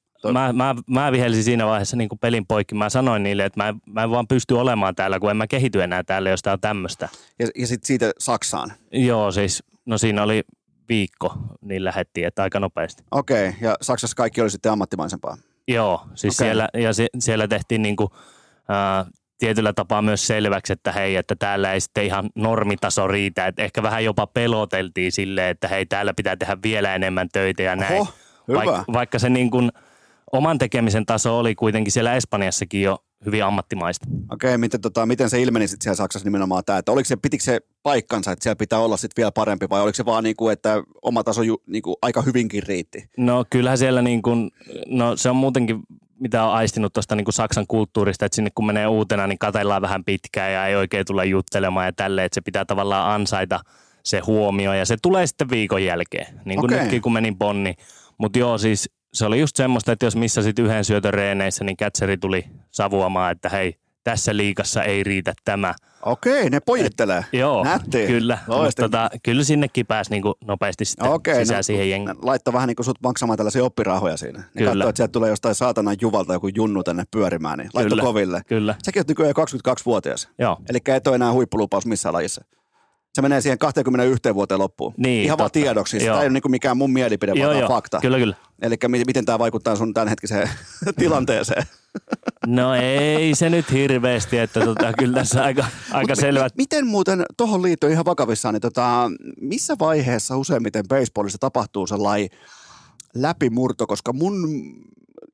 Speaker 4: Mä vihelsin siinä vaiheessa niin kuin pelin poikki. Mä sanoin niille, että mä en vaan pysty olemaan täällä, kun en mä kehity enää täällä, jos tää on tämmöistä.
Speaker 3: Ja sitten siitä Saksaan?
Speaker 4: Joo, siis no siinä oli viikko, niin lähdettiin, että aika nopeasti.
Speaker 3: Okei, ja Saksassa kaikki oli sitten ammattimaisempaa?
Speaker 4: Joo, siis siellä tehtiin niinku, tietyllä tapaa myös selväksi, että hei, että täällä ei sitten ihan normitaso riitä, että ehkä vähän jopa peloteltiin silleen, että hei, täällä pitää tehdä vielä enemmän töitä ja näin. Vaikka se niin kuin oman tekemisen taso oli kuitenkin siellä Espanjassakin jo hyvin ammattimaista.
Speaker 3: Okei, miten se ilmeni sitten siellä Saksassa nimenomaan tämä, että pitikö se paikkansa, että siellä pitää olla sitten vielä parempi vai oliko se vaan niin kuin, että oma taso niin kuin aika hyvinkin riitti?
Speaker 4: No kyllähän siellä niin kuin, no se on muutenkin mitä on aistinut tuosta niin kuin Saksan kulttuurista, että sinne kun menee uutena, niin katsellaan vähän pitkään ja ei oikein tule juttelemaan ja tälleen, että se pitää tavallaan ansaita se huomio ja se tulee sitten viikon jälkeen, niin kuin nytkin kun menin Bonniin. Mutta joo, siis se oli just semmoista, että jos missasit yhden syötön reeneissä, niin kätseri tuli savuamaan, että hei, tässä liigassa ei riitä tämä.
Speaker 3: Okei, ne pojittelee.
Speaker 4: Joo,
Speaker 3: nätti.
Speaker 4: Kyllä. Mutta kyllä sinnekin pääsi niinku nopeasti sitten sisään siihen jengiin.
Speaker 3: Laittoi vähän niin kuin sut maksamaan tällaisia oppirahoja siinä. Ne katsoi, että sieltä tulee jostain saatanan juvalta joku junnu tänne pyörimään, niin laittoi koville.
Speaker 4: Kyllä.
Speaker 3: Säkin oot nykyään 22-vuotias.
Speaker 4: Joo.
Speaker 3: Eli et ole enää huippulupaus missään lajissa. Se menee siihen 21 vuoteen loppuun.
Speaker 4: Niin,
Speaker 3: ihan vaan tiedoksi. Tämä ei ole niinku mikään mun mielipide, vaan fakta.
Speaker 4: Kyllä.
Speaker 3: Eli miten tämä vaikuttaa sun tämänhetkiseen tilanteeseen?
Speaker 4: No ei se nyt hirveästi, että kyllä tässä aika selvä.
Speaker 3: Miten muuten, tuohon liittyen ihan vakavissaan, niin missä vaiheessa useimmiten baseballissa tapahtuu sellainen läpimurto, koska mun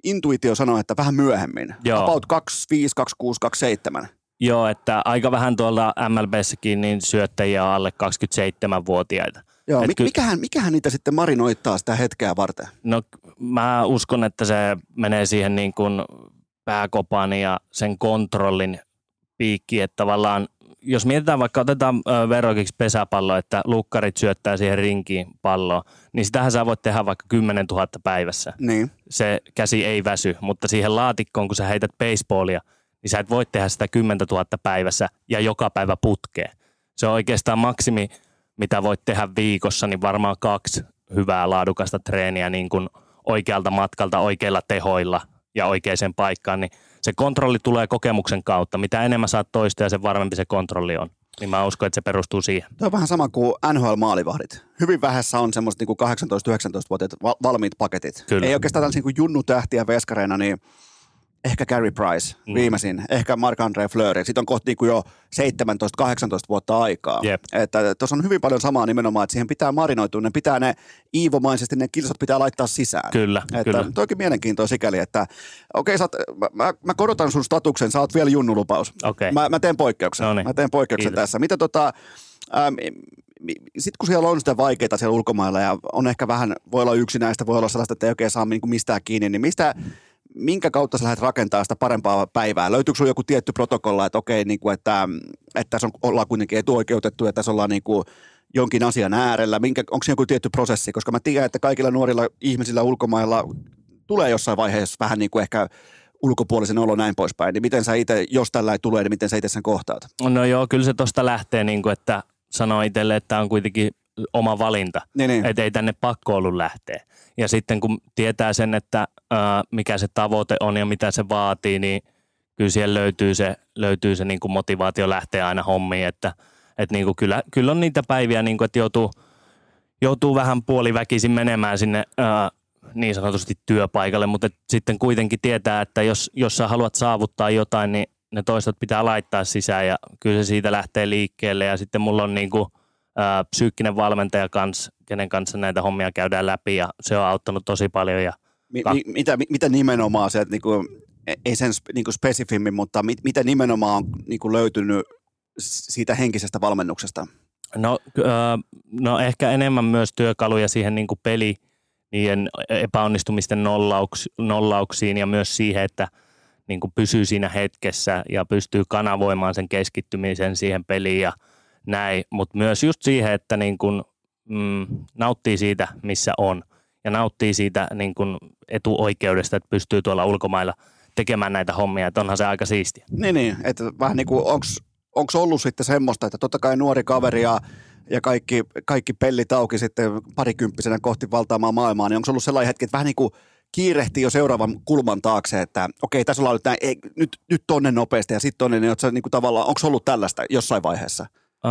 Speaker 3: intuitio sanoo, että vähän myöhemmin.
Speaker 4: Joo.
Speaker 3: About 25, 26, 27.
Speaker 4: Joo, että aika vähän tuolla MLBssäkin niin syöttäjiä on alle 27-vuotiaita.
Speaker 3: Joo, mikähän niitä sitten marinoittaa sitä hetkeä varten?
Speaker 4: No mä uskon, että se menee siihen niin kuin pääkopan ja sen kontrollin piikki, että tavallaan jos mietitään vaikka, otetaan verroikiksi pesäpallo, että lukkarit syöttää siihen rinkiin palloa, niin sitähän sä voit tehdä vaikka 10 000 päivässä.
Speaker 3: Niin.
Speaker 4: Se käsi ei väsy, mutta siihen laatikkoon, kun sä heität baseballia, niin sä et voi tehdä sitä 10 000 päivässä ja joka päivä putkeen. Se on oikeastaan maksimi, mitä voit tehdä viikossa, niin varmaan 2 hyvää laadukasta treeniä niin kuin oikealta matkalta, oikeilla tehoilla ja oikeaan paikkaan, niin se kontrolli tulee kokemuksen kautta. Mitä enemmän saat toista ja sen varmempi se kontrolli on. Niin mä uskon, että se perustuu siihen.
Speaker 3: Tämä on vähän sama kuin NHL-maalivahdit. Hyvin vähässä on semmoiset niin 18-19-vuotiaat valmiit paketit. Kyllä. Ei oikeastaan tällaisia niin junnutähtiä veskareina, niin ehkä Carey Price viimeisin, ehkä Marc-André Fleury. Sitten on kohti niin jo 17-18 vuotta aikaa.
Speaker 4: Yep.
Speaker 3: Että tuossa on hyvin paljon samaa nimenomaan, että siihen pitää marinoitua, ne pitää ne iivomaisesti, ne kilsat pitää laittaa sisään.
Speaker 4: Kyllä,
Speaker 3: että
Speaker 4: kyllä.
Speaker 3: Toikin mielenkiintoa sikäli, että okei, mä korotan sun statuksen, sä oot vielä junnulupaus.
Speaker 4: Okay.
Speaker 3: Mä teen poikkeuksen.
Speaker 4: Noniin.
Speaker 3: Mä teen poikkeuksen
Speaker 4: Kiitos.
Speaker 3: tässä. Mitä sitten kun siellä on sitä vaikeaa siellä ulkomailla ja on ehkä vähän, voi olla yksinäistä, voi olla sellaista, että ei oikein saa niin kuin mistään kiinni, niin minkä kautta sä lähdet rakentamaan sitä parempaa päivää? Löytyykö sulla joku tietty protokolla, että okei, niin kuin, että tässä ollaan kuitenkin etuoikeutettu ja tässä ollaan niin kuin jonkin asian äärellä? Onko se joku tietty prosessi? Koska mä tiedän, että kaikilla nuorilla ihmisillä ulkomailla tulee jossain vaiheessa vähän niin kuin ehkä ulkopuolisen olo näin poispäin. Niin miten sä itse, jos tällä ei tule, niin miten sä itse sen kohtaat?
Speaker 4: No joo, kyllä se tuosta lähtee, niin kuin, että sanoo itselle, että tämä on kuitenkin oma valinta. Niin. Että ei tänne pakko ollut lähteä. Ja sitten kun tietää sen, että mikä se tavoite on ja mitä se vaatii, niin kyllä siellä löytyy se niin kuin motivaatio lähteä aina hommiin. Että niin kuin kyllä on niitä päiviä, niin kuin, että joutuu vähän puoliväkisin menemään sinne niin sanotusti työpaikalle, mutta sitten kuitenkin tietää, että jos sä haluat saavuttaa jotain, niin ne toistot pitää laittaa sisään ja kyllä se siitä lähtee liikkeelle. Ja sitten mulla on niin kuin psyykkinen valmentaja kanssa, kenen kanssa näitä hommia käydään läpi ja se on auttanut tosi paljon. Ja
Speaker 3: mitä nimenomaan se, että niinku, ei sen niinku spesifimmin, mutta mitä nimenomaan on niinku löytynyt siitä henkisestä valmennuksesta?
Speaker 4: No ehkä enemmän myös työkaluja siihen niinku niiden epäonnistumisten nollauksiin ja myös siihen, että niinku pysyy siinä hetkessä ja pystyy kanavoimaan sen keskittymisen siihen peliin ja näin, mutta myös just siihen, että niin kun, nauttii siitä, missä on ja nauttii siitä niin kun etuoikeudesta, että pystyy tuolla ulkomailla tekemään näitä hommia, että onhan se aika siistiä. Niin,
Speaker 3: että vähän niin kuin onko ollut sitten semmoista, että totta kai nuori kaveri ja kaikki pellit auki sitten parikymppisenä kohti valtaamaan maailmaa, niin onko ollut sellainen hetki, että vähän niin kuin kiirehtii jo seuraavan kulman taakse, että okei, tässä ollaan nyt näin, nyt tonne nopeasti ja sitten tonne, niin niin kuin tavallaan, onko ollut tällaista jossain vaiheessa?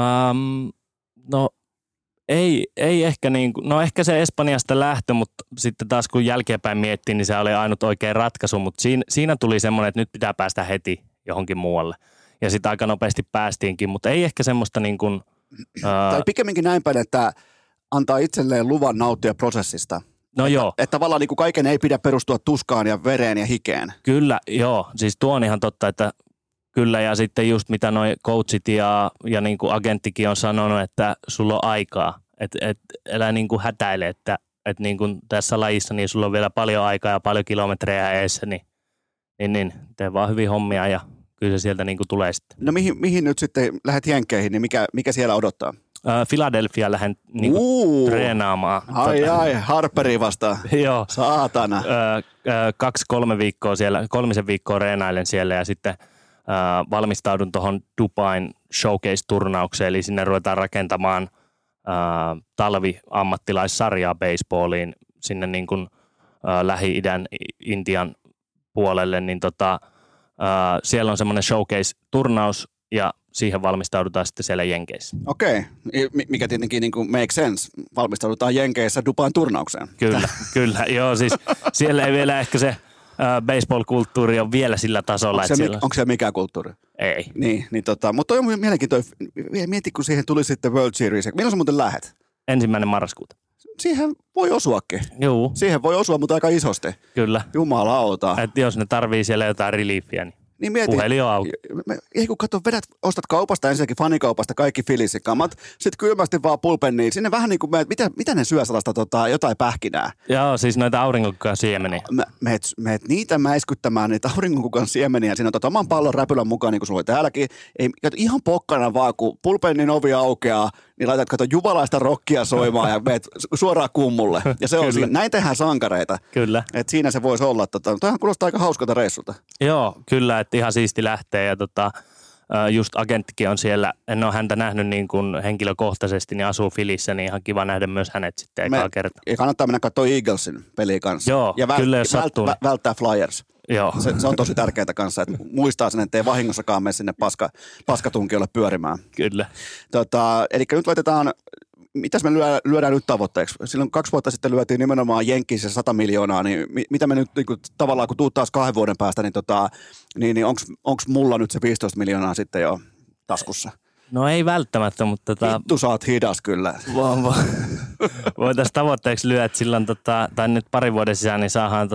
Speaker 4: No ei ehkä niin kuin, no ehkä se Espanjasta lähtö, mutta sitten taas kun jälkeenpäin miettii, niin se oli ainut oikea ratkaisu, mutta siinä tuli semmoinen, että nyt pitää päästä heti johonkin muualle. Ja sitten aika nopeasti päästiinkin, mutta ei ehkä semmoista niin kuin
Speaker 3: tai pikemminkin näin päin, että antaa itselleen luvan nauttia prosessista.
Speaker 4: No joo.
Speaker 3: Että tavallaan niin kuin kaiken ei pidä perustua tuskaan ja vereen ja hikeen.
Speaker 4: Kyllä, joo. Siis tuo on ihan totta, että kyllä, ja sitten just mitä noi coachit ja niin kuin agenttikin on sanonut, että sulla on aikaa, että älä niin kuin hätäile, että niin kuin tässä lajissa niin sulla on vielä paljon aikaa ja paljon kilometrejä eessä, niin tee vaan hyvin hommia ja kyllä se sieltä niin kuin tulee sitten.
Speaker 3: No mihin nyt sitten lähdet jenkkeihin, niin mikä siellä odottaa?
Speaker 4: Philadelphia lähden niin kuin treenaamaan.
Speaker 3: Ai, Harperi vastaan.
Speaker 4: Joo.
Speaker 3: Saatana.
Speaker 4: 2-3 viikkoa siellä, 3 viikkoa reenailen siellä ja sitten valmistaudun tuohon Dubain showcase-turnaukseen, eli sinne ruvetaan rakentamaan talvi-ammattilaissarjaa baseballiin sinne niin kuin Lähi-idän, Intian puolelle, niin siellä on semmoinen showcase-turnaus ja siihen valmistaudutaan sitten siellä Jenkeissä.
Speaker 3: Okei, mikä tietenkin niin kuin make sense. Valmistaudutaan Jenkeissä Dubain turnaukseen.
Speaker 4: Kyllä. Joo, siis siellä ei vielä ehkä se baseball-kulttuuri on vielä sillä tasolla.
Speaker 3: Onko se mikään kulttuuri?
Speaker 4: Ei.
Speaker 3: Niin, mutta on mielenkiintoinen. Mieti, kun siihen tuli sitten World Series. Milloin sä muuten lähet?
Speaker 4: 1. marraskuuta.
Speaker 3: siihen voi osuakin.
Speaker 4: Juu,
Speaker 3: Siihen voi osua, mutta aika isosti.
Speaker 4: kyllä.
Speaker 3: Jumalauta.
Speaker 4: Et jos ne tarvii siellä jotain reliefiä, niin
Speaker 3: Niin mieti,
Speaker 4: puhelin on auki.
Speaker 3: ei kun kato, ostat kaupasta ensinnäkin fanikaupasta kaikki filissikamat, sitten kylmästi vaan pulpenniin. Sinne vähän niin kuin, mitä ne syö sellaista jotain pähkinää?
Speaker 4: Joo, siis noita aurinkokukan siemeniä.
Speaker 3: Meet niitä mäiskyttämään, niitä auringonkukan siemeniä. Siinä on oman pallon räpylän mukaan, niin kuin sulla oli täälläkin. Ei, kato, ihan pokkana vaan, kun pulpennin ovi aukeaa, niin laitat kato juvalaista rockia soimaan ja meet suoraan kummulle. Ja se on siinä. Näin tehdään sankareita.
Speaker 4: Kyllä.
Speaker 3: Et siinä se voisi olla. Toihan kuulostaa aika hauskalta reissulta.
Speaker 4: Joo, kyllä, että ihan siisti lähtee ja just agenttikin on siellä, en ole häntä nähnyt niin kuin henkilökohtaisesti, niin asuu Filissä, niin ihan kiva nähdä myös hänet sitten ekaa kertaa.
Speaker 3: Ja kannattaa mennä katsoa Eaglesin peliä kanssa.
Speaker 4: Joo,
Speaker 3: ja
Speaker 4: kyllä jos sattuu.
Speaker 3: Välttää Flyers.
Speaker 4: Joo.
Speaker 3: Se on tosi tärkeää kanssa, että muistaa sen, että ei vahingossakaan mene sinne paskatunkiolle pyörimään.
Speaker 4: Kyllä.
Speaker 3: Eli nyt laitetaan, mitäs me lyödään nyt tavoitteeksi? Silloin 2 vuotta sitten lyötiin nimenomaan Jenkissä 100 miljoonaa, niin mitä me nyt niin kuin, tavallaan, kun tuut taas 2 vuoden päästä, niin onko mulla nyt se 15 miljoonaa sitten jo taskussa?
Speaker 4: No ei välttämättä, mutta
Speaker 3: Vittu sä oot hidas kyllä.
Speaker 4: Voitaisiin tavoitteeksi lyödä, että silloin, tai nyt 2 vuoden sisään, niin saadaan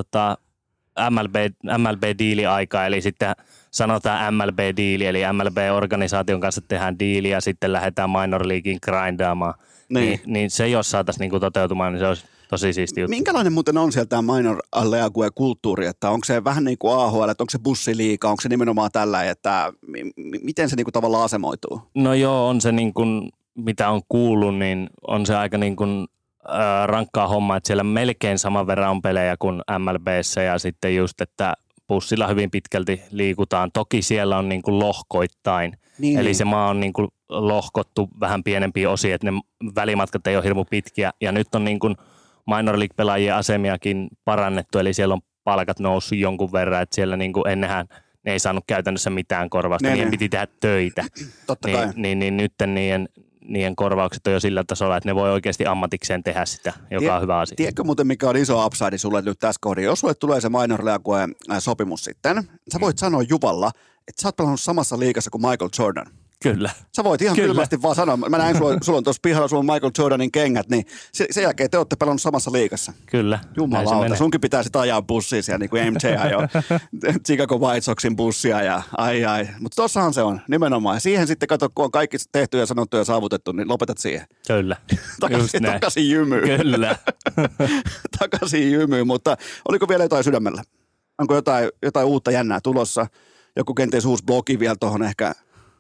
Speaker 4: MLB-diili aikaa, eli sitten sanotaan MLB-diili, eli MLB-organisaation kanssa tehdään diili ja sitten lähdetään minor leaguein grindaamaan. Niin se jos saataisiin niinku toteutumaan, niin se olisi tosi siisti juttu.
Speaker 3: Minkälainen muuten on sieltä tämä minor league-kulttuuri, että onko se vähän niin kuin AHL, että onko se bussiliiga, onko se nimenomaan tällä, että miten se niin kuin tavallaan asemoituu?
Speaker 4: No joo, on se niin kuin, mitä on kuullut, niin on se aika niin kuin rankkaa hommaa, että siellä melkein saman verran on pelejä kuin MLB:ssä ja sitten just, että bussilla hyvin pitkälti liikutaan. Toki siellä on niin kuin lohkoittain, eli se maa on niin kuin lohkottu vähän pienempiin osiin, että ne välimatkat ei ole hirmu pitkiä ja nyt on niin kuin minor league-pelaajien asemiakin parannettu, eli siellä on palkat noussut jonkun verran, että siellä niin kuin ennenhän ne ei saanut käytännössä mitään korvausta, niiden piti tehdä töitä.
Speaker 3: Totta kai.
Speaker 4: Niin nyt niiden korvaukset on jo sillä tasolla, että ne voi oikeasti ammatikseen tehdä sitä, joka on hyvä asia.
Speaker 3: Tiedätkö muuten, mikä on iso upside sulle nyt tässä kohdassa? Jos sulle tulee se minor league-sopimus sitten, sä voit sanoa Juvalla, että sä oot pelannut samassa liigassa kuin Michael Jordan.
Speaker 4: Kyllä.
Speaker 3: Sä voit ihan kylmästi vaan sanoa, mä näin sulla on tuossa pihalla, sulla on Michael Jordanin kengät, niin sen jälkeen te olette pelannut samassa liigassa.
Speaker 4: Kyllä.
Speaker 3: Jumalauta, sunkin pitää sitä ajaa bussia siellä, niin kuin MJ ajoi Chicago White Soxin bussia ja ai. Mutta tossahan se on nimenomaan. Ja siihen sitten kato, kun on kaikki tehty ja sanottu ja saavutettu, niin lopetat siihen.
Speaker 4: Kyllä.
Speaker 3: Takaisin jymyyn.
Speaker 4: Kyllä.
Speaker 3: Takaisin jymyyn, mutta oliko vielä jotain sydämellä? Onko jotain uutta jännää tulossa? Joku kenties uusi blogi vielä tuohon ehkä?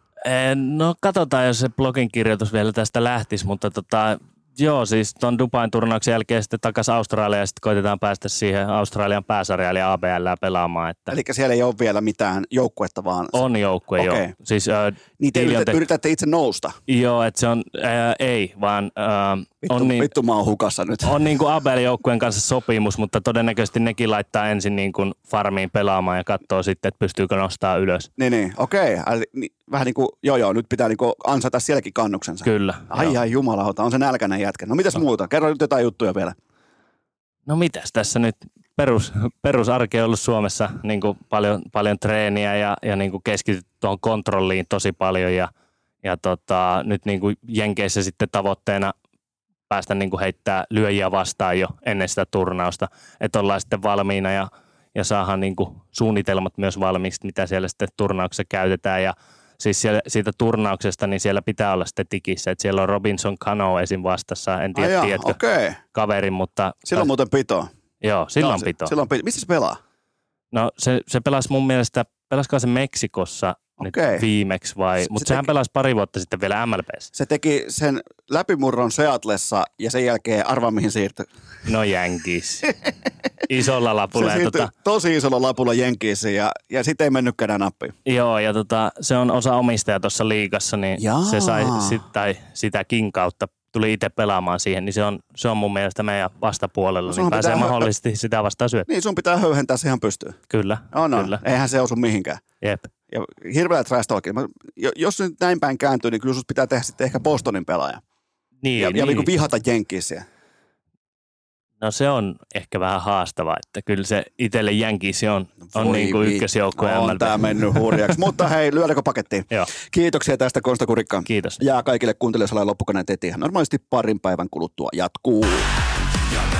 Speaker 4: No katsotaan, jos se blogin kirjoitus vielä tästä lähtisi, mutta joo, siis tuon Dubain turnauksen jälkeen sitten takaisin Australiaan ja sitten koitetaan päästä siihen Australian pääsarjaan eli ABL:ää pelaamaan.
Speaker 3: Eli siellä ei ole vielä mitään joukkuetta vaan?
Speaker 4: On joukkue, joo. Siis,
Speaker 3: niin te yritätte itse nousta?
Speaker 4: Joo, että se on, ei, vaan
Speaker 3: vittu mä oon hukassa nyt.
Speaker 4: On niin kuin ABL-joukkueen kanssa sopimus, mutta todennäköisesti nekin laittaa ensin niin kuin farmiin pelaamaan ja katsoo sitten, että pystyykö nostaa ylös.
Speaker 3: Niin, okei. Vähän niin kuin, joo, nyt pitää niin kuin ansata sielläkin kannuksensa.
Speaker 4: Kyllä.
Speaker 3: Ai jumalauta, on se nälkäinen jätkä. No mitäs muuta? Kerro nyt jotain juttuja vielä.
Speaker 4: No mitäs tässä nyt perusarki on ollut Suomessa niin kuin paljon treeniä ja niin kuin keskitytty tuohon kontrolliin tosi paljon ja nyt niin kuin Jenkeissä sitten tavoitteena päästä niin kuin heittää lyöjiä vastaan jo ennen sitä turnausta, että ollaan sitten valmiina ja saadaan niin kuin suunnitelmat myös valmiiksi, mitä siellä sitten turnauksessa käytetään ja siis siitä turnauksesta, niin siellä pitää olla sitten tikissä, että siellä on Robinson Cano esim. Vastassa, en tiedä tiedätkö kaverin, mutta...
Speaker 3: Silloin muuten pito.
Speaker 4: Joo, silloin pito.
Speaker 3: Missä se pelaa?
Speaker 4: No se pelasi mun mielestä, pelasiko se Meksikossa nyt viimeksi mutta sehän pelasi 2 vuotta sitten vielä MLB:ssä. Se teki
Speaker 3: sen läpimurron Seatlessa ja sen jälkeen arvaa mihin siirtyi.
Speaker 4: No Yankees. Isolla lapulla.
Speaker 3: Se siirtyi tosi isolla lapulla Yankeesiin ja sitten ei mennytkään enää nappiin.
Speaker 4: Joo ja se on osa omistaja tuossa liigassa, niin se sai sitäkin kautta. Tuli itse pelaamaan siihen, niin se on mun mielestä meidän vastapuolella, niin pääsee mahdollisesti sitä vastaan syötä.
Speaker 3: Niin, sun pitää höyhentää se ihan pystyyn.
Speaker 4: Kyllä.
Speaker 3: Kyllä. Eihän se osu mihinkään.
Speaker 4: Jep.
Speaker 3: Ja hirveä trash talk. Jos nyt näin päin kääntyy, niin kyllä sus pitää tehdä sitten ehkä Bostonin pelaaja.
Speaker 4: Niin.
Speaker 3: Ja niin kuin vihata Yankeesia.
Speaker 4: No se on ehkä vähän haastavaa, että kyllä se itselle Yankees on niin kuin ykkösjoukkoja.
Speaker 3: On tää mennyt hurjaksi, mutta hei, lyödäänkö pakettiin?
Speaker 4: Joo.
Speaker 3: Kiitoksia tästä Konsta Kurikka.
Speaker 4: Kiitos.
Speaker 3: Ja kaikille kuuntelijoille loppukaneet heti. Normaalisti 2 päivän kuluttua jatkuu.
Speaker 5: Ja